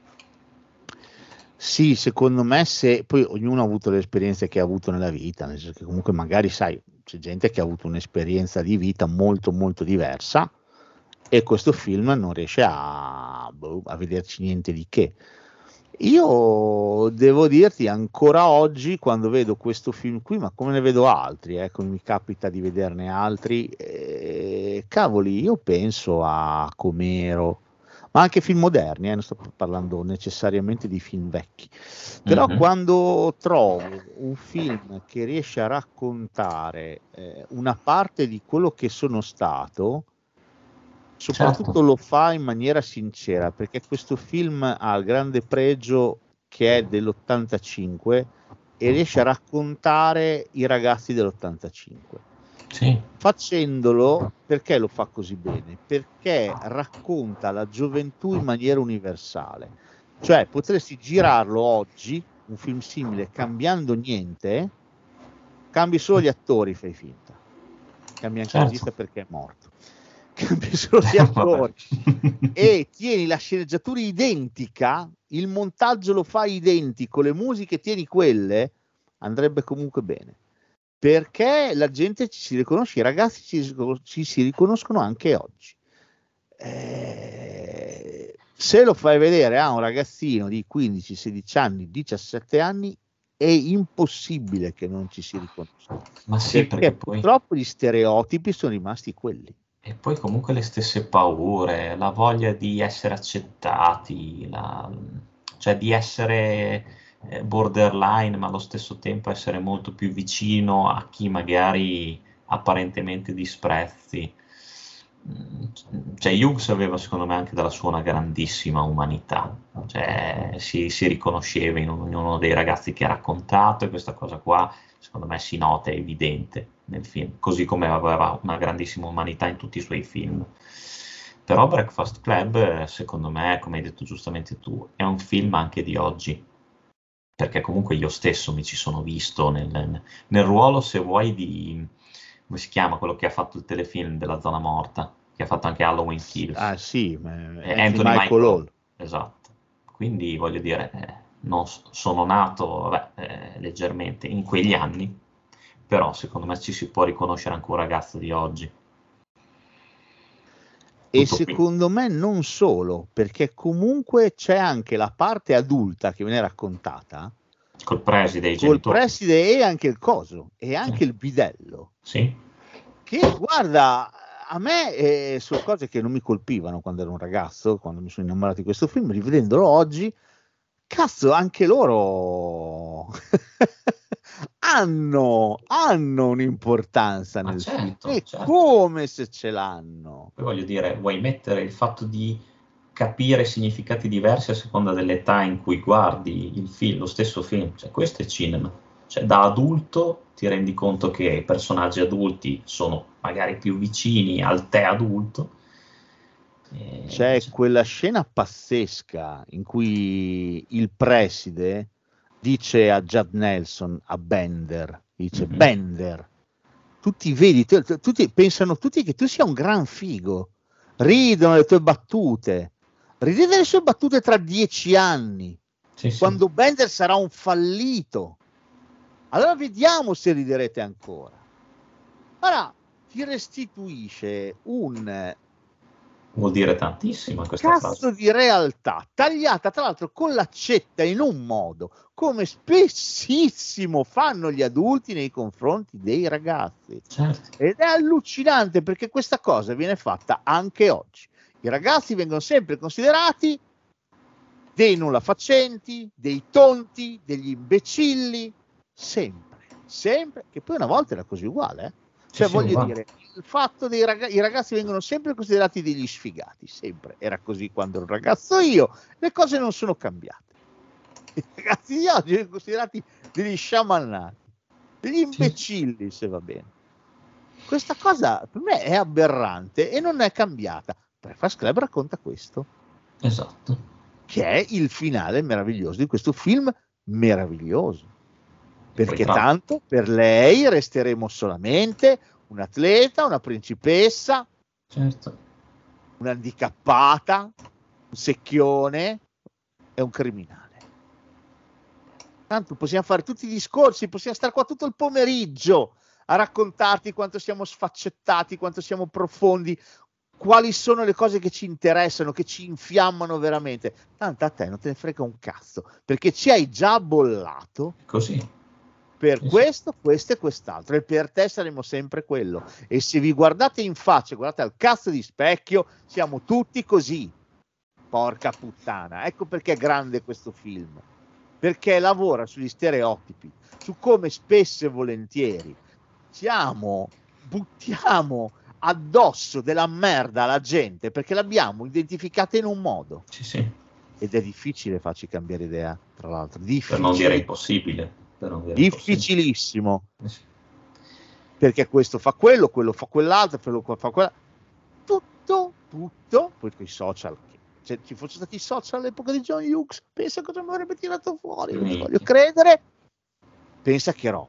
Sì, secondo me se poi ognuno ha avuto le esperienze che ha avuto nella vita, nel senso che comunque magari sai, c'è gente che ha avuto un'esperienza di vita molto molto diversa e questo film non riesce a, boh, a vederci niente di che. Io devo dirti ancora oggi quando vedo questo film qui, ma come ne vedo altri, eh, come mi capita di vederne altri, eh, cavoli, io penso a Comero, ma anche film moderni, eh, non sto parlando necessariamente di film vecchi, però Mhm. quando trovo un film che riesce a raccontare eh, una parte di quello che sono stato, soprattutto Certo. lo fa in maniera sincera, perché questo film ha il grande pregio che è dell'ottantacinque e riesce a raccontare i ragazzi dell'ottantacinque. Sì, Facendolo, perché lo fa così bene? Perché racconta la gioventù in maniera universale. Cioè, potresti girarlo oggi, un film simile, cambiando niente, cambi solo gli attori, fai finta. Cambi anche il Certo. regista perché è morto. penso lo sia ancora, e tieni la sceneggiatura identica, il montaggio lo fai identico, le musiche tieni quelle, andrebbe comunque bene, perché la gente ci si riconosce, i ragazzi ci, ci si riconoscono anche oggi. Eh, se lo fai vedere a un ragazzino di quindici, sedici anni, diciassette anni, è impossibile che non ci si riconosca. Ma sì, perché, perché poi... purtroppo gli stereotipi sono rimasti quelli. E poi comunque le stesse paure, la voglia di essere accettati, la... cioè di essere borderline, ma allo stesso tempo essere molto più vicino a chi magari apparentemente disprezzi. Cioè Hughes aveva secondo me anche dalla sua una grandissima umanità, cioè si, si riconosceva in ognuno dei ragazzi che ha raccontato, e questa cosa qua secondo me si nota, è evidente nel film, così come aveva una grandissima umanità in tutti i suoi film. Però Breakfast Club, secondo me, come hai detto giustamente tu, è un film anche di oggi, perché comunque io stesso mi ci sono visto nel, nel ruolo, se vuoi, di, come si chiama quello che ha fatto il telefilm della zona morta, che ha fatto anche Halloween Kills. Ah sì, Anthony, Anthony Michael, Michael Hall. Esatto. Quindi voglio dire, eh, non sono nato vabbè, eh, leggermente in quegli anni, però secondo me ci si può riconoscere anche un ragazzo di oggi. E Tutto secondo qui. me non solo, perché comunque c'è anche la parte adulta che viene raccontata col preside, i col genitori. preside e anche il coso, e anche sì. il bidello. Sì. Che guarda, a me eh, sono cose che non mi colpivano quando ero un ragazzo, quando mi sono innamorato di questo film, rivedendolo oggi, cazzo, anche loro hanno, hanno un'importanza nel certo, film, e certo. come se ce l'hanno. Poi voglio dire, vuoi mettere il fatto di capire significati diversi a seconda dell'età in cui guardi il film, lo stesso film, cioè questo è cinema. Cioè da adulto ti rendi conto che i personaggi adulti sono magari più vicini al te adulto. E... C'è quella scena pazzesca in cui il preside dice a Judd Nelson, a Bender, dice mm-hmm. Bender, tutti vedi, tu, tutti pensano tutti che tu sia un gran figo, ridono le tue battute, ridete le sue battute tra dieci anni, sì, quando sì. Bender sarà un fallito. Allora vediamo se riderete ancora. Ora ti restituisce un... Vuol dire tantissimo questa cazzo frase. Di realtà, tagliata tra l'altro con l'accetta in un modo, come spessissimo fanno gli adulti nei confronti dei ragazzi. Certo. Ed è allucinante perché questa cosa viene fatta anche oggi. I ragazzi vengono sempre considerati dei nullafacenti, dei tonti, degli imbecilli, sempre, sempre, che poi una volta era così uguale, eh? Cioè sì, voglio uguale. dire, il fatto dei ragazzi, i ragazzi vengono sempre considerati degli sfigati, sempre, era così quando ero ragazzo io, le cose non sono cambiate. I ragazzi di oggi vengono considerati degli sciamannati, degli imbecilli, sì. se va bene. Questa cosa per me è aberrante e non è cambiata. Breakfast Club racconta questo. Esatto. Che è il finale meraviglioso di questo film meraviglioso. Perché tanto per lei resteremo solamente un atleta, una principessa, certo. un'handicappata, un secchione e un criminale. Tanto possiamo fare tutti i discorsi, possiamo stare qua tutto il pomeriggio a raccontarti quanto siamo sfaccettati, quanto siamo profondi, quali sono le cose che ci interessano, che ci infiammano veramente. Tanto a te non te ne frega un cazzo, perché ci hai già bollato. Così. Per questo, questo e quest'altro, e per te saremo sempre quello. E se vi guardate in faccia, guardate al cazzo di specchio, siamo tutti così. Porca puttana, ecco perché è grande questo film, perché lavora sugli stereotipi, su come spesso e volentieri siamo, buttiamo addosso della merda alla gente perché l'abbiamo identificata in un modo. Sì, sì. Ed è difficile farci cambiare idea, tra l'altro. Difficile. Per non dire impossibile. Difficilissimo, perché questo fa quello, quello fa quell'altro, quello fa quella, tutto, tutto, poi con i social, se ci fossero stati i social all'epoca di John Hughes, pensa cosa mi avrebbe tirato fuori, non voglio credere, pensa che roba,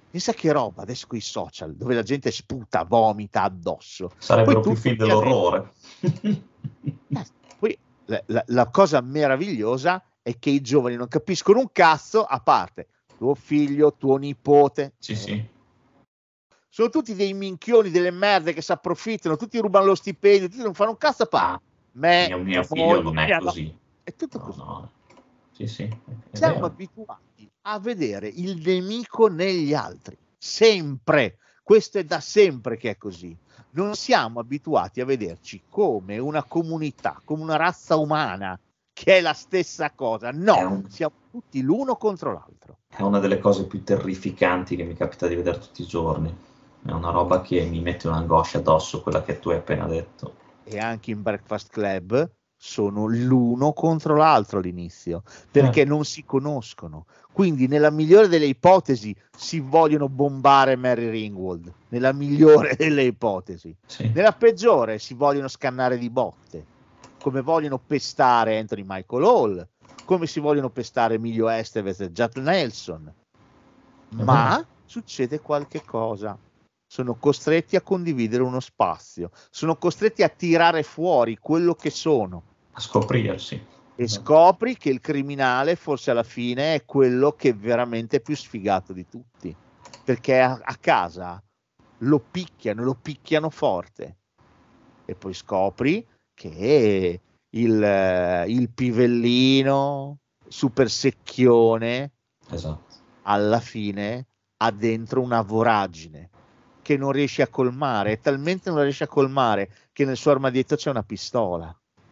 Pensa che roba adesso con i social, dove la gente sputa, vomita addosso. Sarebbero Poi più film tutto dell'orrore. Eh, poi la, la- la cosa meravigliosa è che i giovani non capiscono un cazzo, a parte tuo figlio, tuo nipote. Sì, sì. Sono tutti dei minchioni, delle merde che si approfittano, tutti rubano lo stipendio, tutti non fanno un cazzo a parte. Me, Mio, mio mia figlio moglie, non è mia- così. È tutto No, così. no. Sì, sì, è Siamo vero. abituati a vedere il nemico negli altri, sempre. Questo è da sempre che è così. Non siamo abituati a vederci come una comunità, come una razza umana, che è la stessa cosa. È No, un- siamo tutti l'uno contro l'altro. È una delle cose più terrificanti che mi capita di vedere tutti i giorni. È una roba che mi mette un'angoscia addosso, quella che tu hai appena detto. E anche in Breakfast Club sono l'uno contro l'altro all'inizio, perché Eh. non si conoscono. Quindi nella migliore delle ipotesi si vogliono bombare Mary Ringwald, nella migliore delle ipotesi. Sì. Nella peggiore si vogliono scannare di botte, come vogliono pestare Anthony Michael Hall, come si vogliono pestare Emilio Estevez e Judd Nelson. Ma succede qualche cosa. Sono costretti a condividere uno spazio, sono costretti a tirare fuori quello che sono. A scoprirsi. E scopri che il criminale forse alla fine è quello che è veramente più sfigato di tutti, perché a, a casa lo picchiano, lo picchiano forte, e poi scopri che il, eh, il pivellino super secchione Esatto. alla fine ha dentro una voragine che non riesce a colmare, e talmente non riesce a colmare che nel suo armadietto c'è una pistola.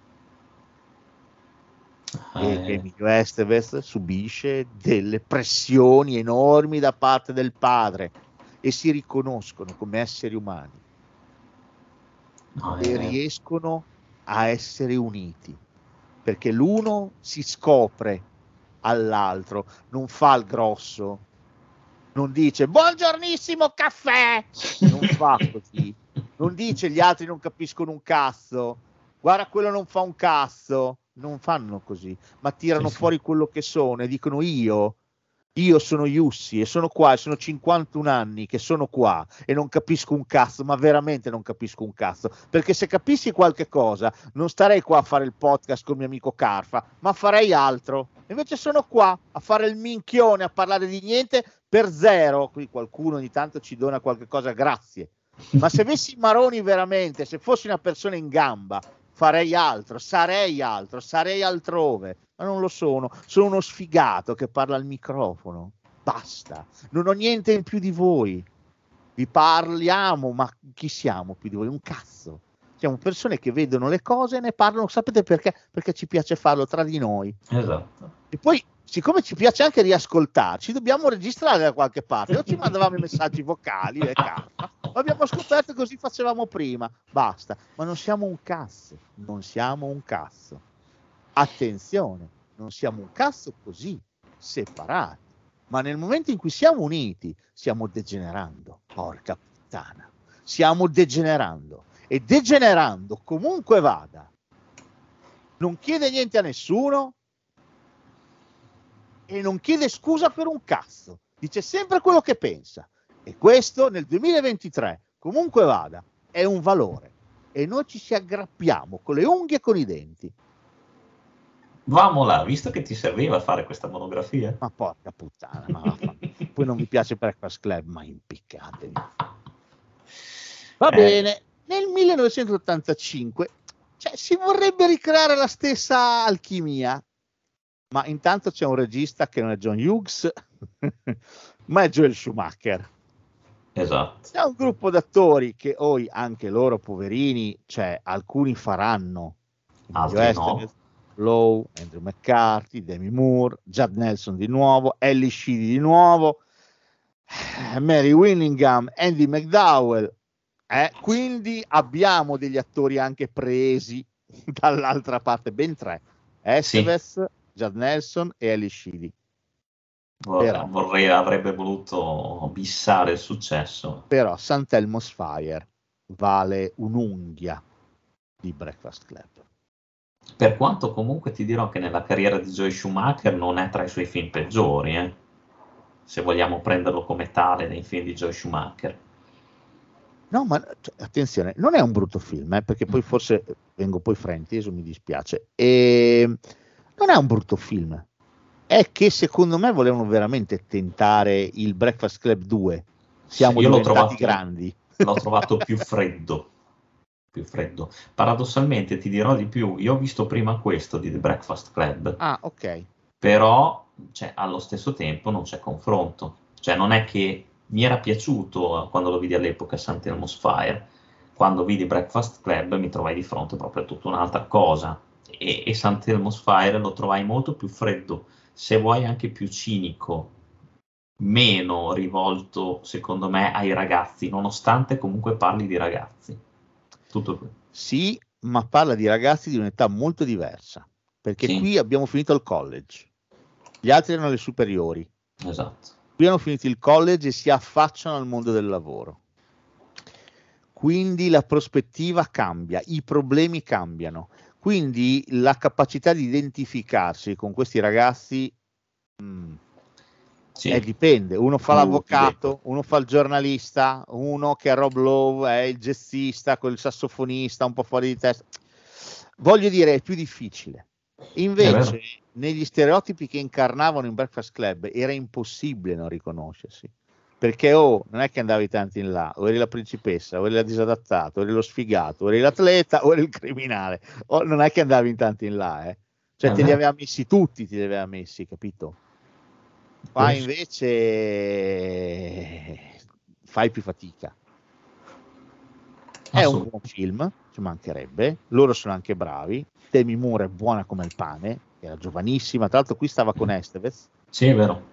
E Eh, Emilio Estevez subisce delle pressioni enormi da parte del padre e si riconoscono come esseri umani no, e eh, riescono a essere uniti, perché l'uno si scopre all'altro, non fa il grosso, non dice buongiornissimo caffè, non fa così, non dice gli altri non capiscono un cazzo, guarda quello non fa un cazzo, non fanno così, ma tirano Sì, sì. fuori quello che sono e dicono io, io sono Jussi e sono qua e sono cinquantuno anni che sono qua e non capisco un cazzo, ma veramente non capisco un cazzo, perché se capissi qualche cosa non starei qua a fare il podcast con mio amico Carfa, ma farei altro. Invece sono qua a fare il minchione, a parlare di niente per zero. Qui qualcuno ogni tanto ci dona qualche cosa, grazie. Ma se avessi i maroni veramente, se fossi una persona in gamba, farei altro, sarei altro, sarei altrove, ma non lo sono. Sono uno sfigato che parla al microfono. Basta, non ho niente in più di voi. Vi parliamo, ma chi siamo più di voi? Un cazzo. Siamo persone che vedono le cose e ne parlano, sapete perché? Perché ci piace farlo tra di noi. Esatto. E poi, siccome ci piace anche riascoltarci, dobbiamo registrare da qualche parte. Non ci mandavamo i messaggi vocali, le carta. Abbiamo scoperto che così facevamo prima. Basta. Ma non siamo un cazzo. Non siamo un cazzo. Attenzione, non siamo un cazzo così, separati. Ma nel momento in cui siamo uniti, stiamo degenerando. Porca puttana. Stiamo degenerando. E degenerando, comunque vada, non chiede niente a nessuno e non chiede scusa per un cazzo. Dice sempre quello che pensa. E questo nel duemilaventitré, comunque vada, è un valore. E noi ci si aggrappiamo con le unghie e con i denti. Vamo là, visto che ti serviva fare questa monografia. Ma porca puttana, ma vaffanculo. Poi non vi piace Breakfast Club, ma impiccatevi. Va Eh. bene, nel millenovecentottantacinque, cioè, si vorrebbe ricreare la stessa alchimia, ma intanto c'è un regista che non è John Hughes, ma è Joel Schumacher. Esatto. C'è un gruppo d'attori che poi anche loro poverini, cioè alcuni faranno Altri Emilio no. Estevez, Lowe, Andrew McCarthy, Demi Moore, Judd Nelson di nuovo, Ellie Sheedy di nuovo, Mary Willingham, Andy McDowell. Eh, quindi abbiamo degli attori anche presi dall'altra parte, ben tre: Estevez, Judd Nelson e Ellie Sheedy. Vorrei, Però- vorrei- avrebbe voluto bissare il successo. Però Sant'Elmo's Fire vale un'unghia di Breakfast Club. Per quanto comunque ti dirò che nella carriera di Joel Schumacher non è tra i suoi film peggiori, eh. se vogliamo prenderlo come tale nei film di Joel Schumacher. No, ma cioè, attenzione, non è un brutto film, eh, perché poi forse vengo poi frainteso, mi dispiace. E non è un brutto film, è che secondo me volevano veramente tentare il Breakfast Club due. Siamo Io l'ho diventati trovato, grandi. L'ho trovato più freddo. Più freddo. Paradossalmente ti dirò di più, io ho visto prima questo di The Breakfast Club. Ah, ok. Però cioè, allo stesso tempo non c'è confronto. Cioè non è che mi era piaciuto quando lo vidi all'epoca St. Elmo's Fire, quando vidi Breakfast Club mi trovai di fronte proprio a tutta un'altra cosa e, e St. Elmo's Fire lo trovai molto più freddo, se vuoi anche più cinico, meno rivolto secondo me ai ragazzi, nonostante comunque parli di ragazzi. Tutto qui. Sì, ma parla di ragazzi di un'età molto diversa, perché Sì. qui abbiamo finito il college, gli altri erano le superiori. Esatto. Qui hanno finito il college e si affacciano al mondo del lavoro. Quindi la prospettiva cambia, i problemi cambiano. Quindi la capacità di identificarsi con questi ragazzi mh, Sì. eh, dipende. Uno fa Uh, l'avvocato, uno fa il giornalista, uno che è Rob Lowe è il jazzista, quel sassofonista un po' fuori di testa. Voglio dire, è più difficile. Invece, negli stereotipi che incarnavano in Breakfast Club era impossibile non riconoscersi, perché oh, non è che andavi tanto in là, o eri la principessa, o eri la disadattata, o eri lo sfigato, o eri l'atleta, o eri il criminale, o non è che andavi in tanto in là, eh. Cioè Eh te li beh. aveva messi tutti, te li aveva messi, capito? Qua Questo. invece fai più fatica. È un Assolutamente. buon film, ci mancherebbe, loro sono anche bravi. Demi Moore è buona come il pane, era giovanissima, tra l'altro qui stava con Estevez, Sì, è vero.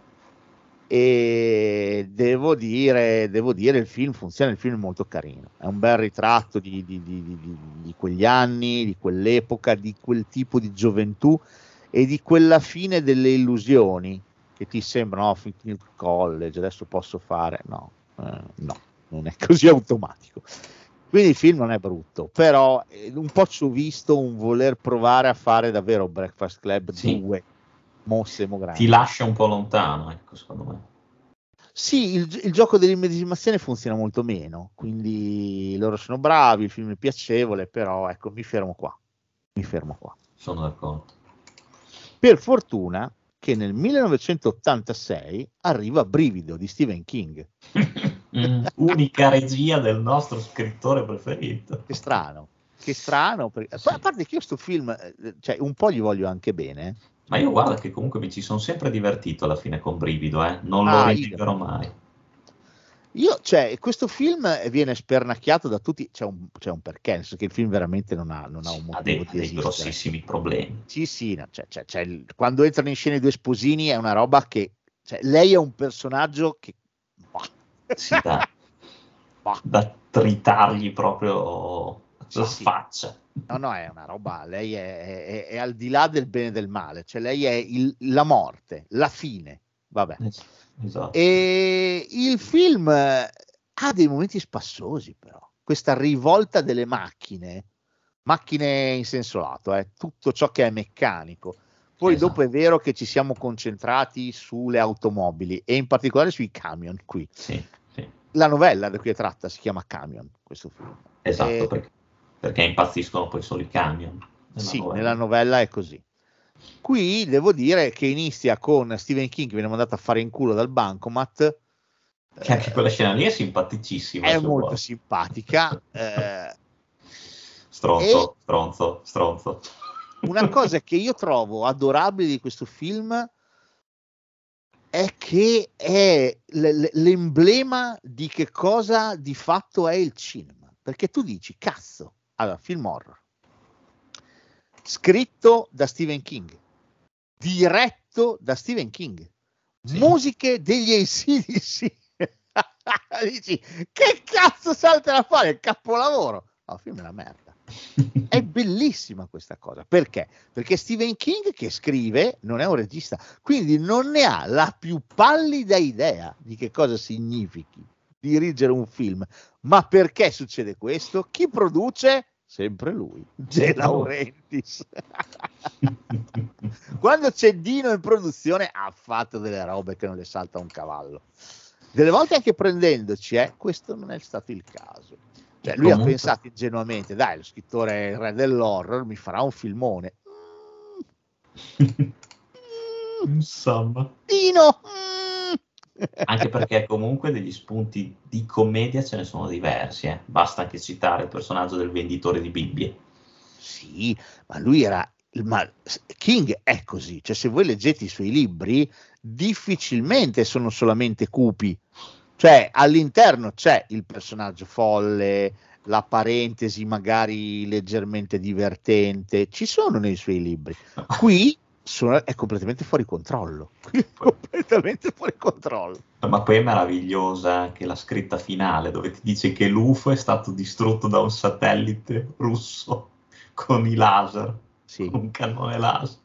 e devo dire, devo dire il film funziona, il film è molto carino, è un bel ritratto di, di, di, di, di, di quegli anni, di quell'epoca, di quel tipo di gioventù e di quella fine delle illusioni che ti sembrano, no, finito il college, adesso posso fare, no, eh, no, non è così automatico. Quindi il film non è brutto, però eh, un po' ci ho visto un voler provare a fare davvero Breakfast Club Sì. due mosse mo grandi. Ti lascia un po' lontano, ecco, secondo me. Sì, il, il gioco dell'immedesimazione funziona molto meno, quindi loro sono bravi, il film è piacevole, però ecco, mi fermo qua, mi fermo qua. Sono d'accordo. Per fortuna che nel millenovecentottantasei arriva Brivido di Stephen King. Mm, unica regia del nostro scrittore preferito. Che strano, che strano, perché, Sì. a parte che io sto film, eh, cioè un po' gli voglio anche bene. Ma io guarda che comunque mi ci sono sempre divertito alla fine con Brivido, eh? Non lo Ah, rinnegerò mai. Io, cioè, questo film viene spernacchiato da tutti, c'è un, c'è un perché, nel senso che il film veramente non ha, non ha un Ha motivo dei, di dei esistere. grossissimi problemi. Sì, sì, no, cioè, cioè, cioè, il- quando entrano in scena i due sposini è una roba che, cioè, lei è un personaggio che, bah. Sì, da, Bah. da tritargli proprio Sì, la sì. faccia. No, no, è una roba, lei è, è- è al di là del bene e del male, cioè lei è il- la morte, la fine, vabbè. Esatto. E il film eh, ha dei momenti spassosi, però, questa rivolta delle macchine, macchine in senso lato, eh, tutto ciò che è meccanico. Poi Esatto. dopo è vero che ci siamo concentrati sulle automobili e in particolare sui camion qui. Sì, sì. La novella da cui è tratta si chiama Camion, questo film. Esatto, E- perché, perché impazziscono poi solo i camion. nella Sì, novella. nella novella è così. Qui devo dire che inizia con Stephen King che viene mandato a fare in culo dal bancomat. Che anche quella scena lì è simpaticissima. È se molto vuoi. simpatica. eh, Stronzo, e- stronzo, stronzo. Una cosa che io trovo adorabile di questo film è che è l- l- l'emblema di che cosa di fatto è il cinema. Perché tu dici, cazzo, allora, film horror, scritto da Stephen King, diretto da Stephen King, Sì. musiche degli A C D C. Dici, che cazzo salta a fare? Il capolavoro. No, il film è una merda. È bellissima questa cosa. Perché? Perché Stephen King che scrive non è un regista, quindi non ne ha la più pallida idea di che cosa significhi dirigere un film. Ma perché succede questo? Chi produce? sempre lui, De Laurentiis. Quando c'è Dino in produzione ha fatto delle robe che non le salta un cavallo, delle volte anche prendendoci, eh, questo non è stato il caso. Cioè, lui Comunque... ha pensato ingenuamente, dai, lo scrittore il re dell'horror mi farà un filmone. Mm. Insomma, Dino. Mm. Anche perché comunque degli spunti di commedia ce ne sono diversi, eh. Basta anche citare il personaggio del venditore di Bibbie. Sì, ma lui era, ma King è così, cioè se voi leggete i suoi libri difficilmente sono solamente cupi, cioè all'interno c'è il personaggio folle, la parentesi magari leggermente divertente, ci sono nei suoi libri. Qui sono, è completamente fuori controllo, completamente fuori controllo. Ma poi è meravigliosa anche la scritta finale dove ti dice che l'U F O è stato distrutto da un satellite russo con i laser, sì. Con un cannone laser.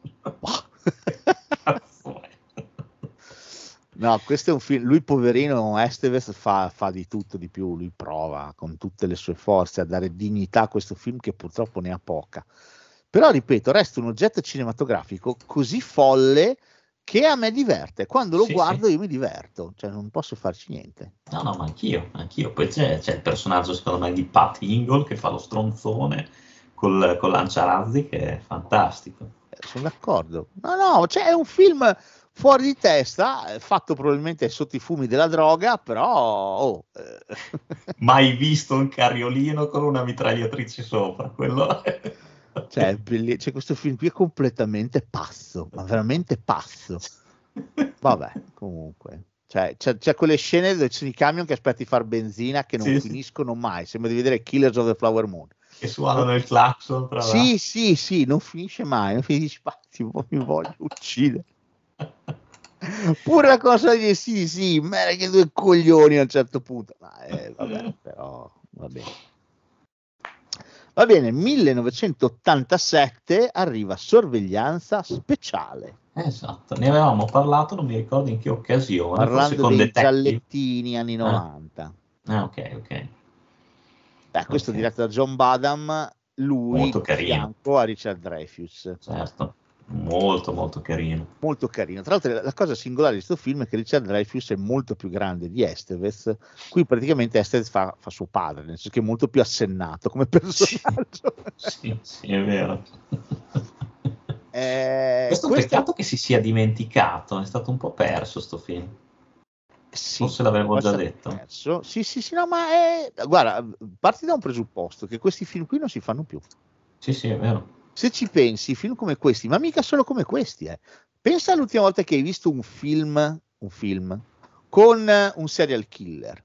No, questo è un film, lui poverino Estevez fa, fa di tutto di più, lui prova con tutte le sue forze a dare dignità a questo film che purtroppo ne ha poca. Però ripeto, resta un oggetto cinematografico così folle che a me diverte. Quando lo sì, guardo sì. io mi diverto, cioè non posso farci niente. No, no, ma anch'io, anch'io. Poi c'è, c'è il personaggio secondo me di Pat Hingle che fa lo stronzone col, col lanciarazzi che è fantastico. Eh, sono d'accordo. No, no, cioè è un film fuori di testa, fatto probabilmente sotto i fumi della droga, però... Oh, eh. Mai visto un carriolino con una mitragliatrice sopra, quello è... Cioè, belli- cioè, questo film qui è completamente pazzo, ma veramente pazzo. Vabbè, comunque. Cioè, c'è, c'è quelle scene dove ci sono i camion che aspetti far benzina che non sì, finiscono sì. mai. Sembra di vedere Killers of the Flower Moon. Che suonano il clacson. Tra sì, sì, sì, non finisce mai. Non finisce mai, mi voglio uccidere. Pure la cosa di sì, sì, merda che due coglioni a un certo punto. Ma eh, vabbè, però va bene. Va bene, millenovecentottantasette arriva Sorveglianza Speciale. Esatto, ne avevamo parlato, non mi ricordo in che occasione. Parlando con dei Detective. giallettini anni novanta. Ah, ok, ok. Beh, questo okay. diretto da John Badham, lui Molto di carino. fianco a Richard Dreyfuss. Certo, molto molto carino. Molto carino. Tra l'altro la cosa singolare di questo film è che Richard Dreyfuss è molto più grande di Estevez. Qui praticamente Estevez fa, fa suo padre, nel senso che è molto più assennato come personaggio. Sì, sì, è vero. Eh, questo è un questo... peccato che si sia dimenticato, è stato un po' perso sto film. Sì, forse l'avevo già detto. Perso. Sì, sì, sì, no, ma è... guarda, parti da un presupposto che questi film qui non si fanno più. Sì, sì, è vero. Se ci pensi, film come questi, ma mica solo come questi, eh. Pensa all'ultima volta che hai visto un film, un film con un serial killer.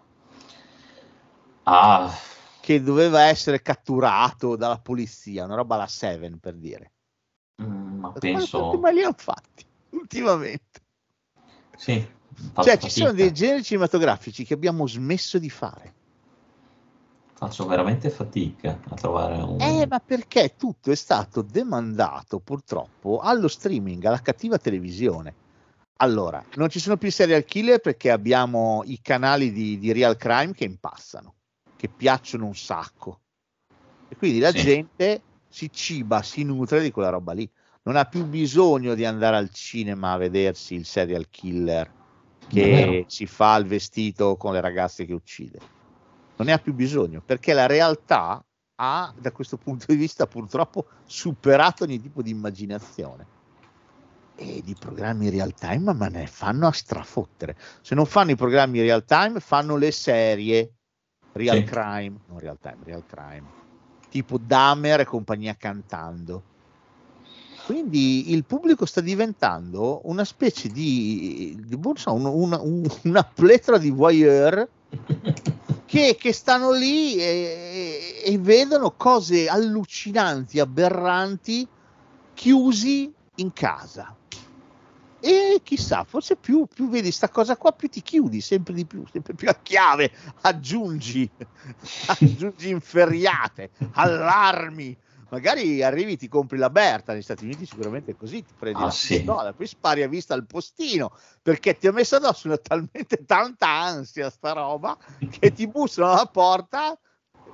Ah. Che doveva essere catturato dalla polizia, una roba alla Seven per dire. Mm, ma penso... Ma li hanno fatti ultimamente. Sì. Cioè ci sono dei generi cinematografici che abbiamo smesso di fare. Faccio veramente fatica a trovare un... Eh, ma perché tutto è stato demandato purtroppo allo streaming, alla cattiva televisione. Allora, non ci sono più serial killer perché abbiamo i canali di, di real crime che impassano, che piacciono un sacco. E quindi la sì. gente si ciba, si nutre di quella roba lì. Non ha più bisogno di andare al cinema a vedersi il serial killer che si fa il vestito con le ragazze che uccide. Non ne ha più bisogno, perché la realtà ha, da questo punto di vista, purtroppo superato ogni tipo di immaginazione. E di programmi real time, ma ne fanno a strafottere. Se non fanno i programmi real time, fanno le serie real sì. crime, non real time, real crime, tipo Dahmer e compagnia cantando. Quindi il pubblico sta diventando una specie di, di non so, un, una, un, una pletora di voyeur che, che stanno lì e, e vedono cose allucinanti, aberranti, chiusi in casa. E chissà, forse più, più vedi sta cosa qua, più ti chiudi sempre di più, sempre più a chiave, aggiungi, aggiungi inferriate, allarmi. Magari arrivi, ti compri la Berta, negli Stati Uniti sicuramente è così, ti prendi ah, la sì. pistola, poi spari a vista al postino, perché ti ha messo addosso una talmente tanta ansia sta roba, che ti bussano alla porta e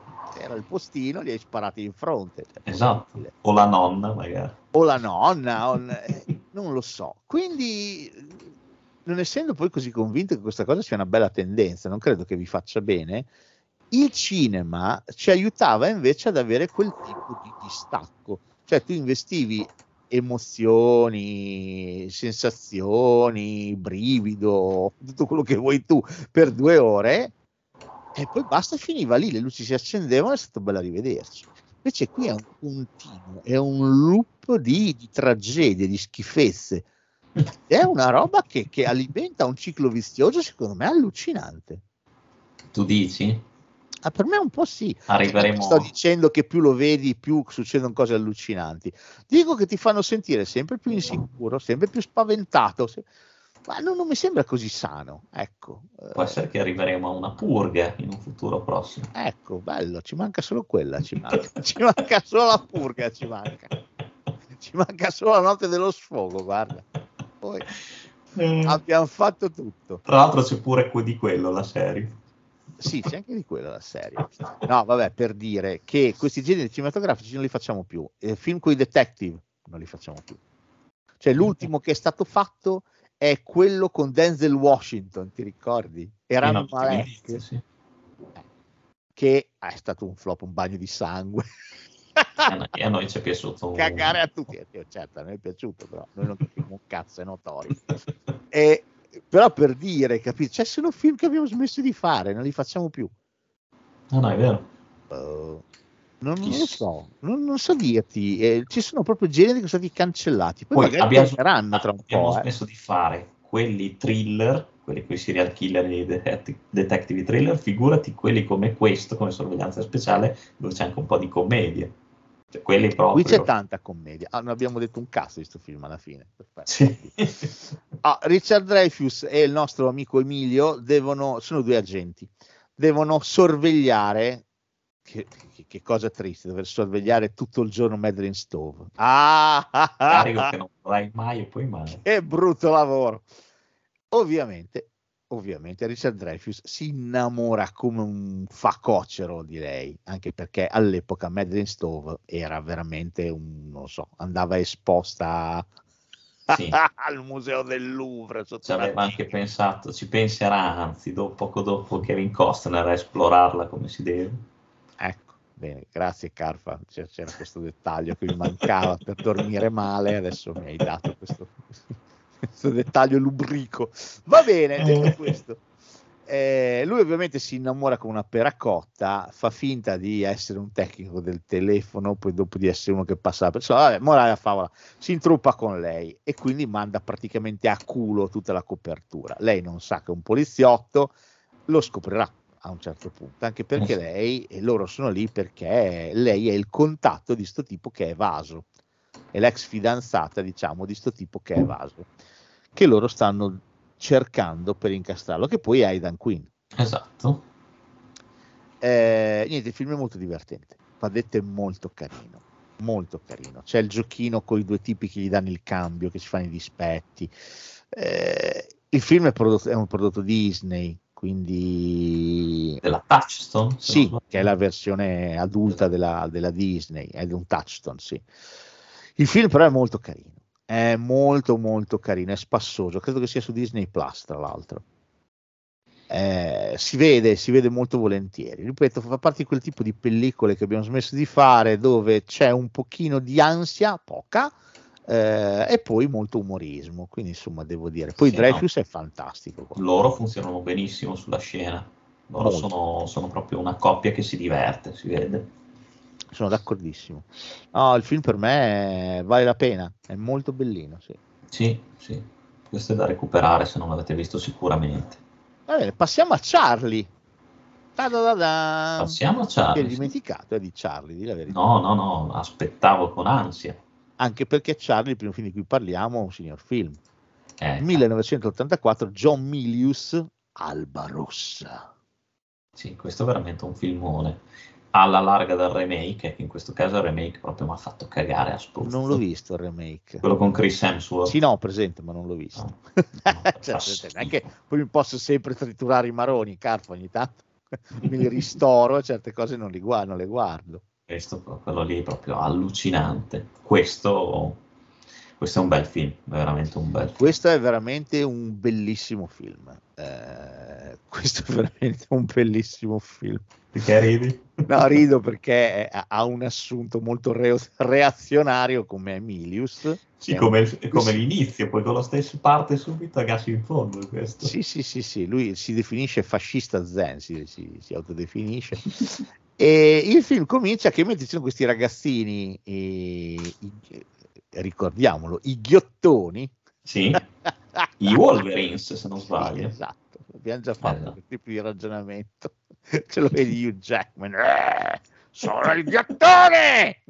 c'era il postino, li hai sparati in fronte. Cioè, esatto, o la nonna magari. O la nonna, o... non lo so. Quindi, non essendo poi così convinto che questa cosa sia una bella tendenza, non credo che vi faccia bene, il cinema ci aiutava invece ad avere quel tipo di distacco. Cioè tu investivi emozioni, sensazioni, brivido, tutto quello che vuoi tu per due ore e poi basta, finiva lì, le luci si accendevano, è stato bello rivederci. Invece qui è un continuo, è un loop di, di tragedie, di schifezze, è una roba che, che alimenta un ciclo vizioso secondo me allucinante. Tu dici? Ah, per me un po' sì. Arriveremo... Sto dicendo che più lo vedi più succedono cose allucinanti, dico che ti fanno sentire sempre più insicuro, sempre più spaventato, se... ma non, non mi sembra così sano, ecco. Può essere che arriveremo a una purga in un futuro prossimo. Ecco, bello, ci manca solo quella, ci manca, ci manca solo la purga, ci manca ci manca solo la notte dello sfogo, guarda, poi eh. abbiamo fatto tutto. Tra l'altro c'è pure di quello la serie. Sì, c'è anche di quella la serie. No, vabbè, per dire che questi generi cinematografici non li facciamo più. Eh, film con i detective non li facciamo più. Cioè, l'ultimo che è stato fatto è quello con Denzel Washington, ti ricordi? Era un Malek, sì. Che è stato un flop, un bagno di sangue. E a noi ci è piaciuto. Cagare a tutti. Certo, a noi è piaciuto, però noi non capiamo un cazzo, è notorio. E però per dire, capito? Cioè, sono film che abbiamo smesso di fare, non li facciamo più. No, no, è vero. Uh, non, non lo so, non, non so dirti. Eh, ci sono proprio generi che sono stati cancellati. Poi, Poi magari abbiamo, torneranno tra un abbiamo po'. Abbiamo smesso eh. di fare quelli thriller, quelli con i serial killer e i detective, detective thriller. Figurati quelli come questo, come Sorveglianza Speciale, dove c'è anche un po' di commedia. Cioè, quelli proprio... Qui c'è tanta commedia. Ah, non abbiamo detto un cazzo di questo film alla fine. Sì. Ah, Richard Dreyfuss e il nostro amico Emilio devono, sono due agenti, devono sorvegliare, che, che, che cosa triste, dover sorvegliare tutto il giorno Madeline Stove. Ah, ah, ah, Carico che non vorrai mai e poi mai. Che brutto lavoro. Ovviamente, ovviamente Richard Dreyfuss si innamora come un facocero di lei, anche perché all'epoca Madeline Stove era veramente un, non so, andava esposta sì. al museo del Louvre. Ci aveva anche pensato, ci penserà anzi dopo, poco dopo Kevin Costner a esplorarla come si deve. Ecco, bene, grazie Carfa, c'era, c'era questo dettaglio che mi mancava per dormire male, adesso mi hai dato questo, questo dettaglio lubrico. Va bene, detto questo. Eh, lui ovviamente si innamora con una peracotta, fa finta di essere un tecnico del telefono, poi dopo di essere uno che passa la vabbè, morale a favola, si intruppa con lei e quindi manda praticamente a culo tutta la copertura. Lei non sa che è un poliziotto, lo scoprirà a un certo punto, anche perché lei e loro sono lì perché lei è il contatto di sto tipo che è evaso, è l'ex fidanzata, diciamo, di sto tipo che è evaso, che loro stanno cercando per incastrarlo, che poi è Aidan Quinn. Esatto. Eh, niente, il film è molto divertente, va detto, è molto carino, molto carino. C'è il giochino con i due tipi che gli danno il cambio, che si fanno i dispetti. Eh, il film è, prodotto, è un prodotto Disney, quindi della Touchstone, sì, che è la versione adulta della, della Disney, è di un Touchstone, sì. Il film però è molto carino. È molto molto carino, è spassoso, credo che sia su Disney Plus tra l'altro. Eh, si vede, si vede molto volentieri, ripeto, fa parte di quel tipo di pellicole che abbiamo smesso di fare, dove c'è un pochino di ansia, poca, eh, e poi molto umorismo, quindi insomma devo dire, poi sì, Dreyfuss no. È fantastico. Qua. Loro funzionano benissimo sulla scena, loro sono, sono proprio una coppia che si diverte, si vede. Sono d'accordissimo. No, il film per me vale la pena, è molto bellino. Sì, sì, sì. Questo è da recuperare se non l'avete visto sicuramente. Va bene, passiamo a Charlie. Da-da-da-da. Passiamo a Charlie. Ti hai dimenticato eh, di Charlie, di la verità. No, no, no, aspettavo con ansia. Anche perché Charlie, il primo film di cui parliamo, è un signor film. Eh, millenovecentottantaquattro, John Milius, Alba Rossa. Sì, questo è veramente un filmone. Alla larga dal remake, che in questo caso il remake proprio mi ha fatto cagare a spruzzo. Non l'ho visto il remake. Quello con Chris Hemsworth. Sì, no, presente, ma non l'ho visto. No, no, cioè, non è che poi mi posso sempre triturare i maroni, Carpo, ogni tanto. me li ristoro, certe cose non, li guardo, non le guardo. Questo, quello lì è proprio allucinante. Questo, questo è un bel film, veramente un bel film. Questo è veramente un bellissimo film. Eh, questo è veramente un bellissimo film. Perché ridi? No, rido perché è- ha un assunto molto re- reazionario come Emilius. Sì, È un- come, il- come l'inizio, poi con lo stesso parte subito a gas in fondo questo. Sì, sì, sì, sì, lui si definisce fascista zen, si, si, si autodefinisce. E il film comincia che mentre ci sono questi ragazzini, e, i- ricordiamolo, i ghiottoni. Sì, i Wolverines, se non sbaglio. Esatto, abbiamo già fatto Esatto. quel tipo di ragionamento. Ce lo vedi Hugh Jackman. Eh, sono il ghiottone!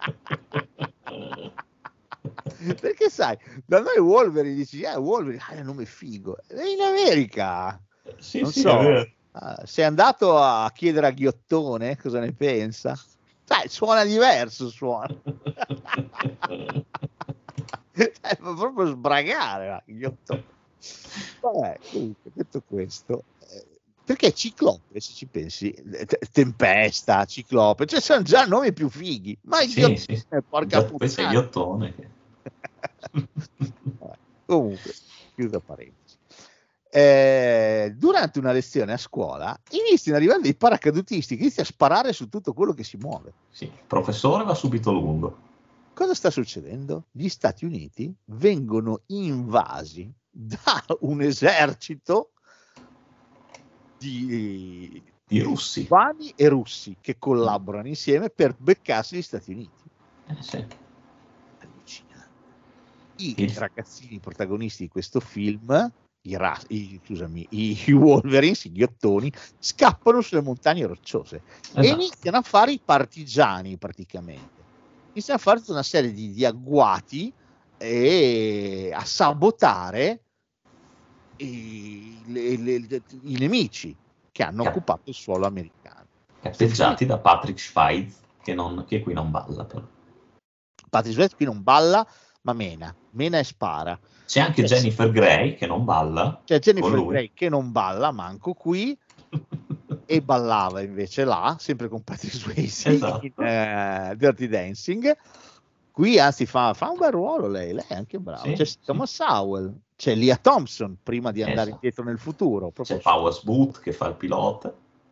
Perché sai, da noi Wolverine dici, eh, Wolverine, ah, è un nome figo. E in America, Sì, non sì, so, è vero. ah, sei andato a chiedere a Ghiottone cosa ne pensa? Sai, suona diverso, suona. Cioè, fa proprio sbragare, va, Ghiottone. Vabbè, comunque, detto questo, eh, perché Ciclope, se ci pensi, eh, te- Tempesta, Ciclope, cioè sono già nomi più fighi, ma il Sì, Ghiottone, sì. porca Già, questo è puttana. Ghiottone. che- Vabbè, comunque, chiudo parentesi. Eh, durante una lezione a scuola iniziano ad arrivare dei paracadutisti che iniziano a sparare su tutto quello che si muove. Sì, il professore va subito lungo. Cosa sta succedendo? Gli Stati Uniti vengono invasi da un esercito di I russi. cubani e russi che collaborano insieme per beccarsi gli Stati Uniti. Eh, sì. Allucinante. I Il- ragazzini protagonisti di questo film, i, ra- i- scusami, i Wolverines, i ghiottoni, scappano sulle montagne rocciose e Esatto. iniziano a fare i partigiani praticamente. Iniziano a fare tutta una serie di, di agguati e a sabotare i, le- le- le- i nemici che hanno Cap- occupato il suolo americano. Cappeggiati da Patrick Swayze, che, non, che qui non balla però. Patrick Swayze qui non balla, ma mena, mena e spara. C'è anche Eh, Jennifer Grey, che non balla. C'è Jennifer con lui. Grey che non balla manco qui e ballava invece là, sempre con Patrick Swayze Esatto. in eh, Dirty Dancing. Qui anzi fa, fa un bel ruolo lei, lei è anche brava. Sì, C'è sì. Thomas Howell, c'è Leah Thompson prima di andare Esatto. indietro nel futuro. Proprio C'è Powers Boot che fa il pilota.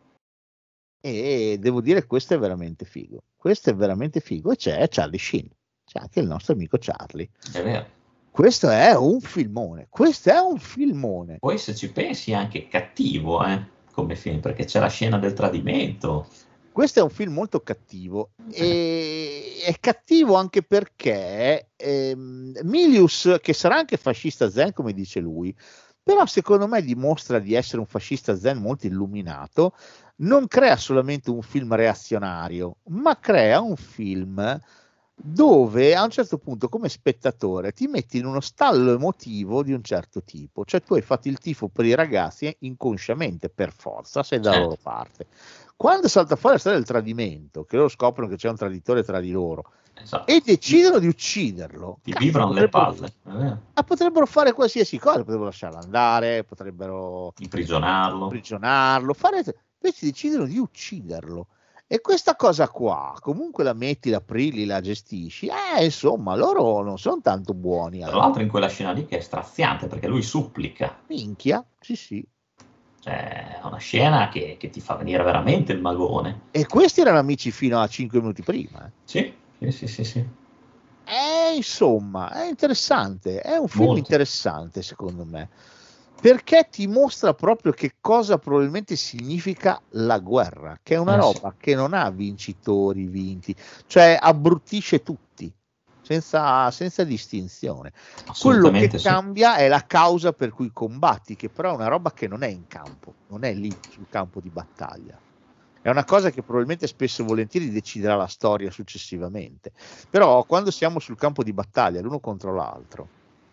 E devo dire questo è veramente figo. Questo è veramente figo. E c'è Charlie Sheen, c'è anche il nostro amico Charlie. È vero. Questo è un filmone. Questo è un filmone. Poi se ci pensi è anche cattivo, eh, come film, perché c'è la scena del tradimento. Questo è un film molto cattivo e è cattivo anche perché ehm, Milius, che sarà anche fascista zen come dice lui, però secondo me dimostra di essere un fascista zen molto illuminato, non crea solamente un film reazionario, ma crea un film dove a un certo punto come spettatore ti metti in uno stallo emotivo di un certo tipo, cioè tu hai fatto il tifo per i ragazzi inconsciamente, per forza, sei dalla Certo. loro parte. Quando salta fuori la storia del tradimento, che loro scoprono che c'è un traditore tra di loro Esatto. e decidono di ucciderlo, Ti cazzo, vibrano le potrebbero- palle. È vero. ma potrebbero fare qualsiasi cosa, potrebbero lasciarlo andare, potrebbero Imprigionarlo. imprigionarlo, fare... invece decidono di ucciderlo. E questa cosa qua, comunque la metti, la prilli, la gestisci, eh, insomma, loro non sono tanto buoni. Tra Allora. l'altro in quella scena lì che è straziante, perché lui supplica. Minchia, sì sì. Cioè, è una scena che, che ti fa venire veramente il magone. E questi erano amici fino a cinque minuti prima. eh. Sì, sì, sì, sì. sì. Eh, insomma, è interessante, è un film Molto. interessante secondo me, perché ti mostra proprio che cosa probabilmente significa la guerra, che è una Eh, roba che non ha vincitori, vinti, cioè abbruttisce tutti, senza, senza distinzione. Quello che Assolutamente sì. cambia è la causa per cui combatti, che però è una roba che non è in campo, non è lì sul campo di battaglia. È una cosa che probabilmente spesso e volentieri deciderà la storia successivamente. Però quando siamo sul campo di battaglia, l'uno contro l'altro,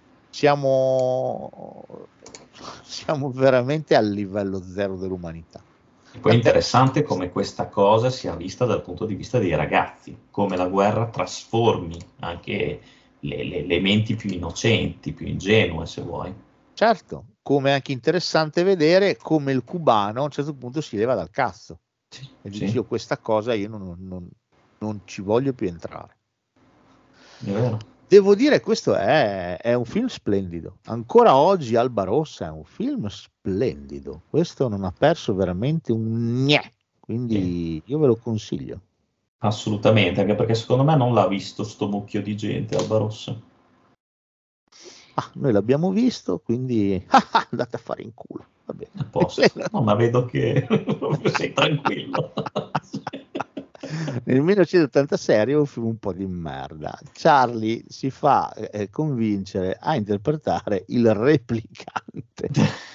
siamo, siamo veramente al livello zero dell'umanità. E poi è interessante come questa cosa sia vista dal punto di vista dei ragazzi, come la guerra trasformi anche le, le- le menti più innocenti, più ingenue, se vuoi. Certo, come è anche interessante vedere come il cubano a un certo punto si leva dal cazzo Sì, e sì, dice io questa cosa io non, non- non ci voglio più entrare. è vero. Devo dire questo è, è un film splendido, ancora oggi Alba Rossa è un film splendido, questo non ha perso veramente un gnè, quindi io ve lo consiglio. Assolutamente, anche perché secondo me non l'ha visto sto mucchio di gente Alba Rossa. Ah, noi l'abbiamo visto, quindi ah, ah, andate a fare in culo. Va bene. A posto. No, ma vedo che sei tranquillo. Nel millenovecentottantasei è un film un po' di merda. Charlie si fa eh, convincere a interpretare il replicante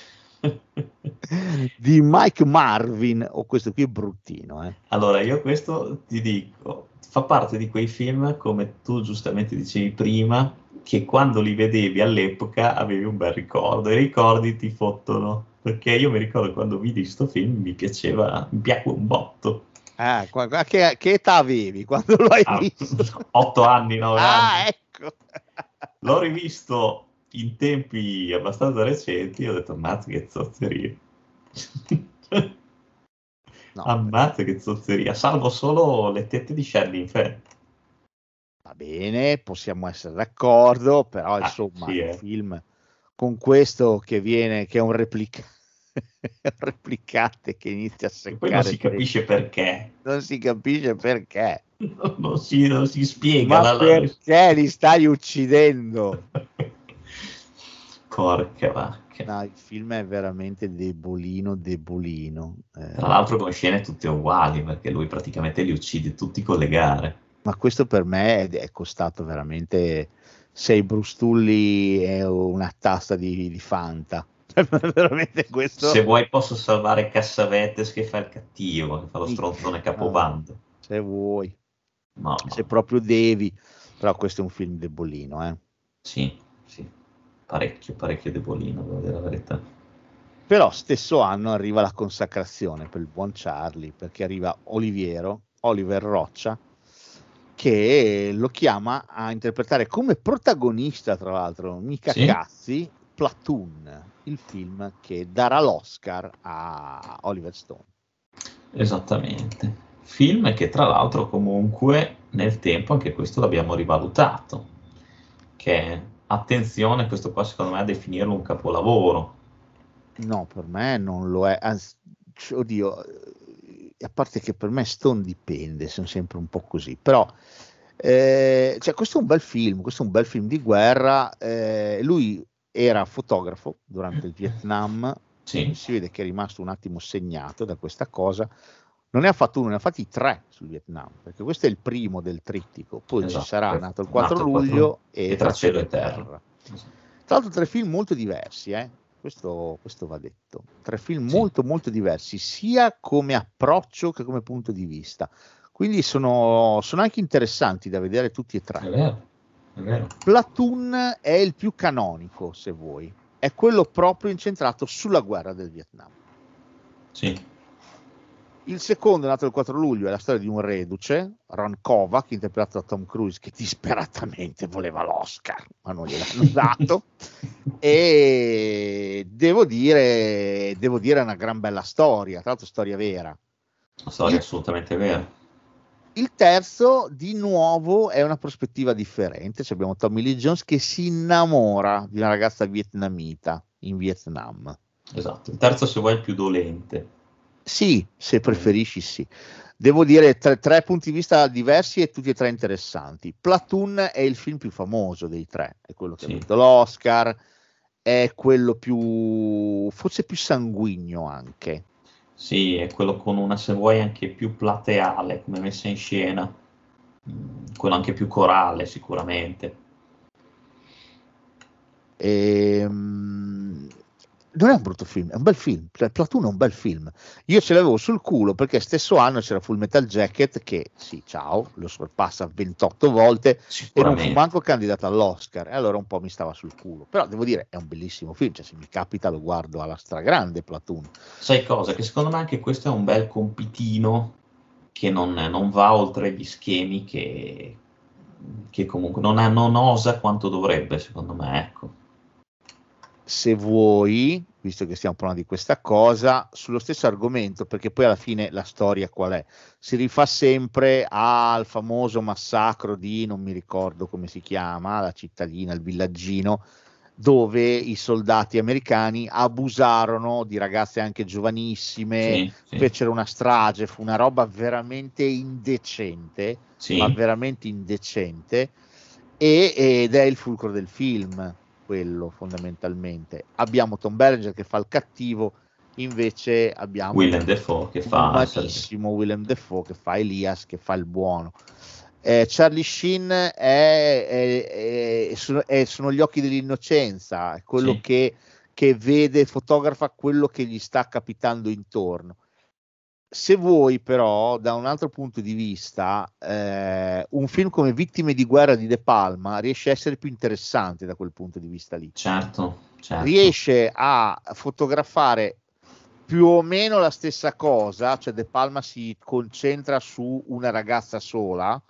di Mike Marvin. O oh, questo qui è bruttino, eh. Allora, io questo ti dico, fa parte di quei film, come tu giustamente dicevi prima, che quando li vedevi all'epoca avevi un bel ricordo, e i ricordi ti fottono, perché io mi ricordo quando vidi sto film, mi piaceva, mi piacque un botto. Ah, qua- qua- che, che età avevi quando lo hai Ah, visto? Otto anni, nove Ah, anni. ecco. L'ho rivisto in tempi abbastanza recenti e ho detto, ammazza che zozzeria. No, Ammazza che zozzeria, salvo solo le tette di Sheldon Fenn. va bene, possiamo essere d'accordo, però Ah, insomma sì, il eh. film con questo che viene, che è un replica- un replicante che inizia a E seccare, poi non si dentro. capisce perché. Non si capisce perché, Non si, non si spiega. ma la- la- perché li stai uccidendo? Porca vacca. No, il film è veramente debolino, debolino. Eh, Tra l'altro con scene tutte uguali, perché lui praticamente li uccide tutti con le gare. ma questo per me è, è costato veramente sei brustulli e una tasta di, di Fanta. Veramente questo. Se vuoi posso salvare Cassavetes che fa il cattivo, che fa lo Sì. stronzone capobando. Se vuoi, No, se no. proprio devi, però questo è un film debolino, eh. Sì, sì. Parecchio, parecchio debolino, devo dire la verità. Però stesso anno arriva la consacrazione per il buon Charlie, perché arriva Oliviero, Oliver Roccia, che lo chiama a interpretare come protagonista, tra l'altro, mica Sì. cazzi, Platoon, il film che darà l'Oscar a Oliver Stone. Esattamente. Film che tra l'altro comunque nel tempo anche questo l'abbiamo rivalutato, che attenzione, questo qua secondo me a definirlo un capolavoro. No, per me non lo è, anzi, oddio, eh, a parte che per me Stone dipende, sono sempre un po' così, però eh, cioè, questo è un bel film, questo è un bel film di guerra, eh, lui era fotografo durante il Vietnam, Sì, si vede che è rimasto un attimo segnato da questa cosa, non ne ha fatto uno, ne ha fatti tre sul Vietnam, perché questo è il primo del trittico, poi esatto. ci sarà nato il quattro Nato il quattro luglio e e Tra cielo e terra. Tra l'altro tre film molto diversi, eh? questo, questo va detto, tre film Sì. molto molto diversi, sia come approccio che come punto di vista, quindi sono, sono anche interessanti da vedere tutti e È tre. vero, è vero. Platoon è il più canonico, se vuoi, è quello proprio incentrato sulla guerra del Vietnam. Sì, Il secondo, nato il quattro luglio, è la storia di un reduce, Ron Kovac, interpretato da Tom Cruise, che disperatamente voleva l'Oscar, ma non gliel'hanno dato. E devo dire, devo dire, è una gran bella storia, tra l'altro storia vera. una storia Il- assolutamente vera. Il terzo, di nuovo, è una prospettiva differente. Cioè, abbiamo Tommy Lee Jones che si innamora di una ragazza vietnamita in Vietnam. Esatto. Il terzo, se vuoi, è il più dolente. Sì, se preferisci sì. Devo dire tre, tre punti di vista diversi e tutti e tre interessanti. Platoon è il film più famoso dei tre, è quello che Sì. ha vinto l'Oscar, è quello più, forse più sanguigno anche. Sì, è quello con una, se vuoi, anche più plateale come messa in scena. Mm, quello anche più corale, sicuramente. Ehm, non è un brutto film, è un bel film. Cioè, Platoon è un bel film. Io ce l'avevo sul culo perché stesso anno c'era Full Metal Jacket che, sì, ciao, lo sorpassa ventotto volte e non fu Sicuramente. manco candidato all'Oscar, e allora un po' mi stava sul culo. Però devo dire, è un bellissimo film, cioè se mi capita lo guardo alla stragrande Platoon. Sai cosa? Che secondo me anche questo è un bel compitino che non, non va oltre gli schemi che, che comunque non, ha- non osa quanto dovrebbe, secondo me, ecco. se vuoi, visto che stiamo parlando di questa cosa, sullo stesso argomento, perché poi alla fine la storia qual è? Si rifà sempre al famoso massacro di, non mi ricordo come si chiama, la cittadina, il villaggino, dove i soldati americani abusarono di ragazze anche giovanissime, Sì, sì. fecero una strage, fu una roba veramente indecente, Sì. ma veramente indecente, e- ed è il fulcro del film, quello fondamentalmente. Abbiamo Tom Berenger che fa il cattivo, invece abbiamo Willem Dafoe che fa umanissimo Willem Dafoe che fa Elias, che fa il buono. Eh, Charlie Sheen è, è- è- sono, è- sono gli occhi dell'innocenza, è quello Sì. che, che vede, fotografa quello che gli sta capitando intorno. Se vuoi però, da un altro punto di vista, eh, un film come Vittime di guerra di De Palma riesce a essere più interessante da quel punto di vista lì. Certo, certo. Riesce a fotografare più o meno la stessa cosa, cioè De Palma si concentra su una ragazza sola,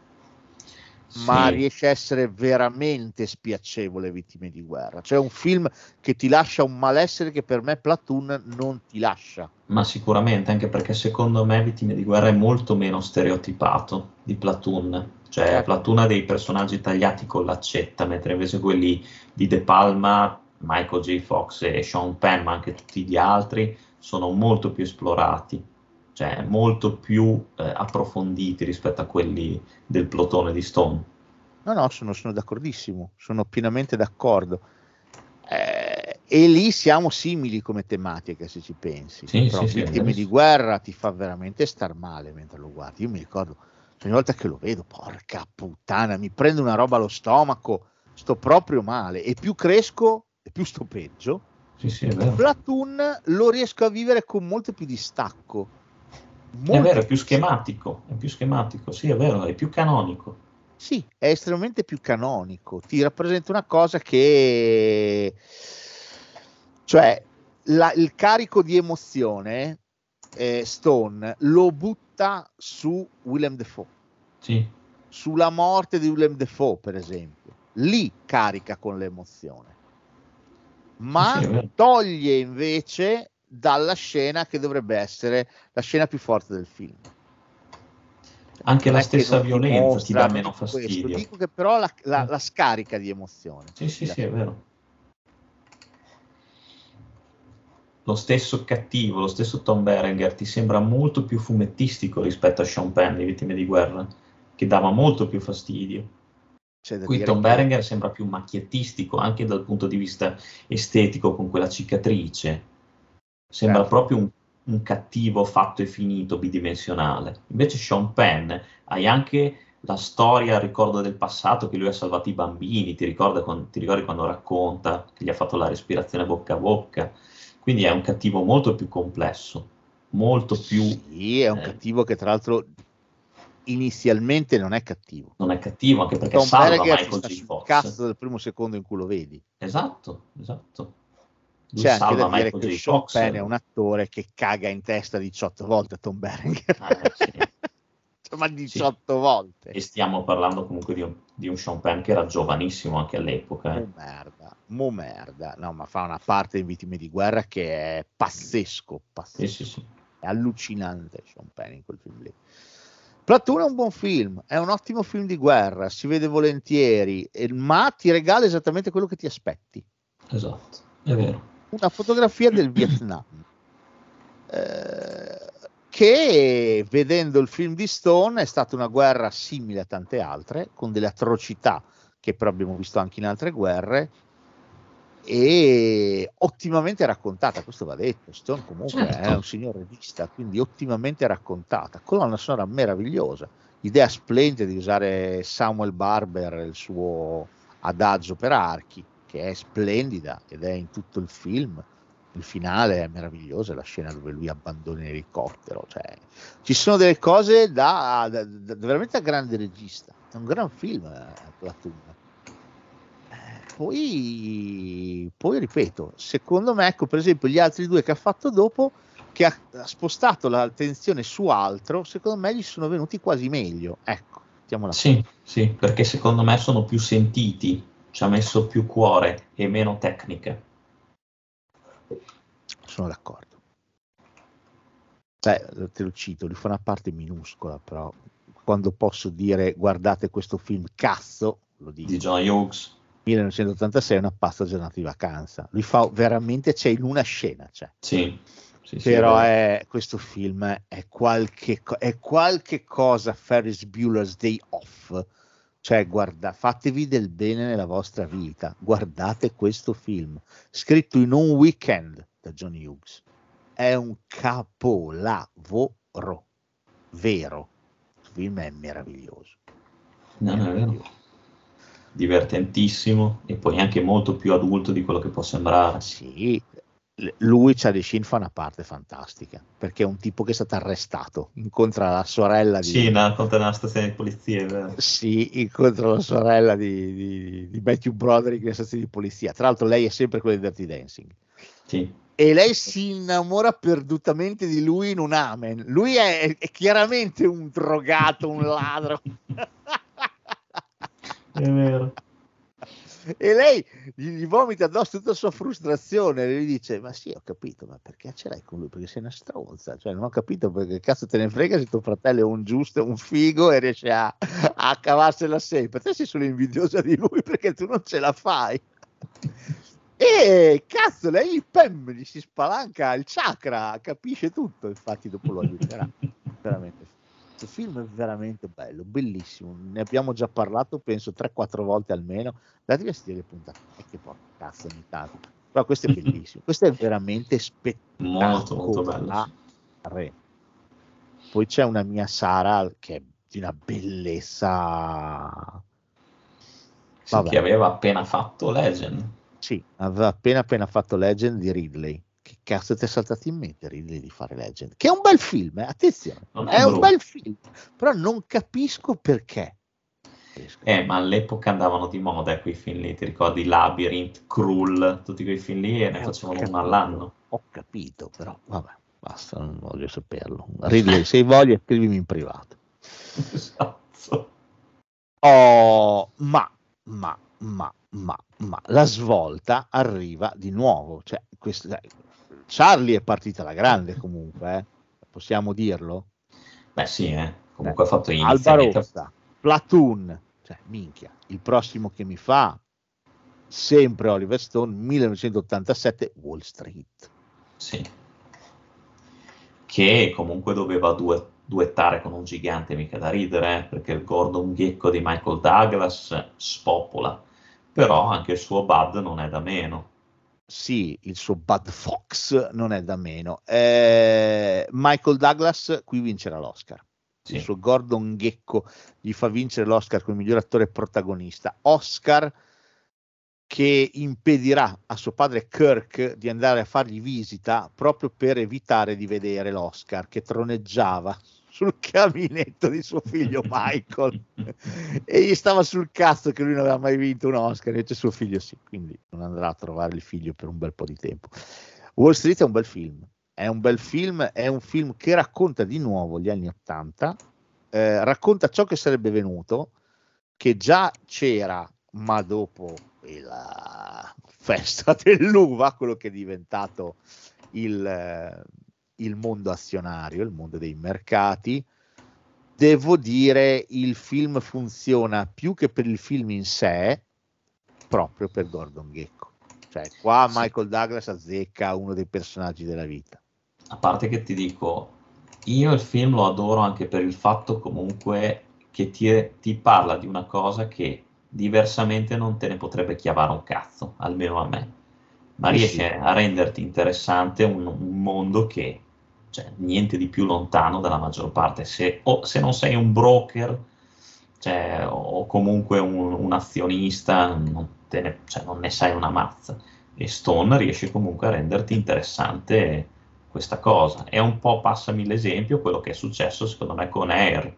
ma Sì. riesce a essere veramente spiacevole Vittime di guerra. Cioè un film che ti lascia un malessere che per me Platoon non ti lascia. Ma sicuramente, anche perché secondo me Vittime di guerra è molto meno stereotipato di Platoon. Cioè Certo. Platoon ha dei personaggi tagliati con l'accetta, mentre invece quelli di De Palma, Michael J. Fox e Sean Penn, ma anche tutti gli altri, sono molto più esplorati, cioè molto più eh, approfonditi rispetto a quelli del plotone di Stone. No, no, sono, sono d'accordissimo, sono pienamente d'accordo. Eh, e lì siamo simili come tematica, se ci pensi. Sì, Però sì, sì, Vittime adesso- di guerra ti fa veramente star male mentre lo guardi. Io mi ricordo, ogni volta che lo vedo, porca puttana, mi prende una roba allo stomaco, sto proprio male. E più cresco, e più sto peggio. Sì, sì, è vero. Platoon lo riesco a vivere con molto più distacco. È Molto vero, è più schematico, è più schematico, sì, è vero, è più canonico. Sì, è estremamente più canonico, ti rappresenta una cosa che, cioè, la- il carico di emozione, eh, Stone lo butta su Willem Dafoe, Sì, sulla morte di Willem Dafoe, per esempio. Lì carica con l'emozione, ma Sì, sì, è vero. toglie invece dalla scena che dovrebbe essere la scena più forte del film. Anche Non la è che stessa non violenza ti dimostra dà meno tutto questo, fastidio. dico che però la, la- la scarica di emozione. Sì, sì, sì, è vero. Lo stesso cattivo, lo stesso Tom Berenger ti sembra molto più fumettistico rispetto a Sean Penn di Vittime di guerra, che dava molto più fastidio. C'è da Qui dire Tom che- Berenger sembra più macchiettistico anche dal punto di vista estetico, con quella cicatrice. Sembra Certo. proprio un, un cattivo fatto e finito, bidimensionale. Invece Sean Penn, hai anche la storia, il ricordo del passato, che lui ha salvato i bambini, ti ricorda quan- ti ricordi quando racconta che gli ha fatto la respirazione bocca a bocca. Quindi è un cattivo molto più complesso, molto più... Sì, è un eh, cattivo che tra l'altro inizialmente non è cattivo. non è cattivo, anche perché Tom salva Berenger ti Michael sta J. sul Fox. cazzo dal primo secondo in cui lo vedi. Esatto, esatto. Lui C'è anche salva da dire Michael che J. Sean Fox. Penn è un attore che caga in testa diciotto volte a Tom Berenger. Ah, sì. Cioè, ma diciotto volte. E stiamo parlando comunque di un, di un Sean Penn che era giovanissimo anche all'epoca. eh. Mo merda, mo merda. No, ma fa una parte in Vittime di guerra che è pazzesco, pazzesco. Sì, sì, sì. È allucinante Sean Penn in quel film lì. Platoon è un buon film, è un ottimo film di guerra, si vede volentieri, eh, ma ti regala esattamente quello che ti aspetti. Esatto, è vero. Una fotografia del Vietnam, eh, che vedendo il film di Stone è stata una guerra simile a tante altre, con delle atrocità che però abbiamo visto anche in altre guerre, e ottimamente raccontata, questo va detto. Stone comunque Certo. è un signor regista, quindi ottimamente raccontata, colonna sonora meravigliosa, idea splendida di usare Samuel Barber, il suo adagio per archi, che è splendida ed è in tutto il film. Il finale è meraviglioso, è la scena dove lui abbandona l'elicottero, cioè ci sono delle cose da, da- da- veramente da grande regista, è un gran film, eh, Platoon. Eh, Poi, poi ripeto, secondo me, ecco, per esempio gli altri due che ha fatto dopo, che ha, ha spostato l'attenzione su altro, secondo me gli sono venuti quasi meglio, ecco, mettiamola così. Sì, sì, perché secondo me sono più sentiti, ci ha messo più cuore e meno tecniche. sono d'accordo. Beh, te lo cito, lui fa una parte minuscola, però quando posso dire guardate questo film, cazzo, lo dico. Di John Hughes. millenovecentottantasei è una pazza giornata di vacanza. Lui fa veramente, c'è in una scena, c'è. Sì. Sì, però sì, è, questo film è qualche, è qualche cosa Ferris Bueller's Day Off, cioè guarda, fatevi del bene nella vostra vita, guardate questo film scritto in un weekend da John Hughes, è un capolavoro vero, il film è meraviglioso, no, meraviglioso. È vero. Divertentissimo e poi anche molto più adulto di quello che può sembrare. Sì, lui, Charlie Sheen, fa una parte fantastica perché è un tipo che è stato arrestato, incontra la sorella di sì, no, incontra nella stazione di polizia, è vero. sì, incontra la sorella di, di, di Matthew Broderick nella stazione di polizia, tra l'altro lei è sempre quella di Dirty Dancing, sì. E lei si innamora perdutamente di lui in un amen. Lui è, è chiaramente un drogato, un ladro. È vero. E lei gli, gli vomita addosso tutta la sua frustrazione e gli dice: ma sì, ho capito, ma perché ce l'hai con lui? Perché sei una stronza, cioè non ho capito perché cazzo te ne frega se tuo fratello è un giusto, un figo e riesce a, a cavarsela sempre. Te sei solo invidiosa di lui perché tu non ce la fai. E cazzo, lei pem, gli si spalanca il chakra, capisce tutto, infatti dopo lo aiuterà. Veramente, questo film è veramente bello, bellissimo, ne abbiamo già parlato penso tre quattro volte almeno, datevi a sentire le puntate, e che porca cazzo ogni tanto, però questo è bellissimo, questo è veramente spettacolare. Molto molto bello. Poi c'è una mia Sara che è di una bellezza, sì, che aveva appena fatto Legend. Sì, aveva appena appena fatto Legend di Ridley. Che cazzo ti è saltato in mente Ridley di fare Legend? Che è un bel film, eh? Attenzione, Non è, è un brutto. bel film, però non capisco perché. Eh, ma all'epoca andavano di moda quei film lì, ti ricordi Labyrinth, Krull, tutti quei film lì e ne Eh, facevano ho uno capito, all'anno. Ho capito, però vabbè, basta, non voglio saperlo. Ridley, se hai voglia, scrivimi in privato. Esatto. Oh, ma, ma, ma, ma, ma la svolta arriva di nuovo. Cioè, questa, Charlie è partita alla grande comunque, eh? Possiamo dirlo? Beh sì, eh. comunque eh, ha fatto Alba inizialmente... Rossa, Platoon, cioè minchia, il prossimo che mi fa, sempre Oliver Stone, millenovecentottantasette, Wall Street. Sì. Che comunque doveva due, duettare con un gigante mica da ridere, eh? Perché il Gordon Gekko di Michael Douglas spopola, però anche il suo Bud non è da meno. Sì, il suo Bud Fox non è da meno. Eh, Michael Douglas qui vincerà l'Oscar. Sì. Il suo Gordon Gekko gli fa vincere l'Oscar come miglior attore protagonista. Oscar che impedirà a suo padre Kirk di andare a fargli visita proprio per evitare di vedere l'Oscar che troneggiava sul caminetto di suo figlio Michael e gli stava sul cazzo che lui non aveva mai vinto un Oscar, invece suo figlio sì, quindi non andrà a trovare il figlio per un bel po' di tempo. Wall Street è un bel film, è un bel film, è un film che racconta di nuovo gli anni Ottanta, eh, racconta ciò che sarebbe venuto, che già c'era, ma dopo la festa dell'uva, quello che è diventato il... il mondo azionario, il mondo dei mercati. Devo dire, il film funziona più che per il film in sé, proprio per Gordon Gekko. Cioè, qua sì. Michael Douglas azzecca uno dei personaggi della vita. A parte che ti dico, io il film lo adoro anche per il fatto comunque che ti, ti parla di una cosa che diversamente non te ne potrebbe chiavare un cazzo, almeno a me. Ma Sì, riesce sì. a renderti interessante un, un mondo che, cioè, niente di più lontano dalla maggior parte. Se, o se non sei un broker, cioè, o comunque un, un azionista, non, te ne, cioè, non ne sai una mazza. E Stone riesce comunque a renderti interessante questa cosa. È un po', passami l'esempio, quello che è successo secondo me con Air,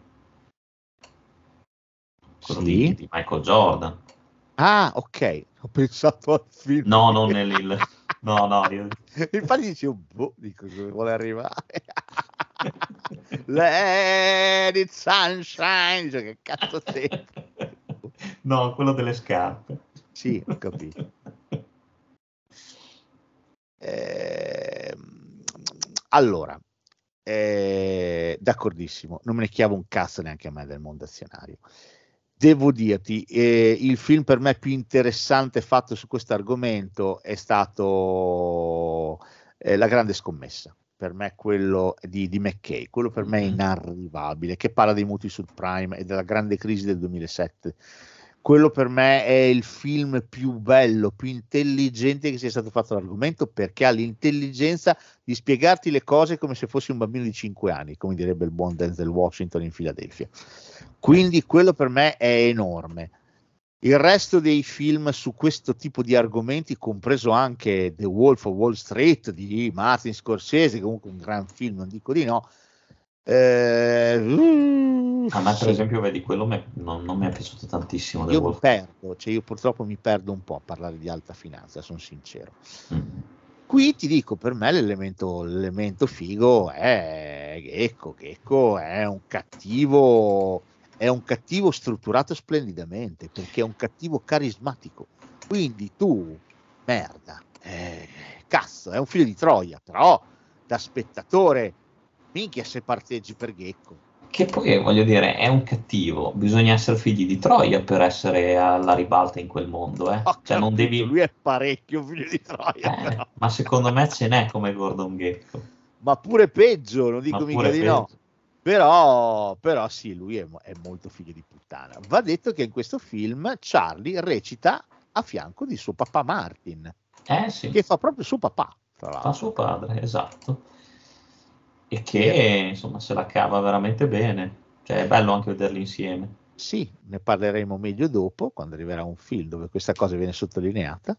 quello Sì? di, di Michael Jordan. Ah, ok, ho pensato al film. No, non nel... il- No, no, io... Infatti dicevo, boh, dico dove vuole arrivare. Let it sunshine, dice, che cazzo sei? No, quello delle scarpe. Sì, ho capito. Ehm, allora, eh, d'accordissimo, non me ne chiavo un cazzo neanche a me del mondo azionario. Devo dirti, eh, il film per me più interessante fatto su questo argomento è stato eh, La Grande Scommessa. Per me quello di, di McKay, quello per me è inarrivabile, che parla dei mutui subprime e della grande crisi del duemilasette. Quello per me è il film più bello, più intelligente che sia stato fatto l'argomento, perché ha l'intelligenza di spiegarti le cose come se fossi un bambino di cinque anni, come direbbe il buon Denzel Washington in Filadelfia. Quindi quello per me è enorme. Il resto dei film su questo tipo di argomenti, compreso anche The Wolf of Wall Street di Martin Scorsese, comunque un gran film, non dico di no. Eh, A me, per sì. esempio, vedi, quello me, non, non mi è piaciuto tantissimo. The Io Wolf. mi perdo, cioè io purtroppo mi perdo un po' a parlare di alta finanza, sono sincero. Mm. Qui ti dico, per me l'elemento, l'elemento figo è Gecko. Gecko è un cattivo, è un cattivo strutturato splendidamente, perché è un cattivo carismatico. Quindi tu, merda, eh, cazzo, è un figlio di Troia, però da spettatore, minchia se parteggi per Gecko. Che poi, voglio dire, è un cattivo, bisogna essere figli di Troia per essere alla ribalta in quel mondo, eh. Ho Cioè, non capito, devi... lui è parecchio figlio di Troia, Eh, però. ma secondo me ce n'è come Gordon Gekko. Ma pure peggio, non dico Ma mica pure di no. peggio. Però, però sì, lui è, è molto figlio di puttana. Va detto che in questo film Charlie recita a fianco di suo papà Martin, Eh sì, che fa proprio suo papà, tra fa l'altro. suo padre, esatto. E che, insomma, se la cava veramente bene. Cioè, è bello anche vederli insieme. Sì, ne parleremo meglio dopo, quando arriverà un film dove questa cosa viene sottolineata.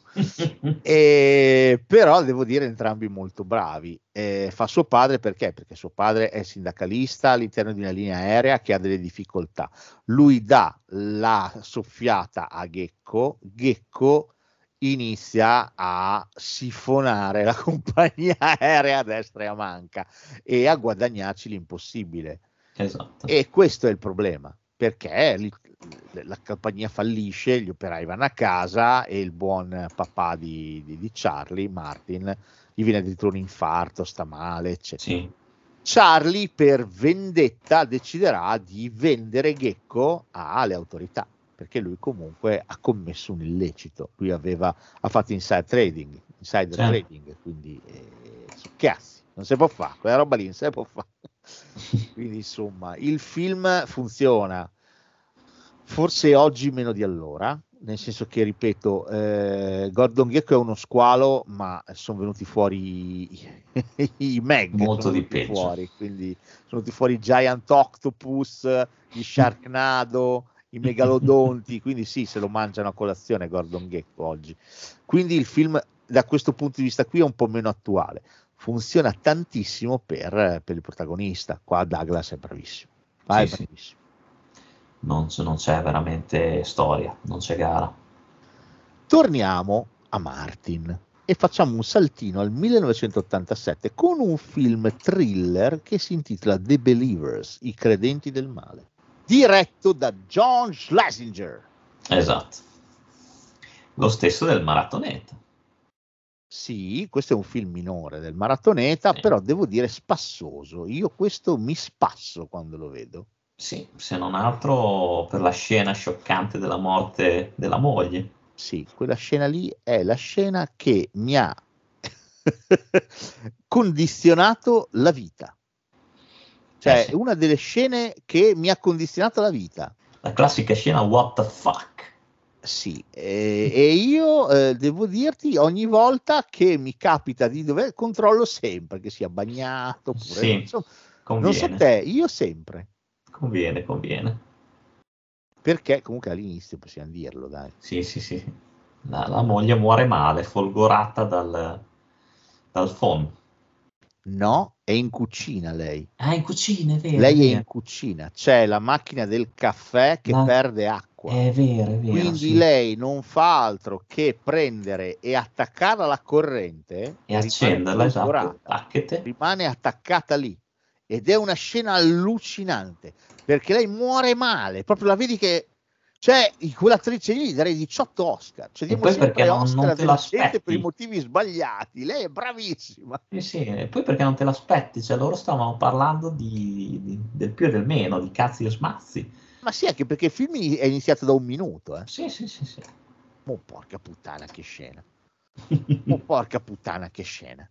E, però devo dire entrambi molto bravi. Eh, fa suo padre perché? Perché suo padre è sindacalista all'interno di una linea aerea che ha delle difficoltà. Lui dà la soffiata a Gecko, Gecko inizia a sifonare la compagnia aerea a destra e a manca e a guadagnarci l'impossibile. Esatto. E questo è il problema, perché li, la compagnia fallisce, gli operai vanno a casa e il buon papà di, di, di Charlie, Martin, gli viene addirittura un infarto, sta male, eccetera. Sì. Charlie, per vendetta, deciderà di vendere Gecko alle autorità, perché lui comunque ha commesso un illecito. Lui aveva, ha fatto inside trading, insider Sì. trading, quindi eh, cazzi, non si può fare, quella roba lì non si può fare. Quindi insomma il film funziona forse oggi meno di allora, nel senso che ripeto, eh, Gordon Gekko è uno squalo, ma sono venuti fuori i, i Meg, Molto sono di venuti peggio. fuori, quindi sono venuti fuori i Giant Octopus, gli Sharknado, i Megalodonti, quindi sì, se lo mangiano a colazione Gordon Gekko oggi. Quindi il film da questo punto di vista qui è un po' meno attuale. Funziona tantissimo per, per il protagonista. Qua Douglas è bravissimo. Qua Sì, è sì. bravissimo. Non, c- non c'è veramente storia, non c'è gara. Torniamo a Martin e facciamo un saltino al millenovecentottantasette con un film thriller che si intitola The Believers, i credenti del male, diretto da John Schlesinger. Esatto. Lo stesso del Maratoneta. Sì, questo è un film minore del Maratoneta, Sì. però devo dire spassoso. Io questo mi spasso quando lo vedo. Sì, se non altro per la scena scioccante della morte della moglie. Sì, quella scena lì è la scena che mi ha condizionato la vita. Cioè, Eh sì. è una delle scene che mi ha condizionato la vita. La classica scena what the fuck. Sì, e, e io eh, devo dirti, ogni volta che mi capita di dover, controllo sempre che sia bagnato, oppure, Sì, insomma, non conviene. so te, io sempre. Conviene, conviene. Perché comunque all'inizio possiamo dirlo, dai. Sì, sì, sì. La, la moglie muore male, folgorata dal, dal phon. No, è in cucina lei. Ah, in cucina, è vero. Lei è vero. in cucina, c'è la macchina del caffè che La- perde acqua. È vero, è vero. Quindi sì. lei non fa altro che prendere e attaccarla alla corrente E rimane accenderla, esatto. folgorata, Tacchete. rimane attaccata lì. Ed è una scena allucinante perché lei muore male, proprio la vedi che Cioè, in quell'attrice lì gli darei diciotto Oscar. Cioè, E diamo poi sempre perché non, Oscar non a te della gente l'aspetti. per i motivi sbagliati. Lei è bravissima. Sì, sì, e poi perché non te l'aspetti, cioè loro stavano parlando di, di- del più e del meno, di cazzi e smazzi. Ma sì, anche perché il film è iniziato da un minuto. Eh. Sì, sì, sì, sì. Oh, porca puttana, che scena. Oh, porca puttana, che scena.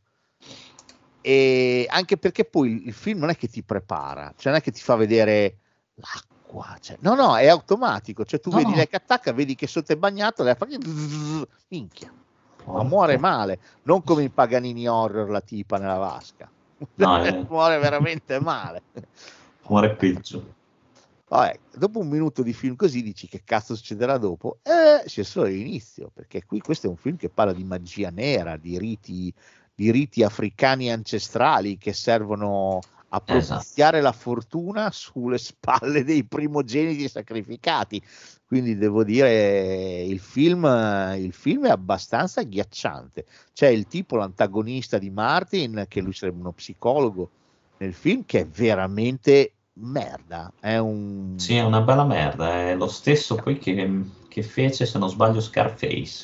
E anche perché poi il film non è che ti prepara, cioè non è che ti fa vedere l'acqua, cioè, no, no, è automatico. Cioè, tu No, vedi no. lei che attacca, vedi che sotto è bagnato, lei fa zzzz, minchia. Ma Porca. muore male, non come in Paganini Horror la tipa nella vasca. No, è- Muore veramente male. Muore peggio. Vabbè, dopo un minuto di film così dici che cazzo succederà dopo? Eh, c'è solo l'inizio, perché qui questo è un film che parla di magia nera, di riti, di riti africani ancestrali che servono a propiziare la fortuna sulle spalle dei primogeniti sacrificati. Quindi devo dire, il film, il film è abbastanza agghiacciante. C'è il tipo, l'antagonista di Martin, che lui sarebbe uno psicologo nel film, che è veramente merda. È un... Sì, è una bella merda, è lo stesso poi che, che fece, se non sbaglio, Scarface.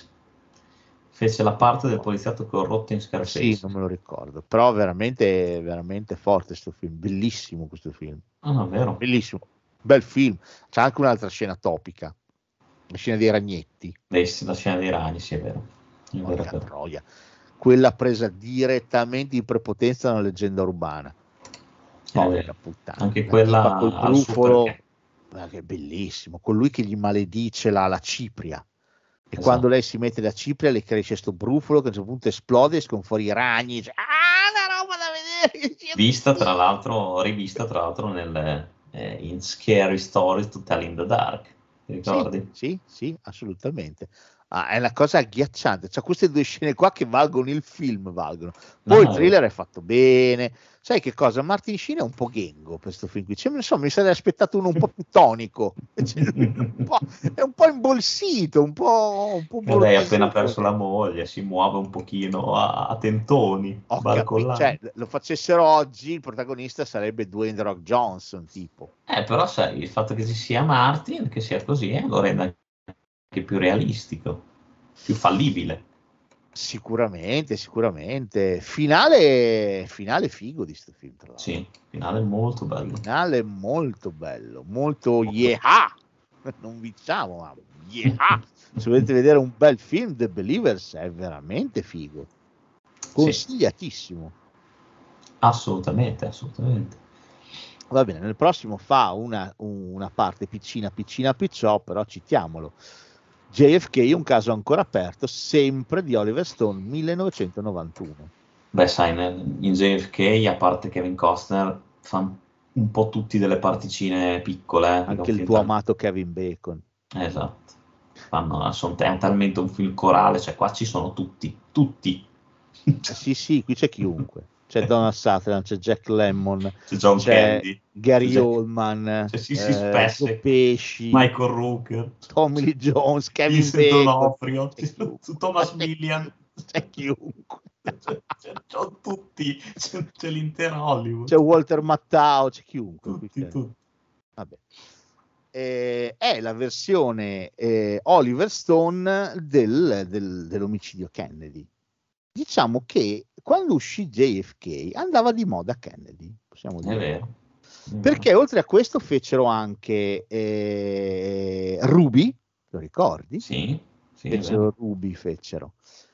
Fece la parte del poliziotto corrotto in Scarface. Sì, non me lo ricordo, però veramente, veramente forte questo film, bellissimo questo film. Ah, no, vero? Bellissimo, bel film. C'è anche un'altra scena topica, la scena dei ragnetti. Eh, sì, la scena dei ragni, sì, è vero. È vero, è Porca vero. troia. Quella presa direttamente in prepotenza da una leggenda urbana. Porca vero. puttana. Anche La quella tipa col al suo brufolo, perché. guarda che bellissimo, colui che gli maledice la, la cipria. E Esatto. quando lei si mette la cipria le cresce sto brufolo che a un certo punto esplode, escono fuori i ragni, cioè, ah, una roba da vedere. Vista tra l'altro, rivista tra l'altro nel, eh, in Scary Stories to Tell in the Dark, ti ricordi? Sì, sì, sì, assolutamente. Ah, è una cosa agghiacciante. C'è queste due scene qua che valgono il film, valgono. Poi No, il thriller è fatto bene. Sai che cosa? Martin Sheen è un po' ghengo per questo film qui. Cioè, insomma, mi sarei aspettato uno un po' più tonico. Cioè, un po', è un po' imbolsito, un po', un po' E lei ha appena borghesotto. perso la moglie, si muove un pochino a, a tentoni, Ho barcollando. capito, cioè, lo facessero oggi, il protagonista sarebbe Dwayne The Rock Johnson, tipo. Eh, però sai, il fatto che ci sia Martin, che sia così, eh, lo rende anche più realistico, più fallibile. Sicuramente, sicuramente. Finale, finale figo di sto film, tra l'altro. Sì, finale molto bello. Finale molto bello, molto yeah! Non diciamo, ma yeah! Se volete vedere un bel film, The Believers è veramente figo. Consigliatissimo. Assolutamente, assolutamente. Va bene, nel prossimo fa una, una parte piccina, piccina, picciò, però citiamolo. J F K, un caso ancora aperto, sempre di Oliver Stone, millenovecentonovantuno. Beh, sai, nel- in J F K, a parte Kevin Costner, fanno un po' tutti delle particine piccole. eh, Anche perché un il film tuo tal- amato Kevin Bacon. Esatto. Fanno, sono, è talmente un film corale, cioè qua ci sono tutti, tutti. Eh sì, sì, qui c'è chiunque. C'è Donald Sutherland, c'è Jack Lemmon, C'è John c'è Candy, Gary c'è Jack- Oldman, c'è Sissy eh, Spacek, Joe Pesci, Michael Rooker, Tommy Lee Jones, Kevin Vincent Bacon. D'Onofrio, C'è chiunque. su Thomas Millian. C'è chiunque. C'è, c'è, c'è tutti, c'è, c'è l'intera Hollywood. C'è Walter Mattau, c'è chiunque. qui tutti, c'è. tutti. Vabbè. Eh, è la versione eh, Oliver Stone del, del- dell'omicidio Kennedy. Diciamo che quando uscì J F K andava di moda Kennedy, possiamo È dire. vero. È vero. Perché oltre a questo fecero anche eh, Ruby, lo ricordi? Sì, sì, è Fecero vero. Ruby, fecero.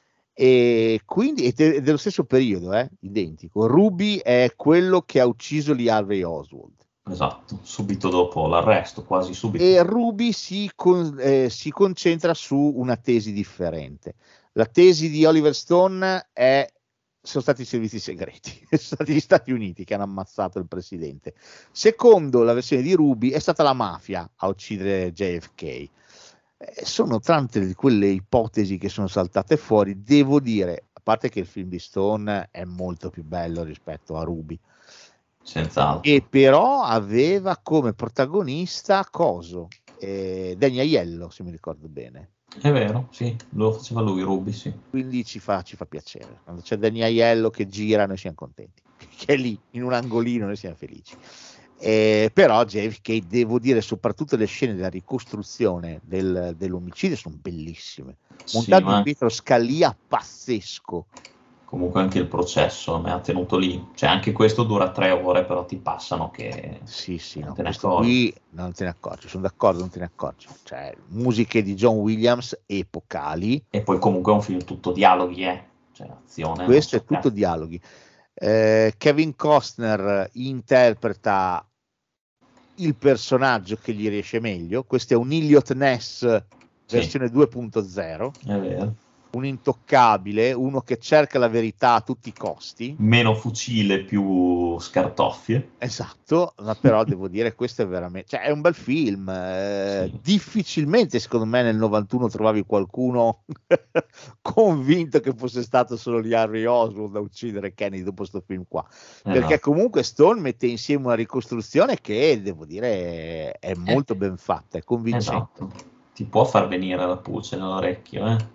E quindi è de- dello stesso periodo, eh, identico. Ruby è quello che ha ucciso Lee Harvey Oswald. Esatto, subito dopo l'arresto, quasi subito. E Ruby si, con- eh, si concentra su una tesi differente. La tesi di Oliver Stone è sono stati i servizi segreti, sono stati gli Stati Uniti che hanno ammazzato il presidente. Secondo la versione di Ruby è stata la mafia a uccidere J F K. Eh, sono tante di quelle ipotesi che sono saltate fuori. Devo dire, a parte che il film di Stone è molto più bello rispetto a Ruby, Senz'altro. e però aveva come protagonista Coso, eh, Danny Aiello, se mi ricordo bene. È vero, sì, lo faceva lui, Ruby, sì. Quindi ci fa, ci fa piacere. Quando c'è Danny Aiello che gira, noi siamo contenti. Che è lì, in un angolino, noi siamo felici. Eh, però J F K, devo dire, soprattutto le scene della ricostruzione del, dell'omicidio sono bellissime, montato Sì, ma in Pietro Scalia pazzesco. comunque anche il processo mi ha tenuto lì, cioè anche questo dura tre ore, però ti passano che Sì, sì, non no, te ne questo accorgi. qui non te ne accorgi, sono d'accordo, non te ne accorgi. Cioè, musiche di John Williams epocali, E poi comunque è un film tutto dialoghi, eh. Cioè azione, questo non è so tutto cazzo. dialoghi. Eh, Kevin Costner interpreta il personaggio che gli riesce meglio, questo è un Elliot Ness Sì, versione due punto zero, è vero. un intoccabile, uno che cerca la verità a tutti i costi. Meno fucile, più scartoffie. Esatto, ma però devo dire questo è veramente, cioè è un bel film, eh, Sì. difficilmente secondo me nel novantuno trovavi qualcuno convinto che fosse stato solo gli Harry Oswald a uccidere Kennedy dopo questo film qua, perché Esatto. comunque Stone mette insieme una ricostruzione che devo dire è molto Eh, ben fatta, è convincente. Esatto. Ti può far venire la pulce nell'orecchio, eh.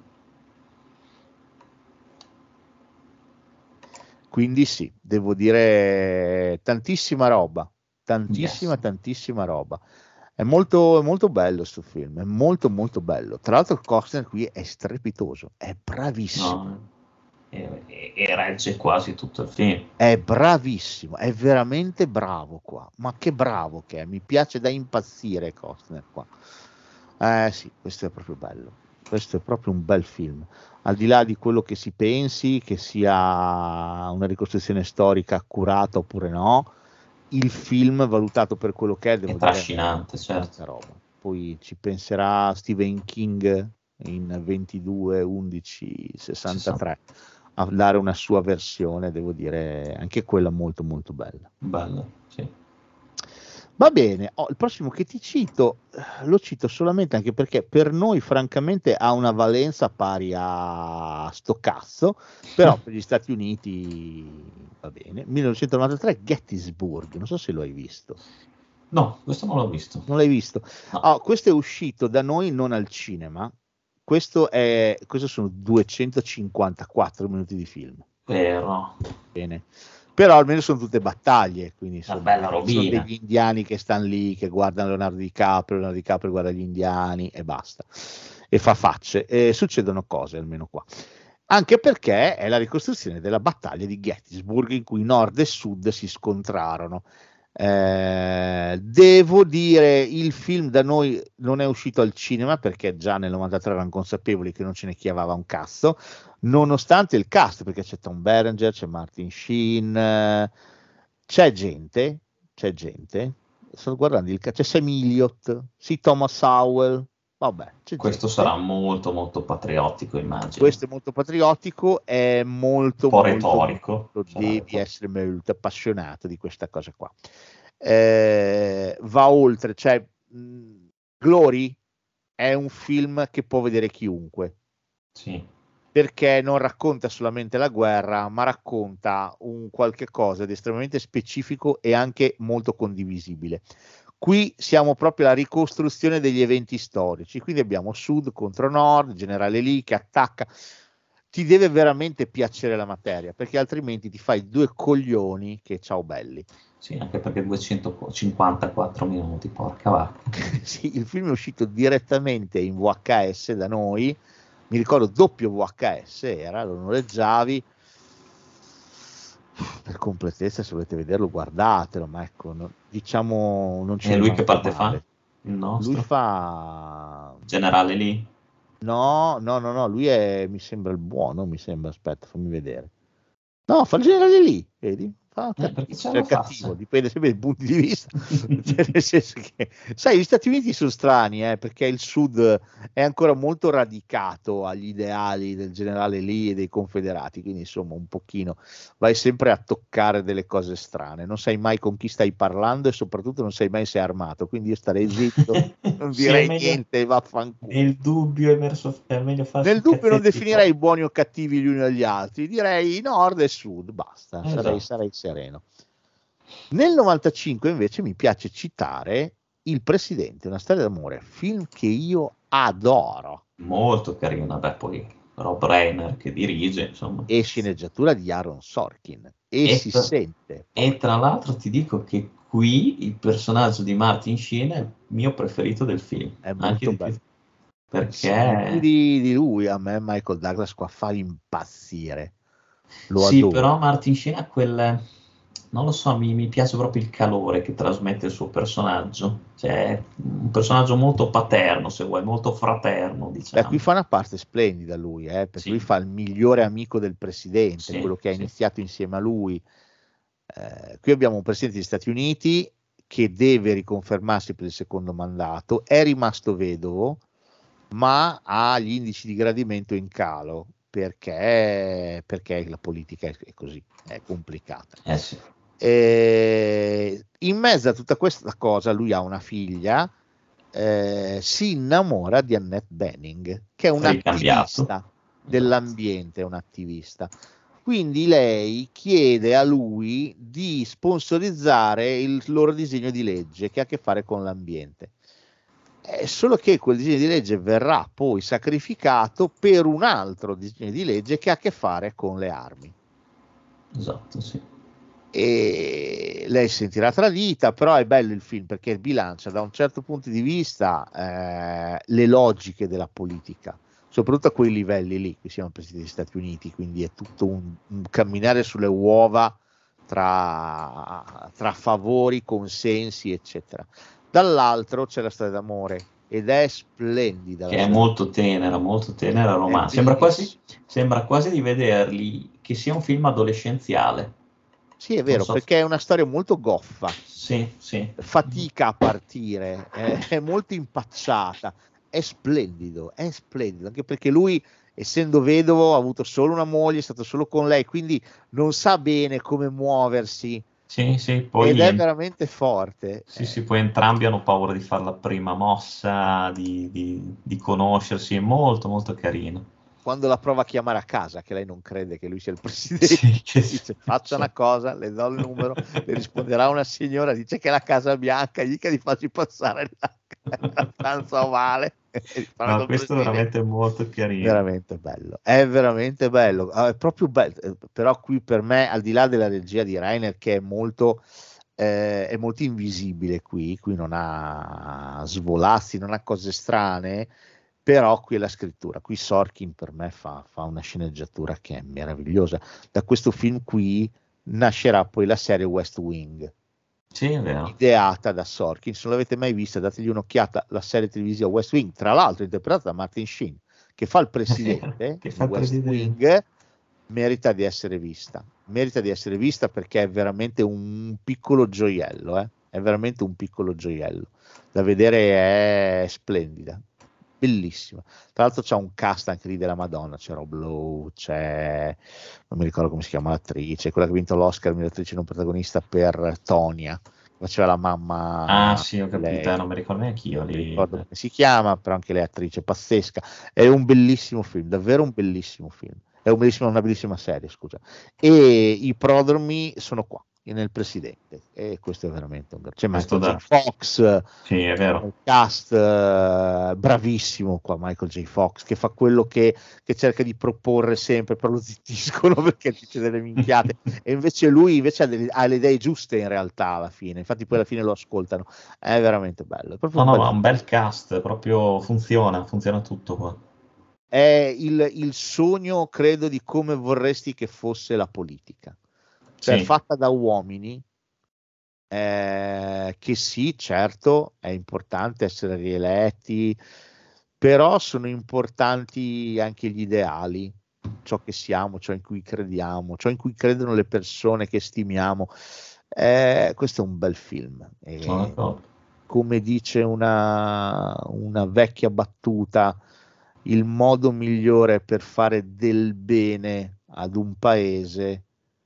Quindi sì, devo dire tantissima roba, tantissima, Yes. tantissima roba. È molto, è molto bello sto film, è molto molto bello. Tra l'altro Costner qui è strepitoso, è bravissimo, No, e, e- e regge quasi tutto il film. è bravissimo, è veramente bravo qua. Ma che bravo che è, mi piace da impazzire Costner qua. Eh sì, questo è proprio bello, questo è proprio un bel film. Al di là di quello che si pensi, che sia una ricostruzione storica accurata oppure no, il film valutato per quello che è, devo È dire, trascinante, è tanta certo. roba. Poi ci penserà Stephen King in ventidue undici sessantatré a dare una sua versione, devo dire, anche quella molto molto bella. Bello, sì. Va bene, oh, il prossimo che ti cito, eh, lo cito solamente anche perché per noi francamente ha una valenza pari a sto cazzo, però per gli Stati Uniti va bene. millenovecentonovantatré Gettysburg, non so se lo hai visto. No, questo non l'ho visto. Non l'hai visto? No. Oh, questo è uscito da noi non al cinema, questo è, questo sono duecentocinquantaquattro minuti di film. Vero. Bene. Però almeno sono tutte battaglie, quindi Una insomma, bella sono robina. degli indiani che stanno lì, che guardano Leonardo DiCaprio, Leonardo DiCaprio guarda gli indiani e basta, e fa facce, e succedono cose almeno qua. Anche perché è la ricostruzione della battaglia di Gettysburg in cui nord e sud si scontrarono. Eh, devo dire, il film da noi non è uscito al cinema perché già nel novantatré erano consapevoli che non ce ne chiavava un cazzo, nonostante il cast, perché c'è Tom Berenger, c'è Martin Sheen, eh, c'è gente, c'è gente, sto guardando il cast, c'è Sam Elliott, sì, Thomas Howell, vabbè, c'è Questo gente. sarà molto molto patriottico, immagino. Questo è molto patriottico, è molto Un po' molto, retorico. molto Sarà devi retorico. essere molto appassionato di questa cosa qua. Eh, va oltre, cioè mh, Glory è un film che può vedere chiunque, Sì. perché non racconta solamente la guerra, ma racconta un qualche cosa di estremamente specifico e anche molto condivisibile. Qui siamo proprio alla ricostruzione degli eventi storici, quindi abbiamo Sud contro Nord, generale Lee che attacca. Ti deve veramente piacere la materia, perché altrimenti ti fai due coglioni che ciao belli. Sì, anche perché duecentocinquantaquattro minuti, porca vacca. Sì, il film è uscito direttamente in V H S da noi, mi ricordo doppio V H S era, lo noleggiavi, per completezza se volete vederlo guardatelo, ma ecco, no, diciamo non ci E lui che rimango parte fa? male. Il nostro? Lui fa... Generale lì? No, no, no, no, lui è, mi sembra il buono, mi sembra, aspetta, fammi vedere. No, fa il generale lì, vedi? Fa Eh, perché c'è cioè, la il cattivo, faccia. dipende sempre dai punti di vista. Cioè, nel senso che, sai, gli Stati Uniti sono strani, eh, perché il Sud è ancora molto radicato agli ideali del generale Lee e dei confederati, quindi insomma un pochino vai sempre a toccare delle cose strane, non sai mai con chi stai parlando e soprattutto non sai mai se è armato, quindi io starei zitto, non Sì, direi è meglio- niente, vaffanculo. Nel dubbio è, verso- è meglio farsi Nel dubbio non cazzetti definirei fuori. buoni o cattivi gli uni agli altri, direi nord e sud, basta, Esatto. sarei, sarei sereno. Nel novantacinque invece mi piace citare Il Presidente, una storia d'amore, film che io adoro, Molto carina, beh, poi Rob Reiner che dirige, insomma. e sceneggiatura di Aaron Sorkin, e, E si tra- sente. E tra l'altro ti dico che qui il personaggio di Martin Sheen è il mio preferito del film. È molto Anche di bello. più. Perché Sì, di, di lui a me Michael Douglas qua fa impazzire. Lo sì, adoro. però Martin Sheen ha quel, non lo so, mi, mi piace proprio il calore che trasmette il suo personaggio. Cioè, è un personaggio molto paterno, se vuoi, molto fraterno, diciamo. Beh, qui fa una parte splendida lui, eh, perché Sì. lui fa il migliore amico del presidente, Sì, quello che ha sì. iniziato insieme a lui. Eh, qui abbiamo un presidente degli Stati Uniti che deve riconfermarsi per il secondo mandato, è rimasto vedovo, ma ha gli indici di gradimento in calo perché, perché la politica è, è così, è complicata. Eh sì. E in mezzo a tutta questa cosa lui ha una figlia, eh, si innamora di Annette Bening, che è un'attivista dell'ambiente, è un'attivista. Quindi lei chiede a lui di sponsorizzare il loro disegno di legge che ha a che fare con l'ambiente. È solo che quel disegno di legge verrà poi sacrificato per un altro disegno di legge che ha a che fare con le armi. Esatto, sì. E lei si sentirà tradita, però è bello il film perché bilancia da un certo punto di vista eh, le logiche della politica, soprattutto a quei livelli lì. Qui siamo presidenti degli Stati Uniti, quindi è tutto un, un camminare sulle uova tra, tra favori, consensi, eccetera. Dall'altro c'è la storia d'amore ed è splendida. Che è molto tenera, molto tenera, romantica. Sembra quasi, sembra quasi di vederli che sia un film adolescenziale. Sì, è vero, so. perché è una storia molto goffa. Sì, sì. Fatica a partire, è, è molto impacciata. È splendido, è splendido, anche perché lui, essendo vedovo, ha avuto solo una moglie, è stato solo con lei, quindi non sa bene come muoversi. Sì, sì, poi ed è veramente forte. Sì, sì, poi entrambi hanno paura di fare la prima mossa, di, di, di conoscersi, è molto, molto carino. Quando la prova a chiamare a casa, che lei non crede che lui sia il presidente, sì, che dice faccia sì. una cosa, le do il numero, le risponderà una signora, dice che è la Casa Bianca, gli dica di farci passare la, la stanza ovale. No, questo è veramente molto carino. Veramente bello, è veramente bello, è proprio bello, però qui per me, al di là della regia di Reiner, che è molto, eh, è molto invisibile qui, qui non ha svolazzi, non ha cose strane, però qui è la scrittura, qui Sorkin per me fa, fa una sceneggiatura che è meravigliosa. Da questo film qui nascerà poi la serie West Wing, sì, è vero. Ideata da Sorkin. Se non l'avete mai vista, dategli un'occhiata, la serie televisiva West Wing, tra l'altro interpretata da Martin Sheen, che fa il presidente che fa di il West presidente. Wing, merita di essere vista, merita di essere vista perché è veramente un piccolo gioiello, eh? È veramente un piccolo gioiello, da vedere, è splendida. Bellissima, tra l'altro c'è un cast anche lì della Madonna, c'è Rob Lowe, c'è, non mi ricordo come si chiama l'attrice, quella che ha vinto l'Oscar miglior attrice non protagonista per Tonya, che faceva la mamma. Ah sì, ho capito, lei. Non mi ricordo neanche io, non mi ricordo come si chiama, però anche lei è attrice pazzesca, è un bellissimo film, davvero un bellissimo film, è un bellissimo, una bellissima serie, scusa, e i prodromi sono qua nel presidente, e questo è veramente un c'è Michael J. Fox, sì, è vero, il cast uh, bravissimo qua, Michael J. Fox, che fa quello che, che cerca di proporre sempre, però lo zittiscono perché dice delle minchiate e invece lui invece ha, delle, ha le idee giuste in realtà alla fine, infatti poi alla fine lo ascoltano, è veramente bello, è proprio no, un, no, bel... ma un bel cast, proprio funziona, funziona tutto qua. È il, il sogno, credo, di come vorresti che fosse la politica. Cioè, sì. Fatta da uomini, eh, che sì, certo, è importante essere rieletti, però sono importanti anche gli ideali, ciò che siamo, ciò in cui crediamo, ciò in cui credono le persone che stimiamo. Eh, questo è un bel film. E, oh, come dice una, una vecchia battuta, il modo migliore per fare del bene ad un paese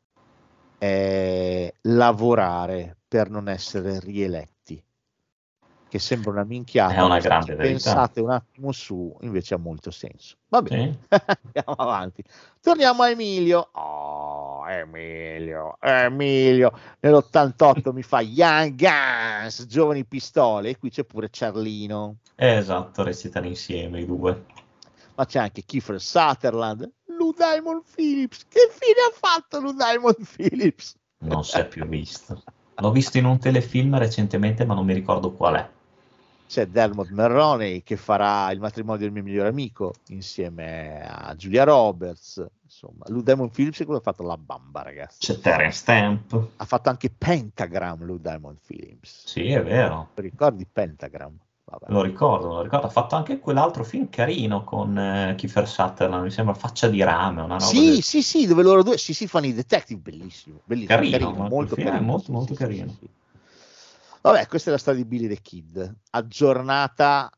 è lavorare per non essere rieletti, che sembra una minchiata, è una grande verità. Pensate un attimo su, invece ha molto senso. Va bene, sì. Andiamo avanti, torniamo a Emilio. Oh, Emilio, Emilio nell'ottantotto mi fa Young Guns, Giovani Pistole, e qui c'è pure Ciarlino, eh, esatto, recitano insieme i due, ma c'è anche Kiefer Sutherland, Lou Diamond Phillips. Che fine ha fatto Lou Diamond Phillips? Non si è più visto. L'ho visto in un telefilm recentemente, ma non mi ricordo qual è. C'è Dermot Mulroney che farà Il matrimonio del mio migliore amico insieme a Julia Roberts. Insomma, Lou Diamond Phillips è quello che ha fatto La Bamba, ragazzi. C'è Terence Stamp. Ha fatto anche Pentagram, Lou Diamond Phillips. Sì, è vero. Ricordi Pentagram? Vabbè. Lo ricordo, lo ricordo. Ha fatto anche quell'altro film carino con eh, Kiefer Sutherland, mi sembra Faccia di rame, una roba Sì, del... sì, sì, dove loro due sì, sì, fanno i detective, bellissimo, bellissimo, Carino, carino, ma molto quel film è carino. molto, sì, molto sì, carino. sì, sì. Vabbè, questa è la storia di Billy the Kid, aggiornata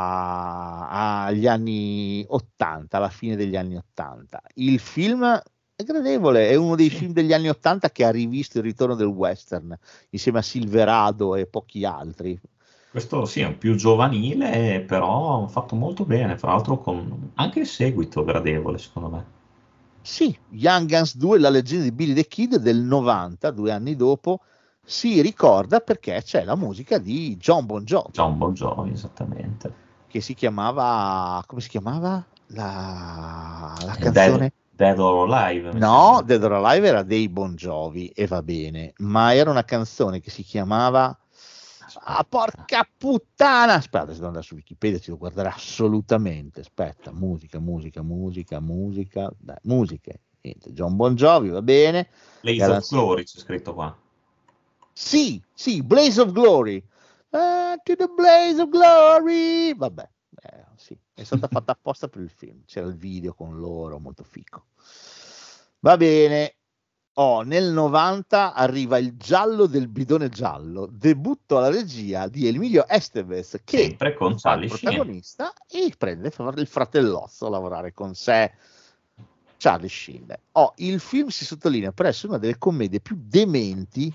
a- agli anni ottanta, alla fine degli anni ottanta. Il film è gradevole, è uno dei Sì. film degli anni ottanta che ha rivisto il ritorno del western, insieme a Silverado e pochi altri. Questo sì, è un più giovanile, però fatto molto bene, fra l'altro con anche il seguito gradevole, secondo me. Sì, Young Guns due, la leggenda di Billy the Kid del novanta, due anni dopo, si ricorda perché c'è la musica di John Bon Jovi, John Bon Jovi, esattamente. che si chiamava, come si chiamava? La, la Dead, canzone? Dead or Alive. mi No, sembra. Dead or Alive era dei Bon Jovi e va bene, ma era una canzone che si chiamava Ah, porca puttana! Aspetta, se devo andare su Wikipedia ci devo guardare assolutamente. Aspetta, musica, musica, musica, musica, dai, musiche. Niente, John Bon Jovi, va bene. Blaze Era- of Glory c'è scritto qua. Sì, sì, Blaze of Glory. Ah, to the Blaze of Glory. Vabbè, eh, sì, è stata fatta apposta per il film. C'era il video con loro, molto fico. Va bene. Oh, nel novanta arriva Il giallo del bidone giallo, debutto alla regia di Emilio Estevez, che Sempre con fa il Charlie Sheen. protagonista e prende il fratellozzo a lavorare con sé, Charlie Sheen. Oh, il film si sottolinea per essere una delle commedie più dementi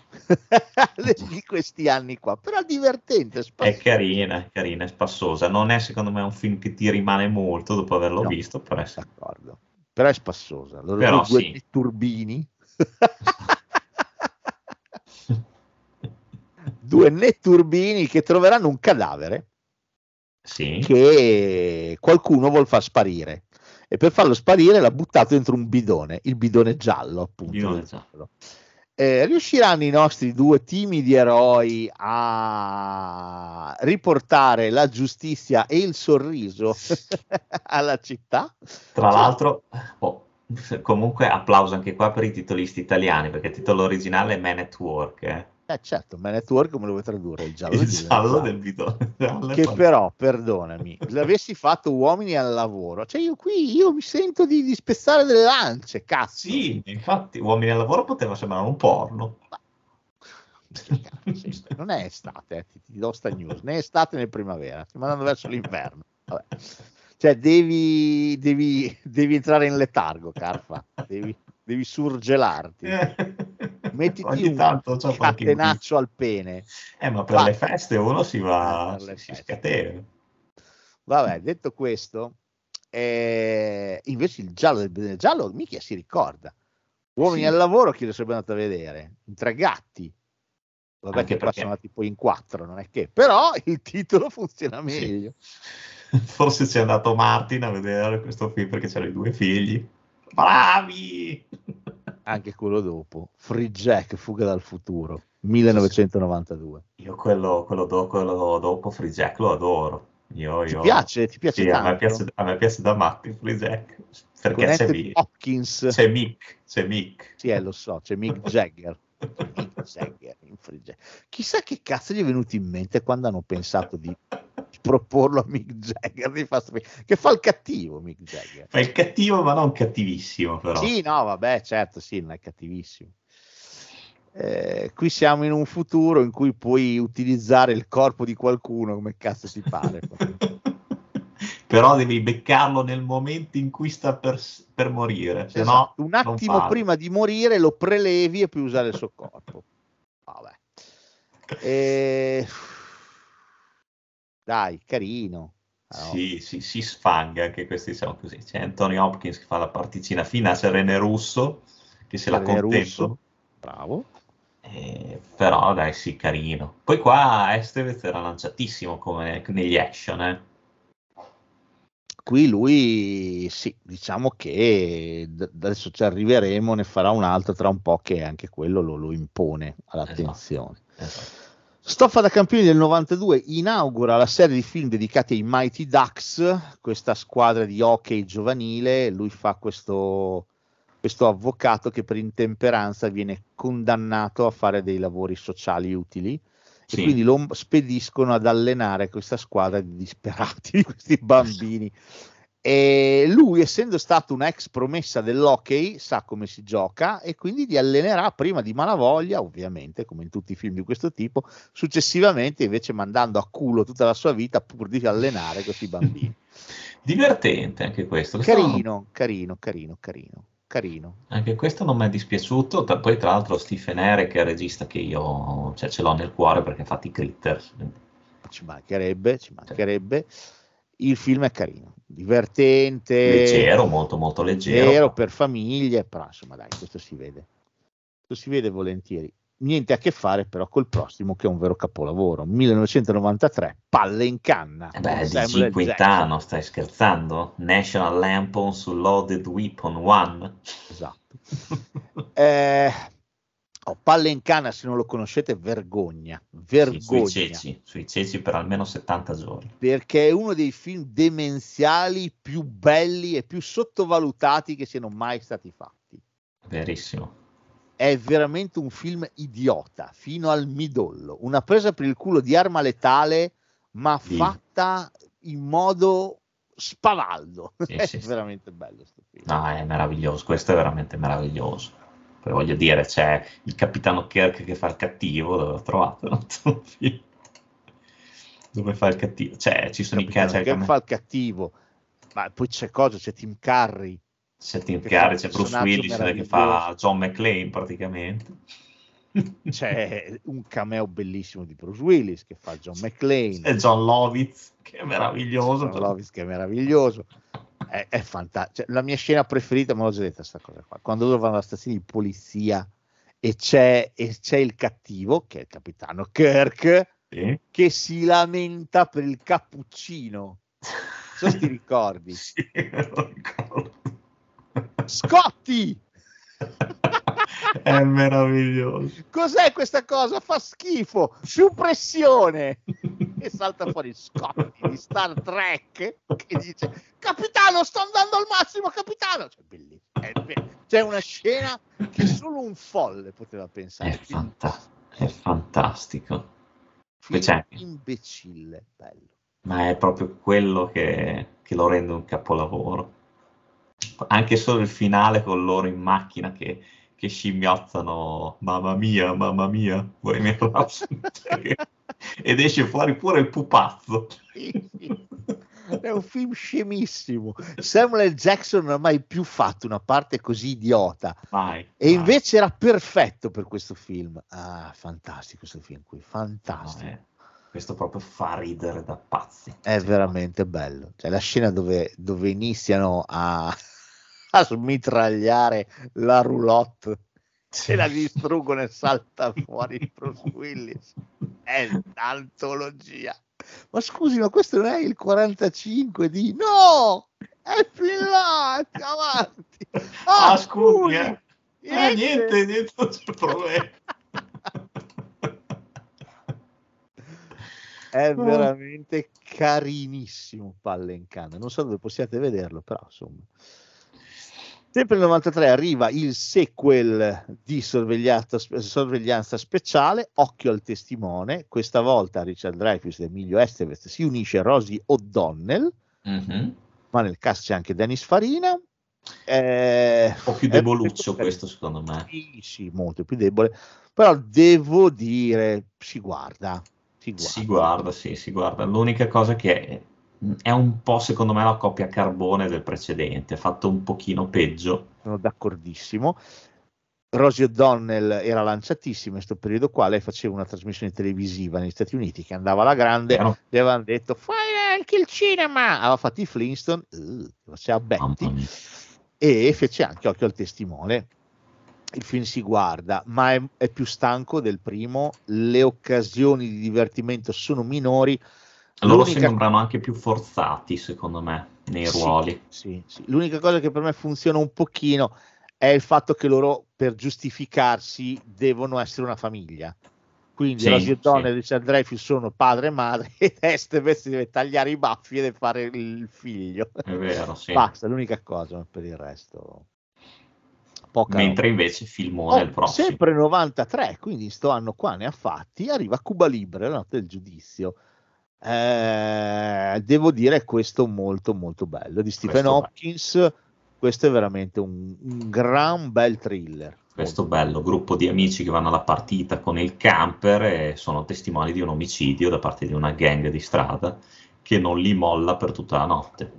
di questi anni qua, però divertente, È spassosa. carina, è carina, è spassosa. Non è secondo me un film che ti rimane molto dopo averlo No. visto, però è D'accordo, però è spassosa. Loro Però due, sì. due turbini. Due netturbini che troveranno un cadavere Sì. che qualcuno vuol far sparire e per farlo sparire l'ha buttato dentro un bidone, il bidone giallo appunto. Bidone del giallo. giallo. Eh, riusciranno i nostri due timidi eroi a riportare la giustizia e il sorriso alla città? Tra Cioè, l'altro, oh, comunque applauso anche qua per i titolisti italiani, perché il titolo originale è Man at Work, eh. eh, certo, Man at Work come lo vuoi tradurre? Il giallo, Il del bidone giallo giallo. del bidone giallo. Che però, perdonami, l'avessi fatto Uomini al lavoro, cioè io qui io mi sento di, di spezzare delle lance, cazzo. Sì, infatti, Uomini al lavoro poteva sembrare un porno. Non è estate, eh, ti, ti do sta news, né estate né primavera, stiamo andando verso l'inverno. Vabbè. Cioè devi, devi, devi entrare in letargo, Carfa, devi, devi surgelarti. Mettiti Ogni un tanto c'ho qualche catenaccio al pene. Eh, ma per Va. le feste uno si va, Eh, per le si feste. scatena. Vabbè, detto questo, eh, invece il giallo del bidone giallo, mica si ricorda. Uomini Sì. al lavoro, chi lo sarebbe andato a vedere? In tre gatti. Vabbè, Anche che qua perché- sono andati poi in quattro, non è che. Però il titolo funziona Sì. meglio. Forse c'è andato Martin a vedere questo film perché c'erano i due figli. Bravi! Anche quello dopo, Free Jack, Fuga dal futuro, millenovecentonovantadue. Io quello, quello, do- quello dopo Free Jack lo adoro. Io, Ti io- piace? Ti piace Sì, a me tanto? piace, a me piace da matti Free Jack. Con Perché c'è, Anthony Mi- Hopkins. c'è Mick, c'è Mick. Sì, eh, lo so, c'è Mick Jagger. C'è Mick Jagger in Free Jack. Chissà che cazzo gli è venuto in mente quando hanno pensato di proporlo a Mick Jagger, di far sapere- che fa il cattivo Mick Jagger. Fa il cattivo, ma non cattivissimo, però. Sì, no, vabbè, certo, sì, non è cattivissimo. Eh, qui siamo in un futuro in cui puoi utilizzare il corpo di qualcuno come cazzo ti pare. Però devi beccarlo nel momento in cui sta per, per morire, se Esatto, no un non attimo parla. prima di morire lo prelevi e puoi usare il suo corpo. Vabbè. Eh, Dai, carino. Ah, no. Sì, sì, si sfanga anche questi sono così. C'è Anthony Hopkins che fa la particina fina, c'è René Russo che se la René contempla. Russo, bravo. Eh, però dai, sì, carino. Poi qua Estevez era lanciatissimo come negli action, eh. qui lui sì, diciamo che d- adesso ci arriveremo, ne farà un altro tra un po' che anche quello lo, lo impone all'attenzione. Esatto, esatto. Stoffa da Campioni del novantadue inaugura la serie di film dedicati ai Mighty Ducks, questa squadra di hockey giovanile. Lui fa questo, questo avvocato che per intemperanza viene condannato a fare dei lavori sociali utili, Sì. e quindi lo spediscono ad allenare questa squadra di disperati, di questi bambini. E lui, essendo stato una ex promessa dell'hockey, sa come si gioca e quindi li allenerà prima di malavoglia, ovviamente, come in tutti i film di questo tipo, successivamente invece mandando a culo tutta la sua vita pur di allenare questi bambini. Divertente anche questo. Questo non- Carino, carino, carino, carino, carino. Anche questo non mi è dispiaciuto. Tra- Poi, tra l'altro, Stephen Eric che è il regista che io, cioè, ce l'ho nel cuore perché fa i Critters. Ci mancherebbe, ci mancherebbe. Il film è carino, divertente, Leggero, molto, molto leggero. leggero per famiglie, però insomma dai, questo si vede. Questo si vede volentieri. Niente a che fare però col prossimo, che è un vero capolavoro. millenovecentonovantatré, Palle in canna. Eh beh, di Samuel G. Quintano, stai scherzando? National Lampoon su Loaded Weapon uno. Esatto. Eh, oh, Palle in canna, se non lo conoscete, vergogna, Sì, sui vergogna. ceci, sui ceci per almeno settanta giorni. Perché è uno dei film demenziali più belli e più sottovalutati che siano mai stati fatti. Verissimo. È veramente un film idiota fino al midollo, una presa per il culo di Arma Letale, ma Sì. fatta in modo spavaldo. Sì, È sì, sì. veramente bello sto film. No, è meraviglioso, questo è veramente meraviglioso. Poi voglio dire, c'è il capitano Kirk che fa il cattivo, dove l'ho trovato? No? Dove fa il cattivo? Cioè, ci sono i Capitano cazzi, Kirk fa il cattivo, ma poi c'è cosa? C'è Tim Curry. c'è Tim che Curry, fa c'è un Bruce personaggio Willis che meraviglioso. fa John McClane praticamente. C'è un cameo bellissimo di Bruce Willis che fa John McClane. C'è John Lovitz che è meraviglioso. John Lovitz che è meraviglioso. È, è fantastico. Cioè, la mia scena preferita, me l'ho già detta sta cosa qua, quando loro vanno alla stazione di polizia e c'è, e c'è il cattivo, che è il capitano Kirk, Sì. che si lamenta per il cappuccino. Non so se ti ricordi. Sì, me lo ricordo. Scotti! È meraviglioso. Cos'è questa cosa? Fa schifo, più pressione. E salta fuori Scotti di Star Trek che dice: capitano, sto andando al massimo, capitano. Cioè, bellissimo. È be- C'è una scena che solo un folle poteva pensare. È, fanta- è fantastico. Film C'è- imbecille, bello. Ma è proprio quello che, che lo rende un capolavoro. Anche solo il finale con loro in macchina che, che scimmiottano, mamma mia, mamma mia, vuoi mi ed esce fuori pure il pupazzo. Sì, sì. È un film scemissimo. Samuel L. Jackson non ha mai più fatto una parte così idiota. Vai, E vai. invece era perfetto per questo film. Ah, fantastico questo film qui, No, fantastico. è- questo proprio fa ridere da pazzi. È veramente bello. Cioè, la scena dove, dove iniziano a, a smitragliare la roulotte e la distruggono e salta fuori Bruce Willis. È un'antologia. Ma scusi, ma questo non è il quarantacinque di... No! È fin là, più avanti. Ah, scusi, eh. Eh, niente. niente, niente, non c'è problema. È veramente carinissimo Palle in canna. Non so dove possiate vederlo, però insomma. Sempre nel novantatré arriva il sequel di sorveglianza, sorveglianza speciale, Occhio al testimone. Questa volta a Richard Dreyfuss e Emilio Estevez si unisce Rosie O'Donnell, Mhm. ma nel cast c'è anche Dennis Farina. Eh, Un po' più è- deboluccio questo, secondo me. Sì, sì, molto più debole, però devo dire, si guarda, si guarda. Si guarda, sì, si guarda. L'unica cosa che è, è un po', secondo me, la coppia carbone del precedente, fatto un pochino peggio. Sono d'accordissimo. Rosie O'Donnell era lanciatissima in questo periodo qua, lei faceva una trasmissione televisiva negli Stati Uniti che andava alla grande, Vero? le avevano detto fai anche il cinema, aveva fatto i Flintstone, uh, faceva Mamma Betty, mia. e fece anche Occhio al testimone. Il film si guarda, ma è, è più stanco del primo, le occasioni di divertimento sono minori, Loro L'unica- sembrano anche più forzati, secondo me, nei Sì, ruoli. sì, sì. L'unica cosa che per me funziona un pochino è il fatto che loro, per giustificarsi, devono essere una famiglia. Quindi Sì, Rosie O'Donnell sì. e Richard Dreyfuss sono padre e madre e Estevez si deve tagliare i baffi e deve fare il figlio. È vero, sì. Basta, l'unica cosa, ma per il resto poca Mentre roba. invece filmone Oh, il prossimo. sempre novantatré, quindi sto anno qua ne ha fatti, arriva Cuba Libre, la notte del giudizio. Eh, devo dire questo molto molto bello, di Stephen Questo Hopkins. Questo è veramente un, un gran bel thriller. Questo bello gruppo di amici che vanno alla partita con il camper e sono testimoni di un omicidio da parte di una gang di strada che non li molla per tutta la notte.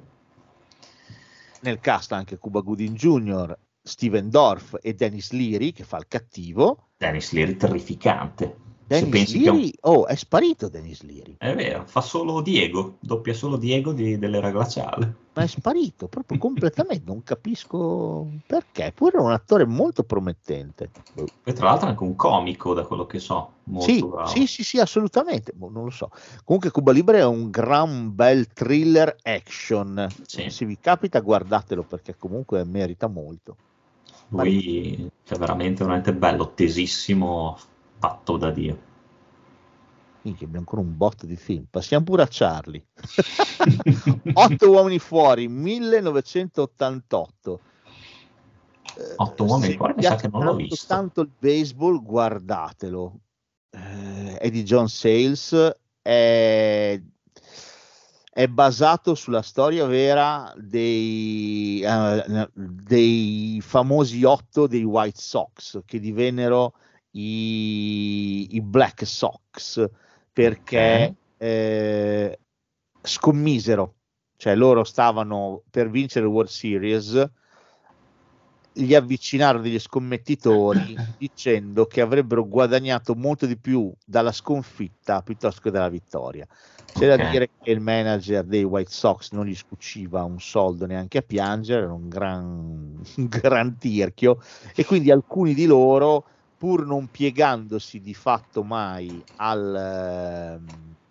Nel cast anche Cuba Gooding Junior, Steven Dorff e Dennis Leary che fa il cattivo. Dennis Leary terrificante. Se Dennis pensi che è un- Leary, oh, è sparito Dennis Leary, È vero, fa solo Diego, doppia solo Diego di, dell'era glaciale. ma è sparito proprio completamente, non capisco perché, pure era un attore molto promettente. E tra l'altro anche un comico, da quello che so, molto Sì, bravo. sì, sì, sì, assolutamente, boh, non lo so. Comunque Cuba Libre è un gran bel thriller action, Sì. se vi capita guardatelo perché comunque merita molto. Lui è veramente, veramente bello, tesissimo, fatto da Dio. Minchia, abbiamo ancora un botto di film. Passiamo pure a Charlie. Otto uomini fuori, millenovecentottantotto. Eh, Otto uomini se fuori, vi mi sa piace che non l'ho tanto, visto. tanto il baseball, guardatelo. Eh, è di John Sayles, è, è basato sulla storia vera dei, eh, dei famosi otto dei White Sox che divennero i, i Black Sox perché Ok. eh, scommisero, cioè loro stavano per vincere il World Series, gli avvicinarono degli scommettitori dicendo che avrebbero guadagnato molto di più dalla sconfitta piuttosto che dalla vittoria. C'è Ok. da dire che il manager dei White Sox non gli scuciva un soldo neanche a piangere, era un gran, un gran tirchio, e quindi alcuni di loro, pur non piegandosi di fatto mai al, ehm,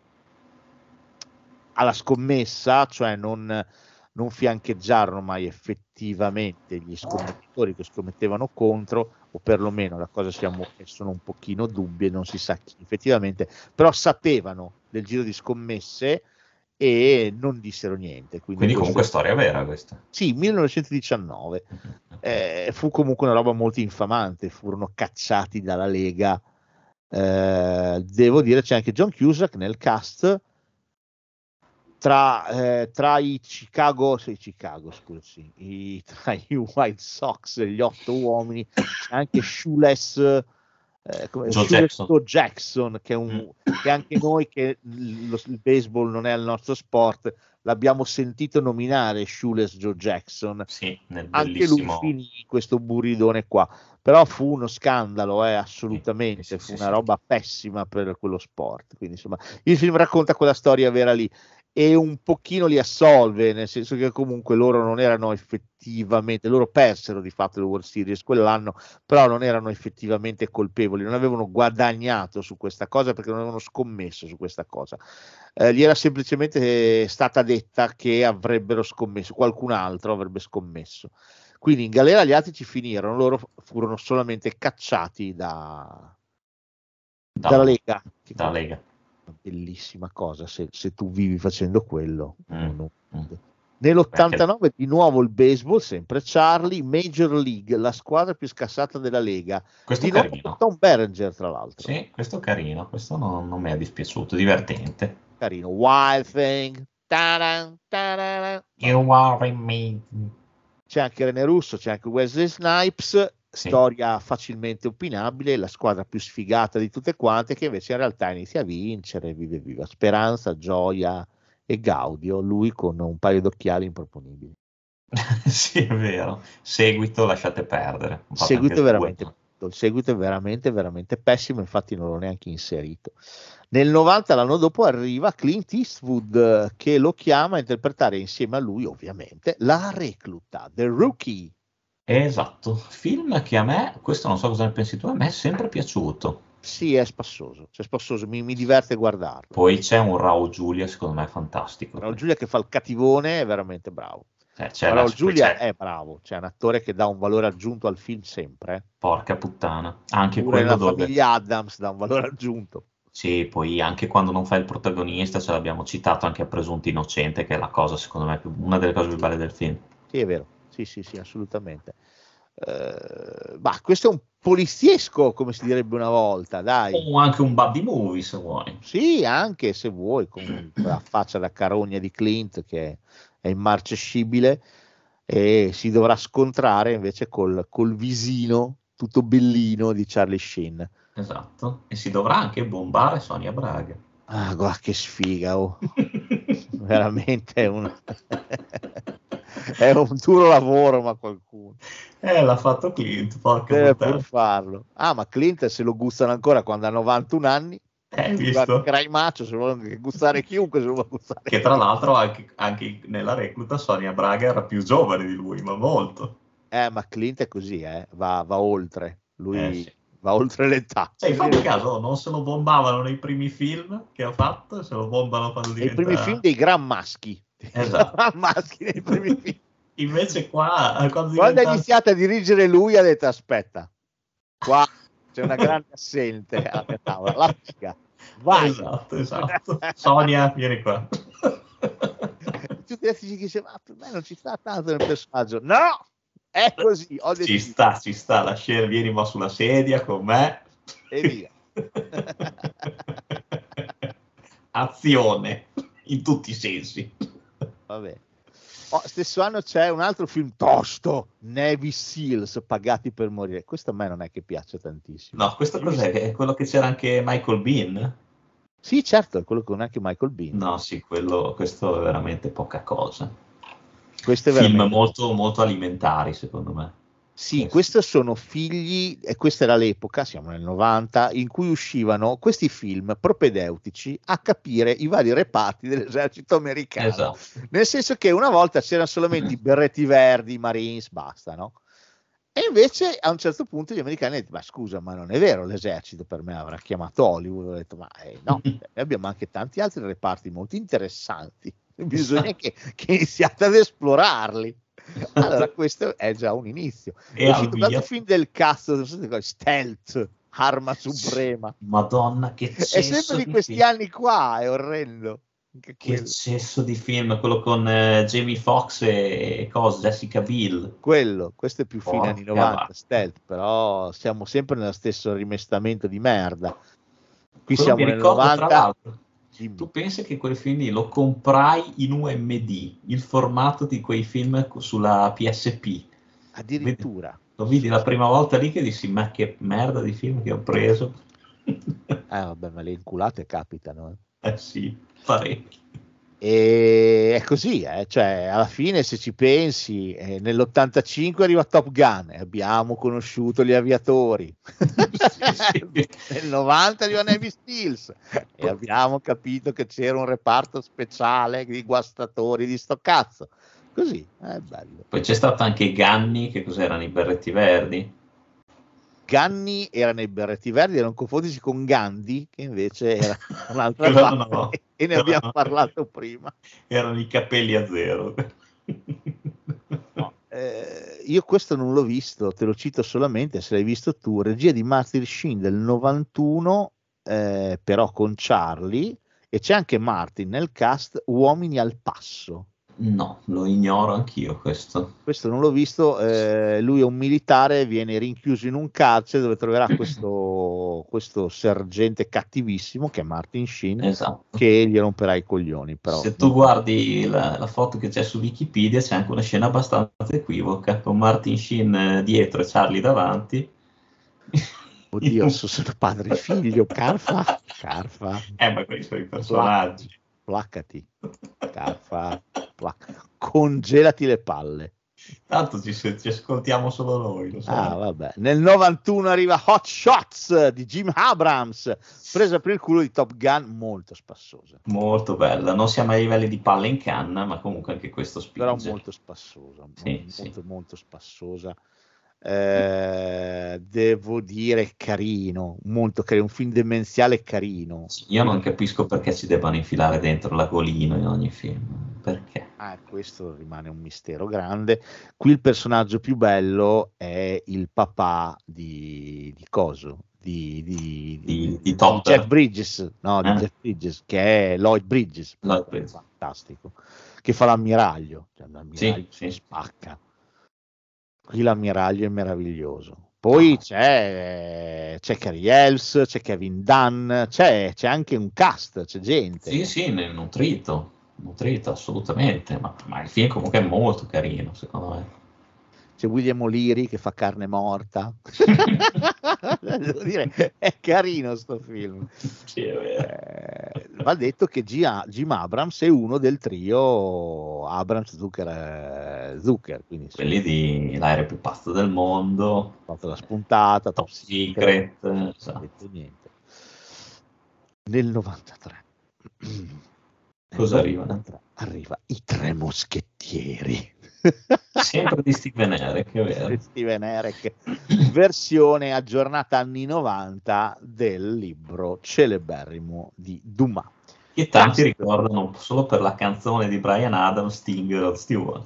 alla scommessa, cioè non, non fiancheggiarono mai effettivamente gli scommettitori che scommettevano contro, o perlomeno la cosa siamo, sono un pochino dubbie, non si sa chi effettivamente, però sapevano del giro di scommesse e non dissero niente. Quindi, Quindi questo- comunque storia vera questa. sì, millenovecentodiciannove. Eh, fu comunque una roba molto infamante, furono cacciati dalla Lega. Eh, devo dire c'è anche John Cusack nel cast, tra, eh, tra i Chicago, sì, Chicago scusi, i, tra i White Sox e gli otto uomini c'è anche Shoeless, eh, come, Joe Shoeless Jackson. Joe Jackson, che è un, Mm. che anche noi che lo- il baseball non è il nostro sport l'abbiamo sentito nominare, Shoeless Joe Jackson. Sì, nel Anche bellissimo... lui finì in questo buridone qua, però fu uno scandalo, eh, assolutamente, Sì, sì, fu sì, una sì. roba pessima per quello sport. Quindi insomma il film racconta quella storia vera lì e un pochino li assolve, nel senso che comunque loro non erano effettivamente, loro persero di fatto il World Series quell'anno, però non erano effettivamente colpevoli, non avevano guadagnato su questa cosa perché non avevano scommesso su questa cosa. Eh, gli era semplicemente stata detta che avrebbero scommesso, qualcun altro avrebbe scommesso. Quindi in galera gli altri ci finirono, loro furono solamente cacciati da, Da- dalla Lega. Che dalla cosa- Lega. una bellissima cosa se, se tu vivi facendo quello. Mm, Non- mm. Nell'ottantanove di nuovo il baseball, sempre Charlie, Major League, la squadra più scassata della Lega. Questo Di è nuovo carino. Tom Berenger, tra l'altro. Sì, questo è carino, questo non, non mi è dispiaciuto, divertente. Carino. Wild Thing. Ta-da, ta-da. You are in me. C'è anche René Russo, c'è anche Wesley Snipes, Sì. storia facilmente opinabile, la squadra più sfigata di tutte quante, che invece in realtà inizia a vincere, vive viva speranza, gioia e gaudio, lui con un paio d'occhiali improponibili. Sì, è vero. Seguito lasciate perdere. Ho Il fatto seguito, è anche veramente, due. il seguito è veramente, veramente pessimo, infatti non l'ho neanche inserito. Nel novanta, l'anno dopo, arriva Clint Eastwood, eh, che lo chiama a interpretare insieme a lui, ovviamente, La Recluta, The Rookie. Esatto, film che a me, questo non so cosa ne pensi tu, a me è sempre piaciuto. Sì, è spassoso, cioè spassoso, mi, mi diverte guardarlo. Poi c'è un Raul Julia, secondo me fantastico. Raul Julia che fa il cattivone è veramente bravo. Eh, c'è Raul la, Julia c'è... è bravo, c'è un attore che dà un valore aggiunto al film sempre. Porca puttana, anche Pure quello la dove... famiglia Addams dà un valore aggiunto. Sì, poi anche quando non fa il protagonista, ce l'abbiamo citato anche a Presunto Innocente, che è la cosa, secondo me, più, una delle cose più belle del film. Sì, è vero, sì, sì, sì, assolutamente. Uh, bah, questo è un poliziesco, come si direbbe una volta, dai. O anche un buddy movie, se vuoi. Sì, anche se vuoi, con la faccia da carogna di Clint, che è immarcescibile, e si dovrà scontrare invece col, col visino tutto bellino di Charlie Sheen. Esatto, e si dovrà anche bombare Sonia Braga. Ah, guarda che sfiga, oh. Veramente è un... è un duro lavoro, ma qualcuno eh l'ha fatto Clint, porca deve puttana. pur farlo. Ah, ma Clint se lo gustano ancora quando ha novantuno anni. Hai visto? Craimaccio, se lo vuole gustare chiunque, se lo vuole gustare. Che tra l'altro anche, anche nella recluta Sonia Braga era più giovane di lui, ma molto. Eh, ma Clint è così, eh, va, va oltre. Lui Eh, sì. va oltre l'età. Cioè, fate caso, non se lo bombavano nei primi film che ha fatto, se lo bombano quando diventa... Nei primi film dei gran maschi. Esatto. Gran maschi nei primi film. Invece qua, quando, Quando diventa... ha iniziato a dirigere lui, ha detto, aspetta, qua c'è una grande assente alla mia tavola, la figa. Vai. Esatto, esatto. Sonia, vieni qua. Tutti gli altri dicono, ma per me non ci sta tanto nel personaggio. No! È così, ho deciso. Ci sta, ci sta, la scena, vieni ma sulla sedia con me. E via. Azione, in tutti i sensi. Vabbè. Oh, stesso anno c'è un altro film tosto, Navy Seals, Pagati per morire. Questo a me non è che piace tantissimo. No, questo cos'è? È quello che c'era anche Michael Bean? Sì, certo, è quello con anche Michael Bean. No, sì, quello, questo è veramente poca cosa. Questo è Film veramente... molto, molto alimentari, secondo me. Sì, questi sono figli, e questa era l'epoca, siamo nel novanta, in cui uscivano questi film propedeutici a capire i vari reparti dell'esercito americano. Esatto. Nel senso che una volta c'erano solamente i berretti verdi, i Marines, basta, no? E invece a un certo punto gli americani hanno detto, ma scusa, ma non è vero, l'esercito per me avrà chiamato Hollywood, ho detto, ma eh, no, noi abbiamo anche tanti altri reparti molto interessanti, bisogna che, che iniziate ad esplorarli. Allora questo è già un inizio. E è uscito un altro film del cazzo, Stealth, Arma Suprema. Madonna, che cesso è sempre di, di questi film. Anni qua, è orrendo. Anche Che quello. cesso di film, quello con eh, Jamie Foxx e cosa, Jessica Biel. Quello, questo è più fine Porca anni novanta, vacca. Stealth, però siamo sempre nello stesso rimestamento di merda. Qui Quello siamo mi nel ricordo, tra novanta. l'altro, tu pensi che quel film lì lo comprai in U M D, il formato di quei film sulla P S P. Addirittura. Lo vidi la prima volta lì che dissi, ma che merda di film che ho preso. Eh vabbè, ma le inculate capitano. Eh, eh sì, parecchio. E è così, eh? Cioè, alla fine se ci pensi, eh, nell'ottantacinque arriva Top Gun, e abbiamo conosciuto gli aviatori. Sì, sì. Nel novanta arriva Navy Seals e abbiamo capito che c'era un reparto speciale di guastatori di sto cazzo. Così, è bello. Poi c'è stato anche Ganni, che cos'erano i berretti verdi? Ganni era nei berretti verdi, non confondersi con Gandhi, che invece era un'altra Quello parte, no. e ne abbiamo parlato prima. Erano i capelli a zero. No, eh, io questo non l'ho visto, te lo cito solamente se l'hai visto tu, regia di Martin Sheen del novantuno, eh, però con Charlie, e c'è anche Martin nel cast, Uomini al passo. No, lo ignoro anch'io questo. Questo non l'ho visto, eh, lui è un militare, viene rinchiuso in un carcere dove troverà questo, questo sergente cattivissimo che è Martin Sheen, Esatto. che gli romperà i coglioni. Però Se tu guardi la, la foto che c'è su Wikipedia, c'è anche una scena abbastanza equivoca, con Martin Sheen eh, dietro e Charlie davanti. Oddio, sono padre e figlio, Carfa, Carfa. Eh, ma questi sono i personaggi. Placcati, Carfa, plac- congelati le palle. Tanto ci, ci ascoltiamo solo noi, lo so. Ah, vabbè. Nel novantuno arriva Hot Shots di Jim Abrams, presa per il culo di Top Gun, molto spassosa. Molto bella, non siamo ai livelli di Palla in canna, ma comunque anche questo spinge. Però molto spassosa, Sì, molto, sì. molto spassosa. Eh, devo dire carino, molto carino, un film demenziale carino. Io non capisco perché ci debbano infilare dentro l'agolino in ogni film, perché? Ah, questo rimane un mistero grande. Qui il personaggio più bello è il papà di, di Coso, di, di, Di, di, di di Topper. Jeff Bridges, no, di Eh? Jeff Bridges, che è Lloyd Bridges, Lloyd Bridges. fantastico, che fa l'ammiraglio, cioè, l'ammiraglio Sì, si sì. spacca. Qui l'ammiraglio è meraviglioso. Poi c'è, c'è Cary Elves, c'è Kevin Dunn, c'è, c'è anche un cast, c'è gente. Sì, sì, nel nutrito, nutrito assolutamente, ma, ma il film comunque è molto carino, secondo me. C'è William O'Leary che fa carne morta. Devo dire, è carino sto film. Sì, è vero. Eh, va detto che G- Jim Abrams è uno del trio Abrams Zucker, eh, Zucker quindi Quelli di L'aereo più pazzo del mondo, ha fatto la spuntata, Top Secret, non ha esatto. detto niente. Nel novantatré Cosa nel arriva? novantatré arriva I Tre Moschettieri. Sempre di Steven Eric, è vero. Steven Eric, versione aggiornata anni novanta del libro celeberrimo di Dumas. Che tanti ricordano solo per la canzone di Bryan Adams, Sting e Rod Stewart.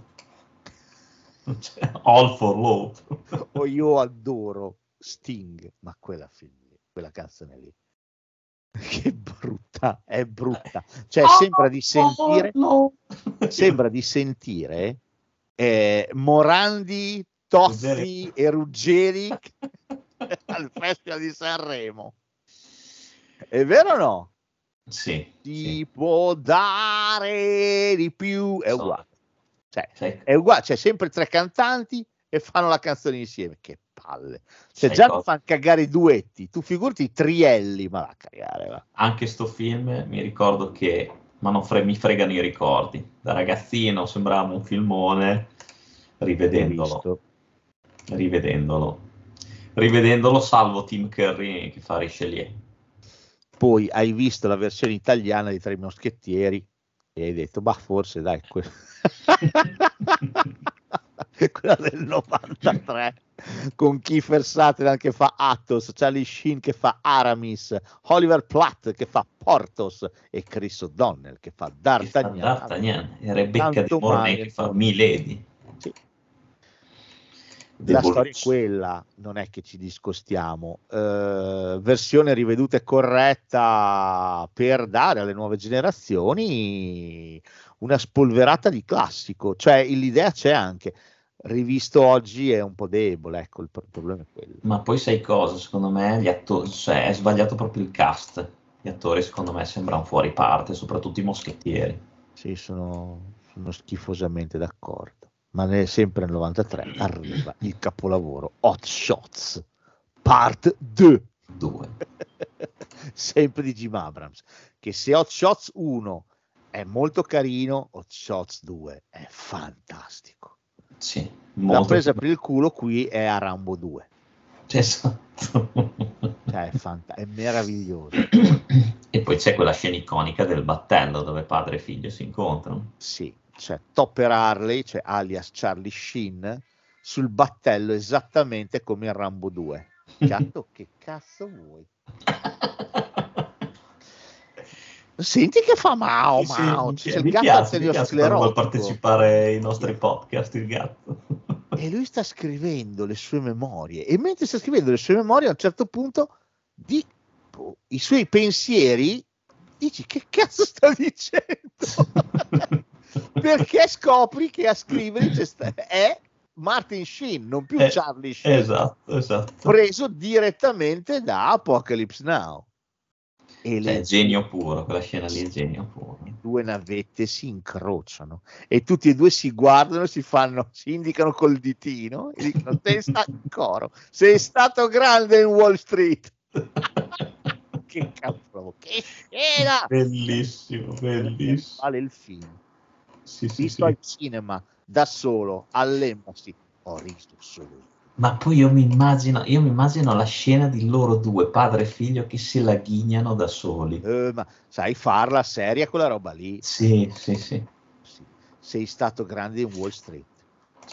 Cioè, All for Love. Oh, io adoro Sting, ma quella film lì, quella canzone lì, che brutta, è brutta. Cioè sembra di sentire, sembra di sentire eh, Morandi, Tozzi e Ruggeri al Festival di Sanremo. È vero o no? Sì. Ti sì. può dare di più, è So. uguale. Cioè, Sai- è uguale, c'è sempre tre cantanti e fanno la canzone insieme. Che palle! Cioè, sai già cosa? mi fanno cagare i duetti. Tu figurati i trielli, ma va a cagare, va. Anche sto film mi ricordo che, ma non fre- mi fregano i ricordi. Da ragazzino sembrava un filmone, rivedendolo, Visto. rivedendolo, rivedendolo, salvo Tim Curry che fa Richelieu. Poi hai visto la versione italiana di Tre Moschettieri e hai detto, bah, forse dai, que- quella del novantatré con Kiefer Sutherland che fa Athos, Charlie Sheen che fa Aramis, Oliver Platt che fa Porthos e Chris O'Donnell che fa Che fa D'Artagnan. D'Artagnan e Rebecca Tanto De Mornay male, che fa no? Milady. Sì. The La Bulls. storia è quella, non è che ci discostiamo. Eh, versione riveduta e corretta per dare alle nuove generazioni una spolverata di classico, cioè l'idea c'è anche, rivisto oggi è un po' debole, ecco, il problema è quello. Ma poi sai cosa? Secondo me gli attori, cioè, è sbagliato proprio il cast. Gli attori secondo me sembrano fuori parte, soprattutto i moschettieri. Sì, sono, sono schifosamente d'accordo. Ma nel, sempre nel novantatré arriva il capolavoro Hot Shots Part due. Due. Sempre di Jim Abrams, che se Hot Shots uno è molto carino, Hot Shots due è fantastico. Sì, La molto presa per il culo qui è a Rambo due, esatto. cioè è, fant- è meraviglioso. E poi c'è quella scena iconica del battello dove padre e figlio si incontrano. Sì, c'è Topper Harley, cioè alias Charlie Sheen, sul battello esattamente come in Rambo due. Gatto, che cazzo vuoi? Senti che fa Mao Sì, Mao, sì, c'è il mi gatto piace, mi piace quando vuol arteriosclerotico. partecipare ai nostri podcast, il gatto. E lui sta scrivendo le sue memorie, e mentre sta scrivendo le sue memorie a un certo punto di boh, i suoi pensieri dici che cazzo sta dicendo. Perché scopri che a scrivere c'è sta- è Martin Sheen, non più Eh, Charlie Sheen, Esatto, esatto. preso direttamente da Apocalypse Now. E Cioè, le genio puro, quella scena lì è genio puro. due navette si incrociano e tutti e due si guardano, si fanno, si indicano col ditino e dicono sei stato in coro, sei stato grande in Wall Street. Che cavolo, che scena! Bellissimo, bellissimo. Vale il film. Sì, sì, Visto sì. al cinema da solo all'Embassy ho riso solo. Ma poi io mi immagino, io mi immagino la scena di loro due, padre e figlio, che se la ghignano da soli. Eh, ma sai farla seria quella roba lì? Sì, sì, sì. Sì. Sei stato grande in Wall Street.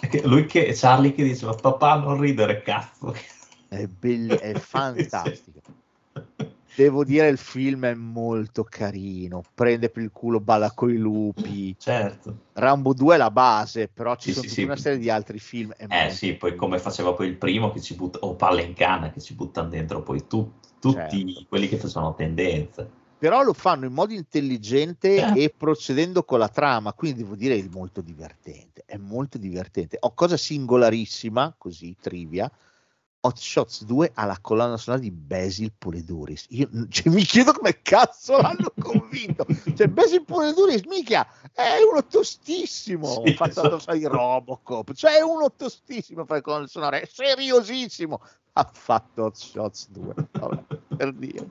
Lui che, Charlie che dice, ma papà non ridere, cazzo. È, bell- è fantastico. Devo dire, il film è molto carino, prende per il culo, balla coi lupi. Certo. Rambo due è la base, però ci Sì, sono sì, tutta sì. una serie di altri film. È Eh molto sì, poi carino. come faceva poi il primo che ci butta, o Palle in canna che ci buttano dentro poi tu- tutti Certo. quelli che facevano tendenza. Però lo fanno in modo intelligente Eh. e procedendo con la trama, quindi devo dire è molto divertente, è molto divertente. Ho cosa singolarissima, così trivia, Hot Shots due ha la colonna sonora di Basil Poledouris. Io cioè, mi chiedo come cazzo l'hanno convinto. Cioè Basil Poledouris, mica, è uno tostissimo, Sì, fatto esatto. da di Robocop, cioè è uno tostissimo per le colonne sonore, è seriosissimo. Ha fatto Hot Shots due, vabbè, per dire.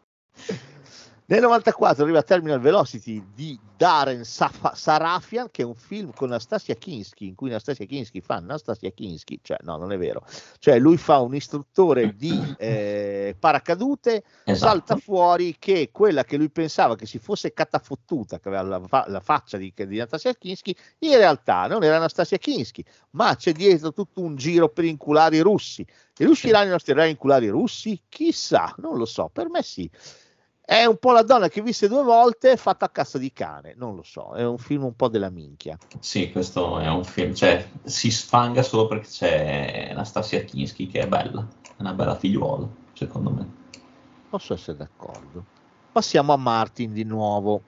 Nel novantaquattro arriva Terminal Velocity di Darren Saf- Sarafian, che è un film con Nastasia Kinski, in cui Nastasia Kinski fa Nastasia Kinski, cioè no, non è vero, cioè lui fa un istruttore di eh, paracadute, Esatto. salta fuori che quella che lui pensava che si fosse catafottuta, che aveva la, fa- la faccia di, di Nastasia Kinski, in realtà non era Nastasia Kinski, ma c'è dietro tutto un giro per inculare i russi. E riusciranno i nostri re a inculare i russi? Chissà, non lo so, per me sì. È un po' la donna che visse due volte fatta a cazzo di cane, non lo so, è un film un po' della minchia. Sì, questo è un film, cioè si sfanga solo perché c'è Nastasia Kinski che è bella, è una bella figliuola, secondo me. Posso essere d'accordo. Passiamo a Martin di nuovo.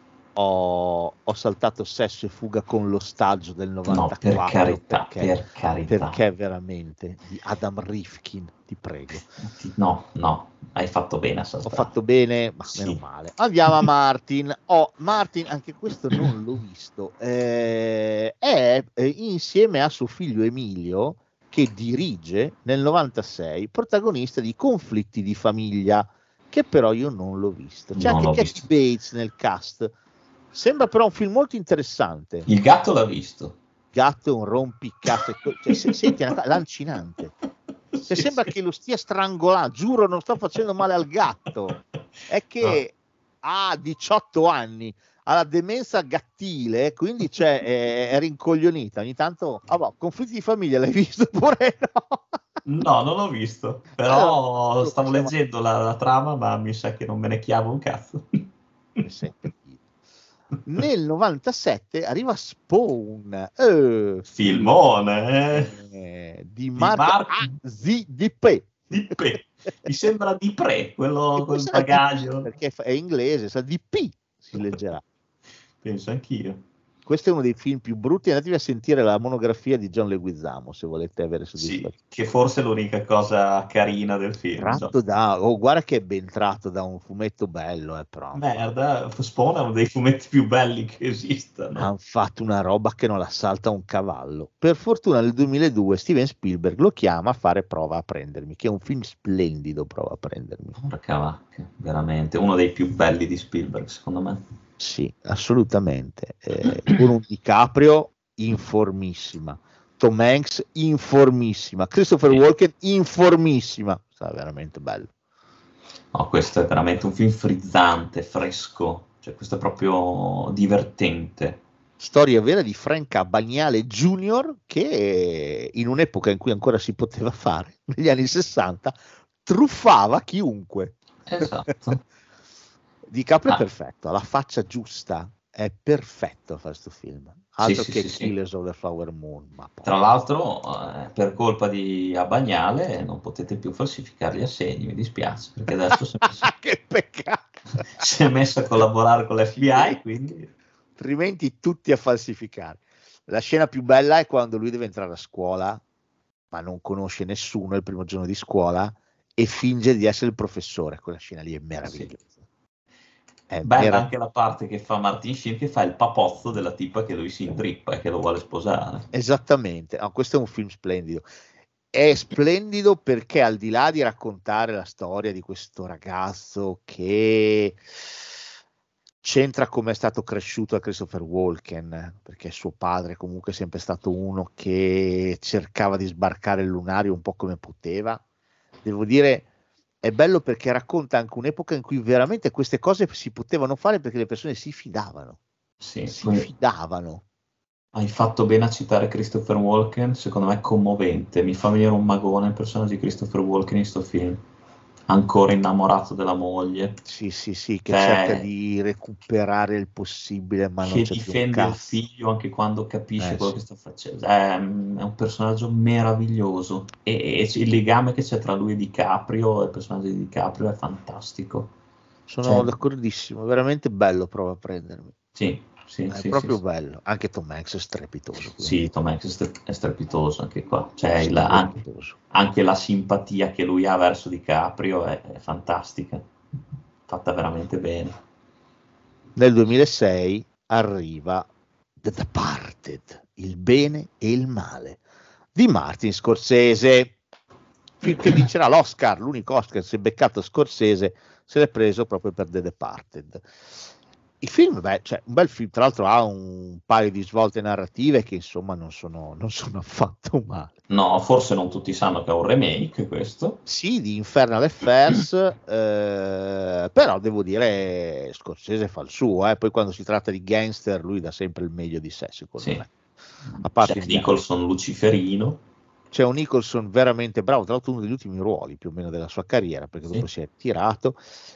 Ho, ho saltato Sesso e fuga con l'ostaggio del No, novantaquattro per carità, perché, per carità. perché veramente di Adam Rifkin, ti prego. No, no, hai fatto bene a Ho saltare. fatto bene, ma Sì. meno male. Andiamo a Martin. Oh, Martin, anche questo non l'ho visto. Eh, è eh, insieme a suo figlio Emilio, che dirige nel novantasei, protagonista di Conflitti di famiglia, che però io non l'ho visto. C'è Non anche l'ho Kathy visto. Bates nel cast. Sembra però un film molto interessante. Il gatto l'ha visto. Gatto è un rompicazzo, cioè, se- senti, è una cosa lancinante. Cioè, Sì, sembra sì. che lo stia strangolando, giuro, non sto facendo male al gatto, è che ha diciotto anni, ha la demenza gattile, quindi c'è, è, è rincoglionita. Ogni tanto, ah, boh, Conflitti di famiglia, l'hai visto pure? No, No, non l'ho visto, però Allora, stavo possiamo- leggendo la, la trama, ma mi sa che non me ne chiavo un cazzo. Mi sento dire. Nel novantasette arriva Spawn, eh, Filmone, eh? eh, di Di Mark Mark- A Z D P. Di Pre. Mi sembra di Pre, quello E col sarà D P, bagaglio. perché è inglese, sa D P si leggerà. Penso anch'io. Questo è uno dei film più brutti. Andatevi a sentire la monografia di John Leguizamo se volete avere Sì, soddisfazione. che forse è l'unica cosa carina del film. Tratto da, oh, guarda che è ben tratto da un fumetto bello, eh, però. Merda, Spawn è uno dei fumetti più belli che esistano. Hanno fatto una roba che non la salta un cavallo. Per fortuna nel duemiladue Steven Spielberg lo chiama a fare Prova a prendermi, che è un film splendido, Prova a prendermi. Porca vacca, veramente uno dei più belli di Spielberg, secondo me. Sì, assolutamente. Eh, con un DiCaprio informissima, Tom Hanks informissima, Christopher Sì. Walken informissima. Sta veramente bello. No, questo è veramente un film frizzante, fresco, cioè questo è proprio divertente. Storia vera di Franca Bagnale Junior, che in un'epoca in cui ancora si poteva fare, negli anni sessanta, truffava chiunque. Esatto. DiCaprio Ah. è perfetto, ha la faccia giusta, è perfetto a fare questo film. Altro sì, che sì, sì. Killers of the Flower Moon. Ma poi- Tra l'altro, eh, per colpa di Abagnale non potete più falsificare gli assegni, mi dispiace, perché adesso si è messo, che peccato! si è messo a collaborare con l'F B I, quindi... Altrimenti tutti a falsificare. La scena più bella è quando lui deve entrare a scuola, ma non conosce nessuno il primo giorno di scuola e finge di essere il professore. Quella scena lì è meravigliosa. È Bella merav- anche la parte che fa Martin Sheen, che fa il papozzo della tipa che lui si intrippa e che lo vuole sposare. Esattamente. No, questo è un film splendido. È splendido perché al di là di raccontare la storia di questo ragazzo che c'entra come è stato cresciuto a Christopher Walken, perché suo padre comunque è sempre stato uno che cercava di sbarcare il lunario un po' come poteva. Devo dire, è bello perché racconta anche un'epoca in cui veramente queste cose si potevano fare perché le persone si fidavano, Sì, si poi- fidavano. Hai fatto bene a citare Christopher Walken, secondo me è commovente, mi fa venire un magone il personaggio di Christopher Walken in sto film, ancora innamorato della moglie. Sì, sì, sì, che Cioè, cerca di recuperare il possibile, ma non che c'è più un difende il cazzo. figlio anche quando capisce Eh, quello sì. che sta facendo. È, è un personaggio meraviglioso e, e il legame che c'è tra lui e DiCaprio, il personaggio di DiCaprio è fantastico. Sono Cioè, d'accordissimo, è veramente bello, prova a prendermi. sì, sì, È sì, proprio sì, bello. Anche Tom Hanks è strepitoso. quindi. sì, Tom Hanks è stre- è strepitoso anche qua. Cioè, il- anche, Strepitoso. anche la simpatia che lui ha verso DiCaprio è, è fantastica, fatta veramente bene. Nel duemilasei arriva The Departed, il bene e il male, di Martin Scorsese, film che vincerà l'Oscar, l'unico Oscar si è beccato Scorsese, se l'è preso proprio per The Departed. Il film, beh, cioè, un bel film, tra l'altro ha un paio di svolte narrative che insomma non sono, non sono affatto male. No, forse non tutti sanno che è un remake questo. Sì, di Infernal Affairs, eh, però devo dire Scorsese fa il suo, eh. Poi quando si tratta di gangster lui dà sempre il meglio di sé, secondo Sì. me. A parte Jack in Nicholson Luciferino. c'è un Nicholson veramente bravo, tra l'altro uno degli ultimi ruoli più o meno della sua carriera, perché Sì. dopo si è tirato.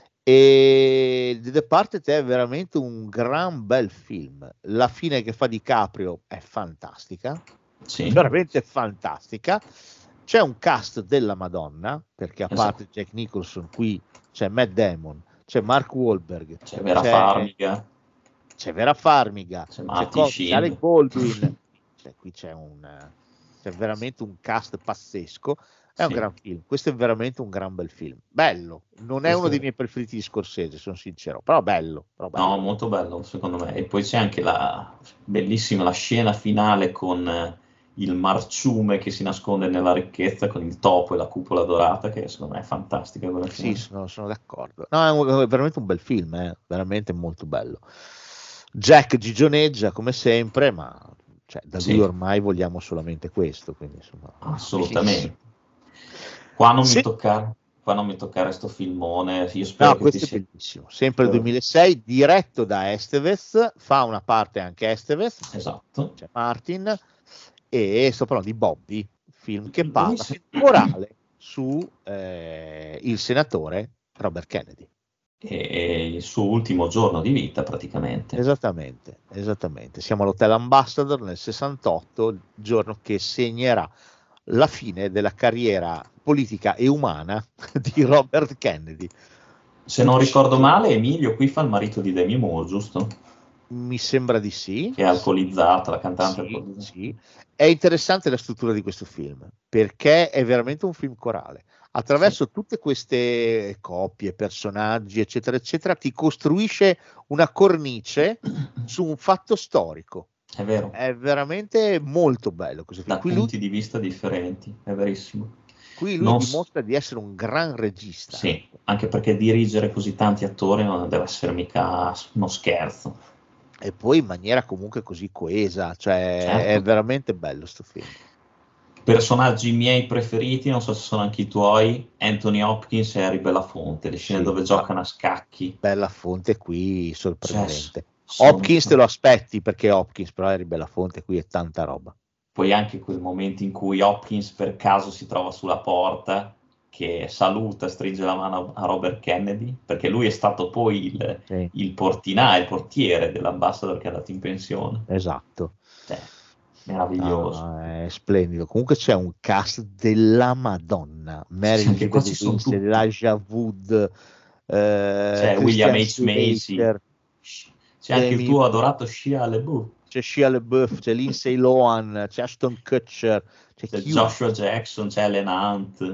E The Departed è veramente un gran bel film. La fine che fa DiCaprio è fantastica, Sì. veramente fantastica. C'è un cast della Madonna, perché a Esatto. parte Jack Nicholson qui c'è Matt Damon, c'è Mark Wahlberg, C'è Vera c'è- Farmiga, c'è Vera Farmiga, c'è c'è, Martin Co- Sheen. c'è Alec Baldwin, cioè, qui c'è un c'è veramente un cast pazzesco. È un Sì. gran film, questo è veramente un gran bel film, bello, non è Questo uno dei è- miei preferiti di Scorsese, sono sincero, però bello, però bello. No, molto bello secondo me. E poi c'è anche la bellissima la scena finale con eh, il marciume che si nasconde nella ricchezza con il topo e la cupola dorata, che secondo me è fantastica quella Sì, scena. sono, sono d'accordo. No, è, un- è veramente un bel film, eh, veramente molto bello. Jack gigioneggia come sempre, ma cioè, da lui Sì. ormai vogliamo solamente questo, quindi insomma, Assolutamente. Qua non Sì. mi toccare, qua non mi toccare sto filmone. Io spero no, che ti questo è sia. bellissimo. Sempre il Spero- duemilasei, diretto da Estevez, fa una parte anche Estevez, Esatto. c'è Martin, e sto parlando di Bobby, film che parla Bellissimo. morale su eh, il senatore Robert Kennedy. E, e il suo ultimo giorno di vita praticamente. Esattamente, esattamente. Siamo all'Hotel Ambassador nel sessantotto, il giorno che segnerà la fine della carriera politica e umana di Robert Kennedy. Se non ricordo male, Emilio qui fa il marito di Demi Moore, giusto? Mi sembra di sì. Che è alcolizzata, la cantante Sì, alcolizzata. sì. È interessante la struttura di questo film, perché è veramente un film corale. Attraverso tutte queste coppie, personaggi, eccetera, eccetera, ti costruisce una cornice su un fatto storico. È vero, È veramente molto bello questo film. da Qui lui, punti di vista differenti, è verissimo. qui lui non s- dimostra di essere un gran regista. Sì, anche perché dirigere così tanti attori non deve essere mica uno scherzo. E poi in maniera comunque così coesa, cioè Certo. è veramente bello sto film. Personaggi miei preferiti, non so se sono anche i tuoi, Anthony Hopkins e Harry Belafonte, le scene Sì. dove giocano a scacchi. Bella fonte qui sorprendente. Cioè, Hopkins sono- te lo aspetti perché Hopkins, però Harry Belafonte qui è tanta roba. Poi anche quel momento in cui Hopkins per caso si trova sulla porta, che saluta, stringe la mano a Robert Kennedy, perché lui è stato poi il, Sì, il portinaio, il portiere dell'ambassador che è andato in pensione. esatto. Cioè, meraviglioso. No, è splendido. Comunque c'è un cast della Madonna. Mary anche qua ci Elizabeth sono Winstead, tutti. Elijah Wood, eh, C'è William Christian H. Macy, Slater, c'è anche il Demi- tuo adorato Shia LaBeouf, c'è Shia LaBeouf, c'è Lindsay Lohan, c'è Ashton Kutcher, c'è, c'è chiunque. Joshua Jackson, c'è Ellen Hunt.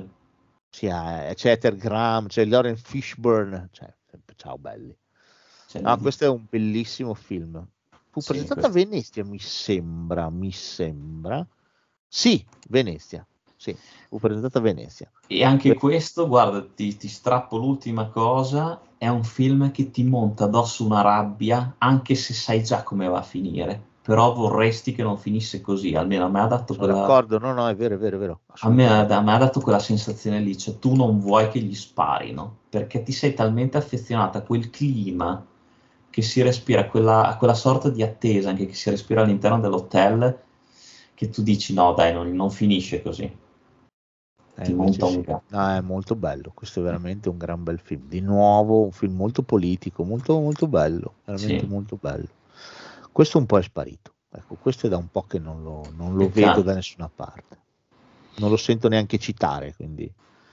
C'è, c'è Ether Graham, c'è Lauren Fishburne, cioè, ciao belli. C'è No, di- questo è un bellissimo film. Fu Sì, presentato questo- a Venezia, mi sembra, mi sembra. Sì, Venezia. Sì, fu presentato a Venezia. E anche Que- questo, guarda, ti, ti strappo l'ultima cosa, è un film che ti monta addosso una rabbia, anche se sai già come va a finire, però vorresti che non finisse così, almeno a me ha dato Sono quella, d'accordo, no, no, è vero, è vero, è vero. a me, ha- a me ha dato quella sensazione lì, cioè tu non vuoi che gli sparino, perché ti sei talmente affezionato a quel clima che si respira, quella, quella sorta di attesa anche che si respira all'interno dell'hotel, che tu dici no dai, non, non finisce così. Eh, Ti invece monta un sì. gatto. No, è molto bello, questo è veramente un gran bel film. Di nuovo un film molto politico, molto molto bello, veramente Sì. molto bello. Questo un po' è sparito, ecco, questo è da un po' che non lo, non lo Peccato. vedo da nessuna parte, non lo sento neanche citare, quindi.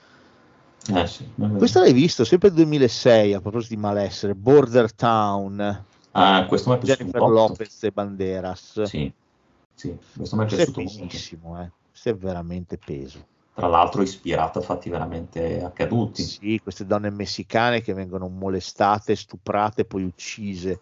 Eh sì, è vero. Questo l'hai visto, sempre del duemilasei, a proposito di malessere, Border Town, Ah, questo mi è piaciuto Jennifer molto. Lopez e Banderas. Sì, sì, questo mi è Questo è piaciuto molto. pesissimo, eh. Questo è veramente peso. Tra l'altro ispirato a fatti veramente accaduti. Sì, queste donne messicane che vengono molestate, stuprate, poi uccise.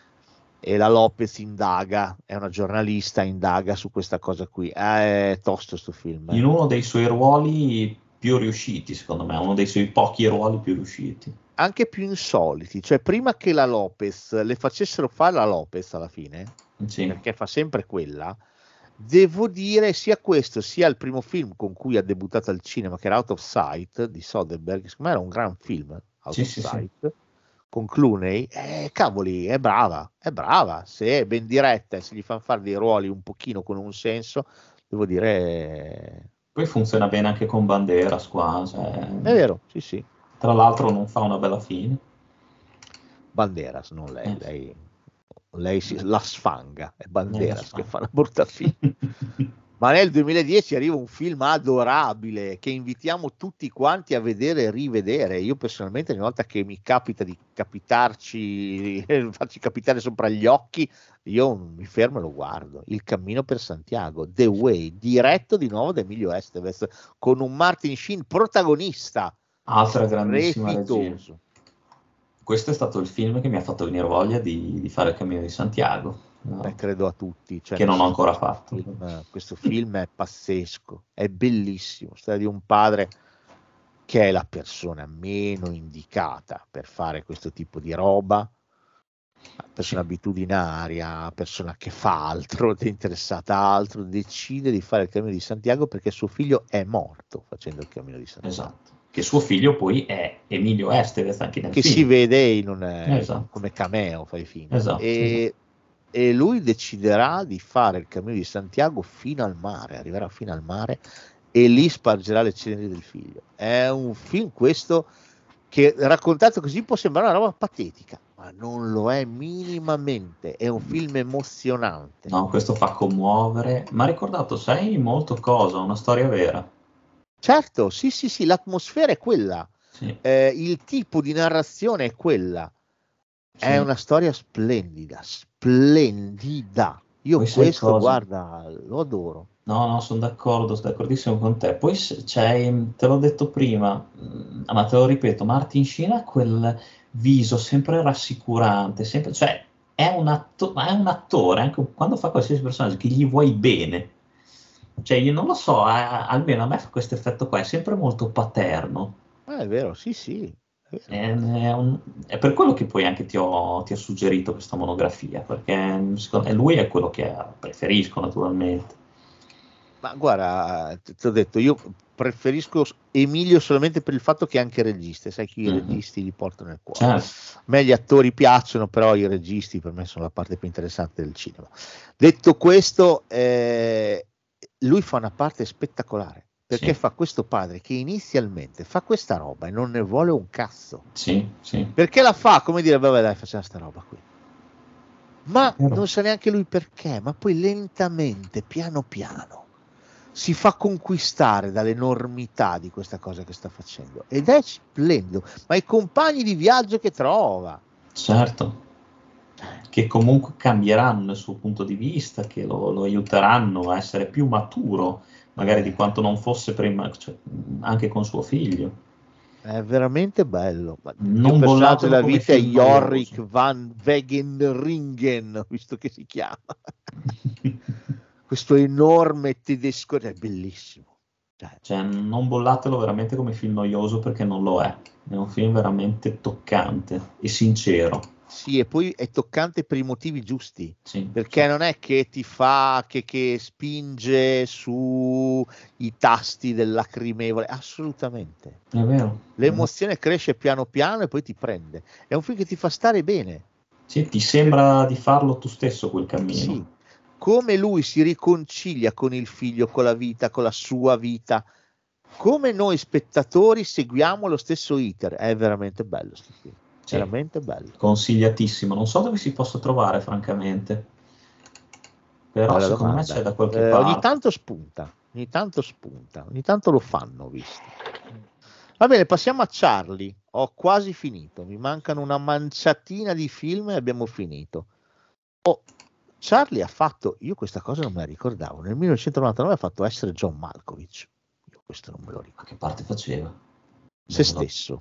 E la Lopez indaga, è una giornalista, indaga su questa cosa qui. Eh, È tosto sto film. eh. In uno dei suoi ruoli più riusciti, secondo me, uno dei suoi pochi ruoli più riusciti. Anche più insoliti, cioè prima che la Lopez le facessero fare la Lopez alla fine, Sì, perché fa sempre quella, devo dire sia questo sia il primo film con cui ha debuttato al cinema, che era Out of Sight di Soderbergh, che secondo me era un gran film, Out Sì, of sì, sì. Sight, con Clooney, eh, cavoli, è brava, è brava, se è ben diretta e se gli fanno fare dei ruoli un pochino con un senso, devo dire, Poi funziona bene anche con Banderas qua, cioè, è vero, sì sì, tra l'altro non fa una bella fine. Banderas, non lei, Eh. lei, lei si, la sfanga, è Eh, la Banderas che sfanga. fa la brutta fine. Ma nel duemiladieci arriva un film adorabile che invitiamo tutti quanti a vedere e rivedere. Io personalmente ogni volta che mi capita di capitarci, farci capitare sopra gli occhi, io mi fermo e lo guardo. Il cammino per Santiago, The Way, diretto di nuovo da Emilio Estevez, con un Martin Sheen protagonista. Altra grandissima regia. Strepitoso. Questo è stato il film che mi ha fatto venire voglia di, di fare il Cammino di Santiago, no? Beh, credo a tutti. Cioè, Che non ho nel ancora senso, fatto. questo film- questo film è pazzesco, è bellissimo. Storia di un padre che è la persona meno indicata per fare questo tipo di roba, persona Sì. abitudinaria, persona che fa altro, è interessata a altro, decide di fare il Cammino di Santiago perché suo figlio è morto facendo il Cammino di Santiago. Esatto. Che suo figlio poi è Emilio Estevez anche nel Che film. si vede in un, eh, Esatto. come cameo, fai finta. Esatto, e, e lui deciderà di fare il Cammino di Santiago fino al mare, arriverà fino al mare e lì spargerà le ceneri del figlio. È un film questo che raccontato così può sembrare una roba patetica, ma non lo è minimamente, è un film emozionante. No, questo fa commuovere, ma ha ricordato, sai, molto cosa, una storia vera. Certo, sì, sì, sì, l'atmosfera è quella, Sì, eh, il tipo di narrazione è quella. È sì. una storia splendida, splendida. Io Poi sai questo, cosa? guarda, lo adoro. No, no, sono d'accordo, sono d'accordissimo con te. Poi s- c'è, te l'ho detto prima, mm, ma te lo ripeto, Martin Sheen ha quel viso sempre rassicurante, sempre, cioè è un, atto- è un attore, anche quando fa qualsiasi personaggio, che gli vuoi bene. Cioè, io non lo so, a- almeno a me fa questo effetto qua, è sempre molto paterno. Eh, è vero, sì, sì. È vero. È, è un- è per quello che poi anche ti ho, ti ho suggerito questa monografia, perché secondo- e lui è quello che preferisco naturalmente. Ma guarda, ti ti ho detto, io preferisco Emilio solamente per il fatto che è anche regista, sai che i Mhm. registi li portano nel cuore. Certo. A me gli attori piacciono, però i registi per me sono la parte più interessante del cinema. Detto questo, eh, lui fa una parte spettacolare, perché Sì. fa questo padre che inizialmente fa questa roba e non ne vuole un cazzo. Sì, sì. Perché la fa come dire, vabbè dai, facciamo sta roba qui. Ma Vero. non sa neanche lui perché, ma poi lentamente, piano piano, si fa conquistare dall'enormità di questa cosa che sta facendo. Ed è splendido, ma i compagni di viaggio che trova. Certo, che comunque cambieranno il suo punto di vista, che lo, lo aiuteranno a essere più maturo, magari di quanto non fosse prima, cioè, anche con suo figlio. È veramente bello. Ma il Non mio personaggio bollatelo della come vita è film Jorrik noioso. van Wegenringen, visto che si chiama. Questo enorme tedesco, è bellissimo. Cioè, Cioè, non bollatelo veramente come film noioso, perché non lo è. È un film veramente toccante e sincero. sì, e poi è toccante per i motivi giusti. Sì, Perché sì. non è che ti fa, che, che spinge sui tasti del lacrimevole, assolutamente. È vero. L'emozione cresce piano piano e poi ti prende. È un film che ti fa stare bene. Sì, ti sembra di farlo tu stesso quel cammino. Sì, come lui si riconcilia con il figlio, con la vita, con la sua vita, come noi spettatori seguiamo lo stesso iter. È veramente bello sto film, Sì. veramente bello. Consigliatissimo, non so dove si possa trovare francamente, però Bella secondo domanda. me c'è da qualche Eh, parte. ogni tanto spunta, ogni tanto spunta, ogni tanto lo fanno, ho visto. Va bene, passiamo a Charlie. Ho quasi finito, mi mancano una manciatina di film e abbiamo finito. Oh, Charlie ha fatto, io questa cosa non me la ricordavo, nel millenovecentonovantanove ha fatto Essere John Malkovich. Io questo non me lo ricordo. A che parte faceva? Se Non me lo- stesso.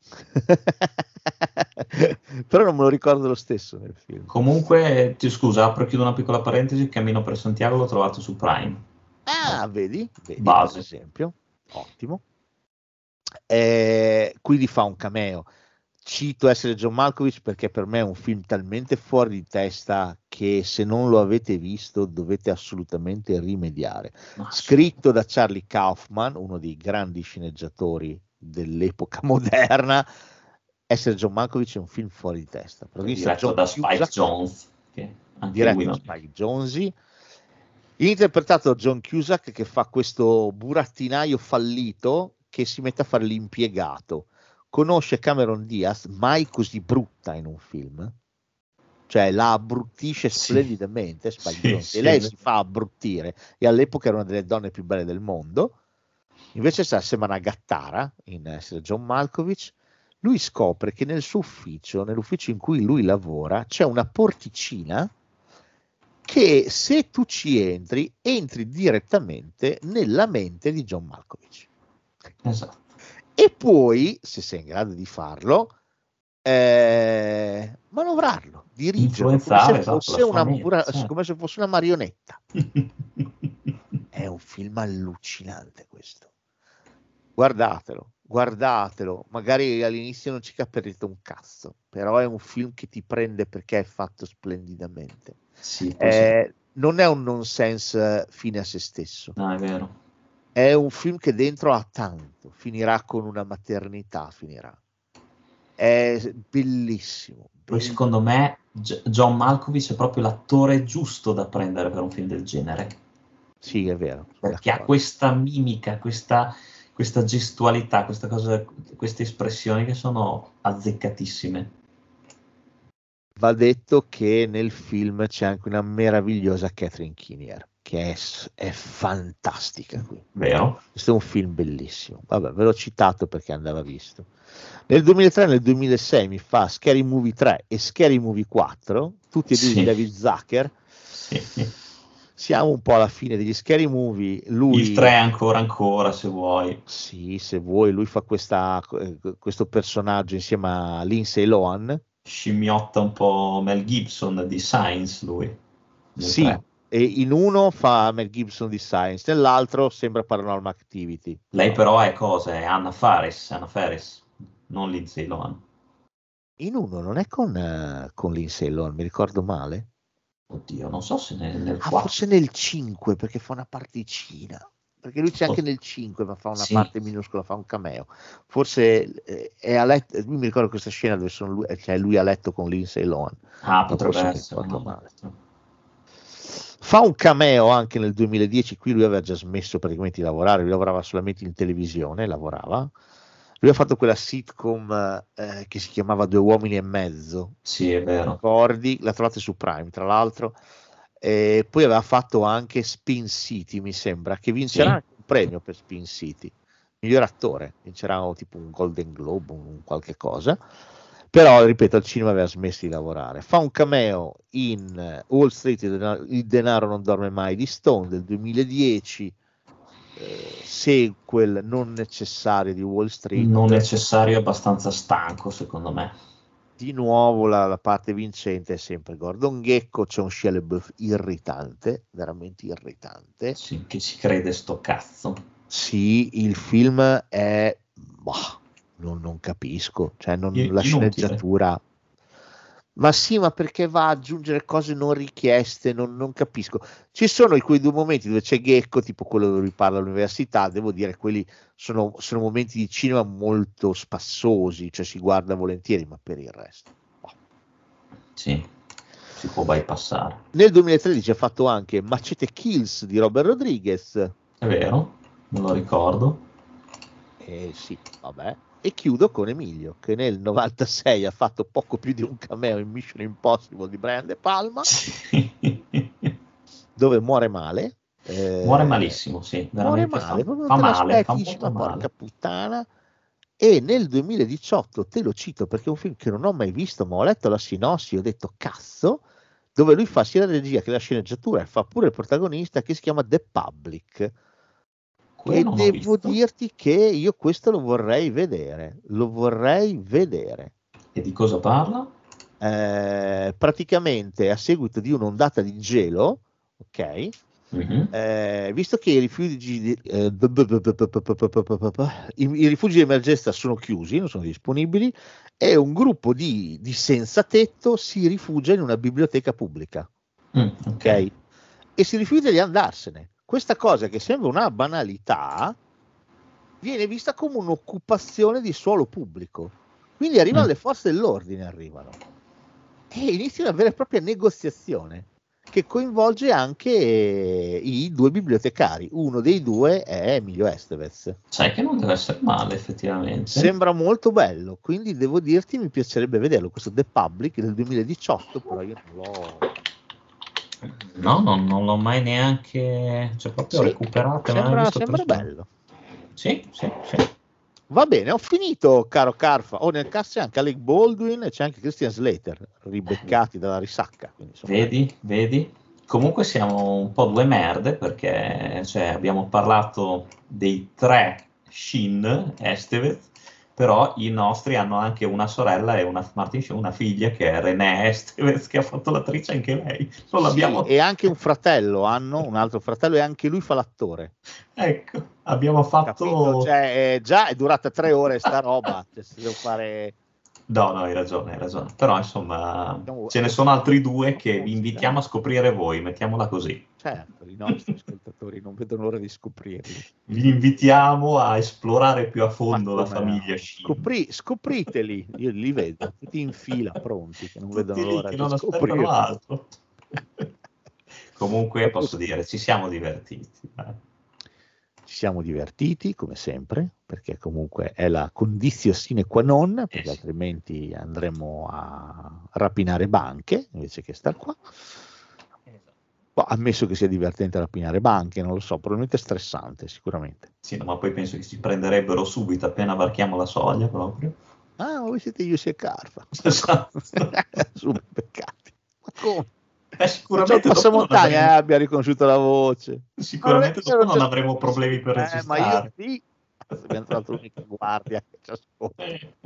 Però non me lo ricordo lo stesso nel film. Comunque, ti scusa, apro e chiudo una piccola parentesi, Cammino per Santiago l'ho trovato su Prime. Ah, vedi, vedi Base. per esempio, ottimo. Eh, quindi fa un cameo. Cito Essere John Malkovich perché per me è un film talmente fuori di testa che se non lo avete visto dovete assolutamente rimediare. Ma- Scritto da Charlie Kaufman, uno dei grandi sceneggiatori dell'epoca moderna. Essere John Malkovich è un film fuori di testa. Protagonista diretto John da Spike Cusack, Jonze, che anche diretto lui da non- Spike Jonze, interpretato da John Cusack, che fa questo burattinaio fallito che si mette a fare l'impiegato. Conosce Cameron Diaz, mai così brutta in un film, cioè la abbruttisce Sì. splendidamente, Spike Sì, Jonze, sì. e lei si fa abbruttire, e all'epoca era una delle donne più belle del mondo. Invece sta sembra una gattara in Essere John Malkovich. Lui scopre che nel suo ufficio, nell'ufficio in cui lui lavora, c'è una porticina che se tu ci entri, entri direttamente nella mente di John Malkovich. Esatto. E puoi, se sei in grado di farlo, eh, manovrarlo, dirigerlo, come Influenzare, se, esatto, fosse la una, sua mente, pura- certo. come se fosse una marionetta. È un film allucinante questo. Guardatelo, guardatelo. Magari all'inizio non ci capirete un cazzo, però è un film che ti prende perché è fatto splendidamente. Sì, poi Eh, non è un nonsense fine a se stesso. sì. No, è vero. È un film che dentro ha tanto. Finirà con una maternità, finirà. È bellissimo. Poi bellissimo. secondo me G- John Malkovich è proprio l'attore giusto da prendere per un film del genere, Sì, è vero. sono perché ha d'accordo. questa mimica, questa, questa gestualità, questa cosa, queste espressioni che sono azzeccatissime. Va detto che nel film c'è anche una meravigliosa Catherine Keener, che è, è fantastica qui. Vero? Questo è un film bellissimo. Vabbè, ve l'ho citato perché andava visto. Nel duemilatré e nel duemilasei mi fa Scary Movie tre e Scary Movie quattro, tutti e due Sì. di David Zucker. Sì. Siamo un po' alla fine degli Scary Movie. Lui, Il tre ancora ancora, se vuoi. sì, se vuoi, lui fa questa, eh, questo personaggio insieme a Lindsay Lohan. Scimmiotta un po' Mel Gibson di Science, lui. Nel Sì, tre. e in uno fa Mel Gibson di Science, nell'altro sembra Paranormal Activity. Lei però è cosa? È Anna Faris, Anna Faris, non Lindsay Lohan. In uno non è con, eh, con Lindsay Lohan, mi ricordo male? Oddio, non so se nel, nel Ah, quattro. forse nel cinque, perché fa una particina. Perché lui c'è anche nel cinque, ma fa una Sì. parte minuscola, fa un cameo. Forse eh, è a letto, mi ricordo questa scena dove sono lui, cioè lui a letto con Lindsay Lohan. Ah, Ma potrebbe forse mi essere. ricordo no? male. Fa un cameo anche nel duemiladieci, qui lui aveva già smesso praticamente di lavorare, lui lavorava solamente in televisione, lavorava. Lui ha fatto quella sitcom eh, che si chiamava Due uomini e mezzo, Sì, è vero. ricordi? La trovate su Prime, tra l'altro. E poi aveva fatto anche Spin City, mi sembra, che vincerà Sì. anche un premio per Spin City. Miglior attore, vincerà tipo un Golden Globe, un qualche cosa. Però, ripeto, al cinema aveva smesso di lavorare. Fa un cameo in eh, Wall Street, il denaro, il denaro non dorme mai di Stone del duemiladieci, eh, sequel non necessario di Wall Street. Non necessario, abbastanza stanco, secondo me. Di nuovo la, la parte vincente è sempre Gordon Gekko, c'è un Shia LaBeouf irritante, veramente irritante. Sì, che ci crede sto cazzo. Sì, il film è... Bah, non, non capisco, cioè non, I- la inutile. sceneggiatura... Ma sì, ma perché va ad aggiungere cose non richieste, non, non capisco. Ci sono quei due momenti dove c'è Gekko, tipo quello dove lui parla all'università, devo dire, quelli sono, sono momenti di cinema molto spassosi, cioè si guarda volentieri, ma per il resto... boh. Sì, si può bypassare. Nel duemilatredici ha fatto anche Machete Kills di Robert Rodriguez. È vero, me lo ricordo. Eh sì, vabbè. E chiudo con Emilio, che nel novantasei ha fatto poco più di un cameo in Mission Impossible di Brian De Palma, Sì. dove muore male. Eh, Muore malissimo, sì, muore veramente male, fa, proprio fa non te male, fa l'aspetti, dici, molto ma male. porca puttana. E nel duemiladiciotto, te lo cito perché è un film che non ho mai visto, ma ho letto la sinossi e ho detto cazzo, dove lui fa sia la regia che la sceneggiatura e fa pure il protagonista, che si chiama The Public. Quello E non ho devo visto. dirti che io questo lo vorrei vedere, lo vorrei vedere. E di cosa parla? Eh, praticamente a seguito di un'ondata di gelo, ok? Mhm. Eh, visto che i rifugi di, eh, b- b- b- b- b- b- b- b- b- b- i, i rifugi di emergenza sono chiusi, non sono disponibili, e un gruppo di, di senza tetto si rifugia in una biblioteca pubblica, Mm, ok? ok. E si rifiuta di andarsene. Questa cosa, che sembra una banalità, viene vista come un'occupazione di suolo pubblico. Quindi arrivano Mm. le forze dell'ordine, arrivano e iniziano una vera e propria negoziazione che coinvolge anche i due bibliotecari. Uno dei due è Emilio Estevez. Sai che non deve essere male, effettivamente. Sembra molto bello, quindi devo dirti mi piacerebbe vederlo. Questo The Public del duemiladiciotto, però io non l'ho... No, non, non l'ho mai neanche, cioè proprio Sì, recuperato. non ho sembra, visto sembra questo. bello. Sì, sì, sì. Va bene, ho finito, caro Carfa. Oh, nel cast c'è anche Alec Baldwin e c'è anche Christian Slater, ribeccati dalla risacca. Quindi, insomma, Vedi, vedi? Comunque siamo un po' due merde perché cioè, abbiamo parlato dei tre Shin Estevez, però i nostri hanno anche una sorella e una, Martin Sheen, una figlia che è Renée Estevez, che ha fatto l'attrice anche lei. Non l'abbiamo... sì, e anche un fratello hanno, un altro fratello, e anche lui fa l'attore. Ecco, abbiamo fatto... Capito? Cioè, è, già è durata tre ore sta roba. Cioè, se devo fare... No, no, hai ragione, hai ragione. Però insomma, Diciamo, ce ne sono altri due che vi invitiamo a scoprire voi, mettiamola così. Certo, i nostri ascoltatori non vedono l'ora di scoprirli. Vi invitiamo a esplorare più a fondo Ma la come famiglia no? Shin. Scopri- scopriteli, io li vedo tutti in fila, pronti, che non Tutti vedono lì l'ora che di non aspettano scoprirli. altro. Comunque posso dire, ci siamo divertiti. eh. Ci siamo divertiti come sempre, perché comunque è la condizio sine qua non, perché Eh sì. altrimenti andremo a rapinare banche invece che star qua. Boh, ammesso che sia divertente rapinare banche, non lo so, probabilmente stressante sicuramente. Sì, no, ma poi penso che ci prenderebbero subito appena varchiamo la soglia proprio. Ah, voi siete io e Carfa. Esatto. Super peccati. Ma come? Eh, sicuramente il dopo non passamontagna avremo- eh, abbia riconosciuto la voce. Sicuramente Ma non è dopo che non c'è- avremo problemi per eh, registrare. ma io sì. Abbiamo trovato l'unica guardia che ci ascolta.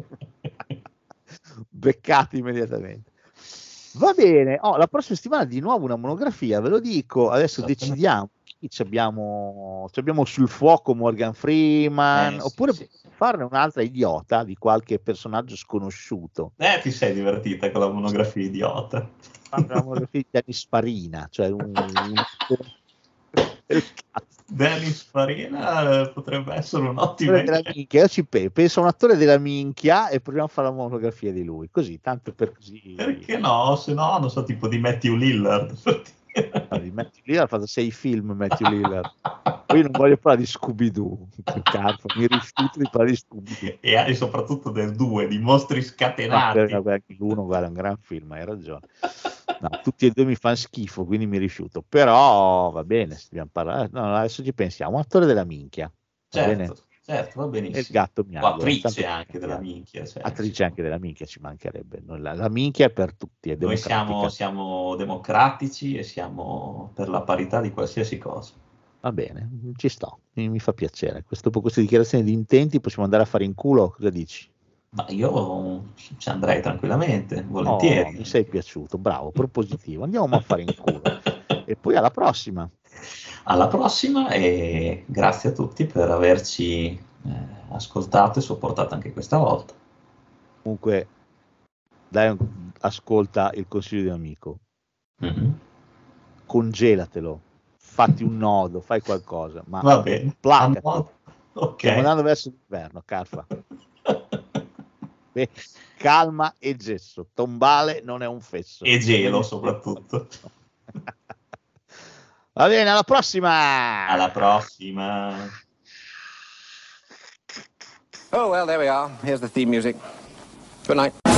Beccati immediatamente. Va bene, oh, la prossima settimana di nuovo una monografia, ve lo dico, adesso Esattamente. decidiamo chi ci abbiamo, ci abbiamo sul fuoco Morgan Freeman, Eh, sì, oppure sì, sì. farne un'altra idiota di qualche personaggio sconosciuto. Eh, ti sei divertita con la monografia idiota. Farne una monografia di Dennis Farina, cioè un... un... del cazzo. Dennis Farina eh, potrebbe essere un'ottima Attore della idea. minchia, io ci pe- penso a un attore della minchia e proviamo a fare la monografia di lui, così, tanto per così. Perché no? Se no, non so, tipo di Matthew Lillard. per dire. No, di Matthew Lillard ha fatto sei film, Matthew Lillard. Poi io non voglio parlare di Scooby-Doo, che cazzo, mi rifiuto di parlare di Scooby-Doo. E hai soprattutto del due, di mostri No, scatenati. per- per- l'uno, guarda, è un gran film, hai ragione. No, tutti e due mi fanno schifo, quindi mi rifiuto. Però va bene, se dobbiamo parlare. No, adesso ci pensiamo. Un attore della minchia, va bene? Certo, certo, va benissimo. E il gatto mi O augura, attrice tanto- anche della minchia. Cioè, Attrice sì. anche della minchia, ci mancherebbe. No, La, la minchia è per tutti, è Noi democratica. siamo, siamo democratici e siamo per la parità di qualsiasi cosa. Va bene, ci sto, mi, mi fa piacere. Questo, dopo queste dichiarazioni di intenti possiamo andare a fare in culo, cosa dici? Ma io ci andrei tranquillamente, Oh, volentieri. mi sei piaciuto, bravo, propositivo. Andiamo a fare in culo. E poi alla prossima. Alla prossima e grazie a tutti per averci eh, ascoltato e sopportato anche questa volta. Comunque, dai, un- ascolta il consiglio di un amico. Mhm. Congelatelo, fatti un nodo, fai qualcosa. Ma Va bene. placati. Ok. Stiamo andando verso l'inverno, Carfa. Beh, calma e gesso, tombale non è un fesso. E gelo soprattutto. Va bene, alla prossima! Alla prossima! Oh, well, there we are. Here's the theme music. Good night.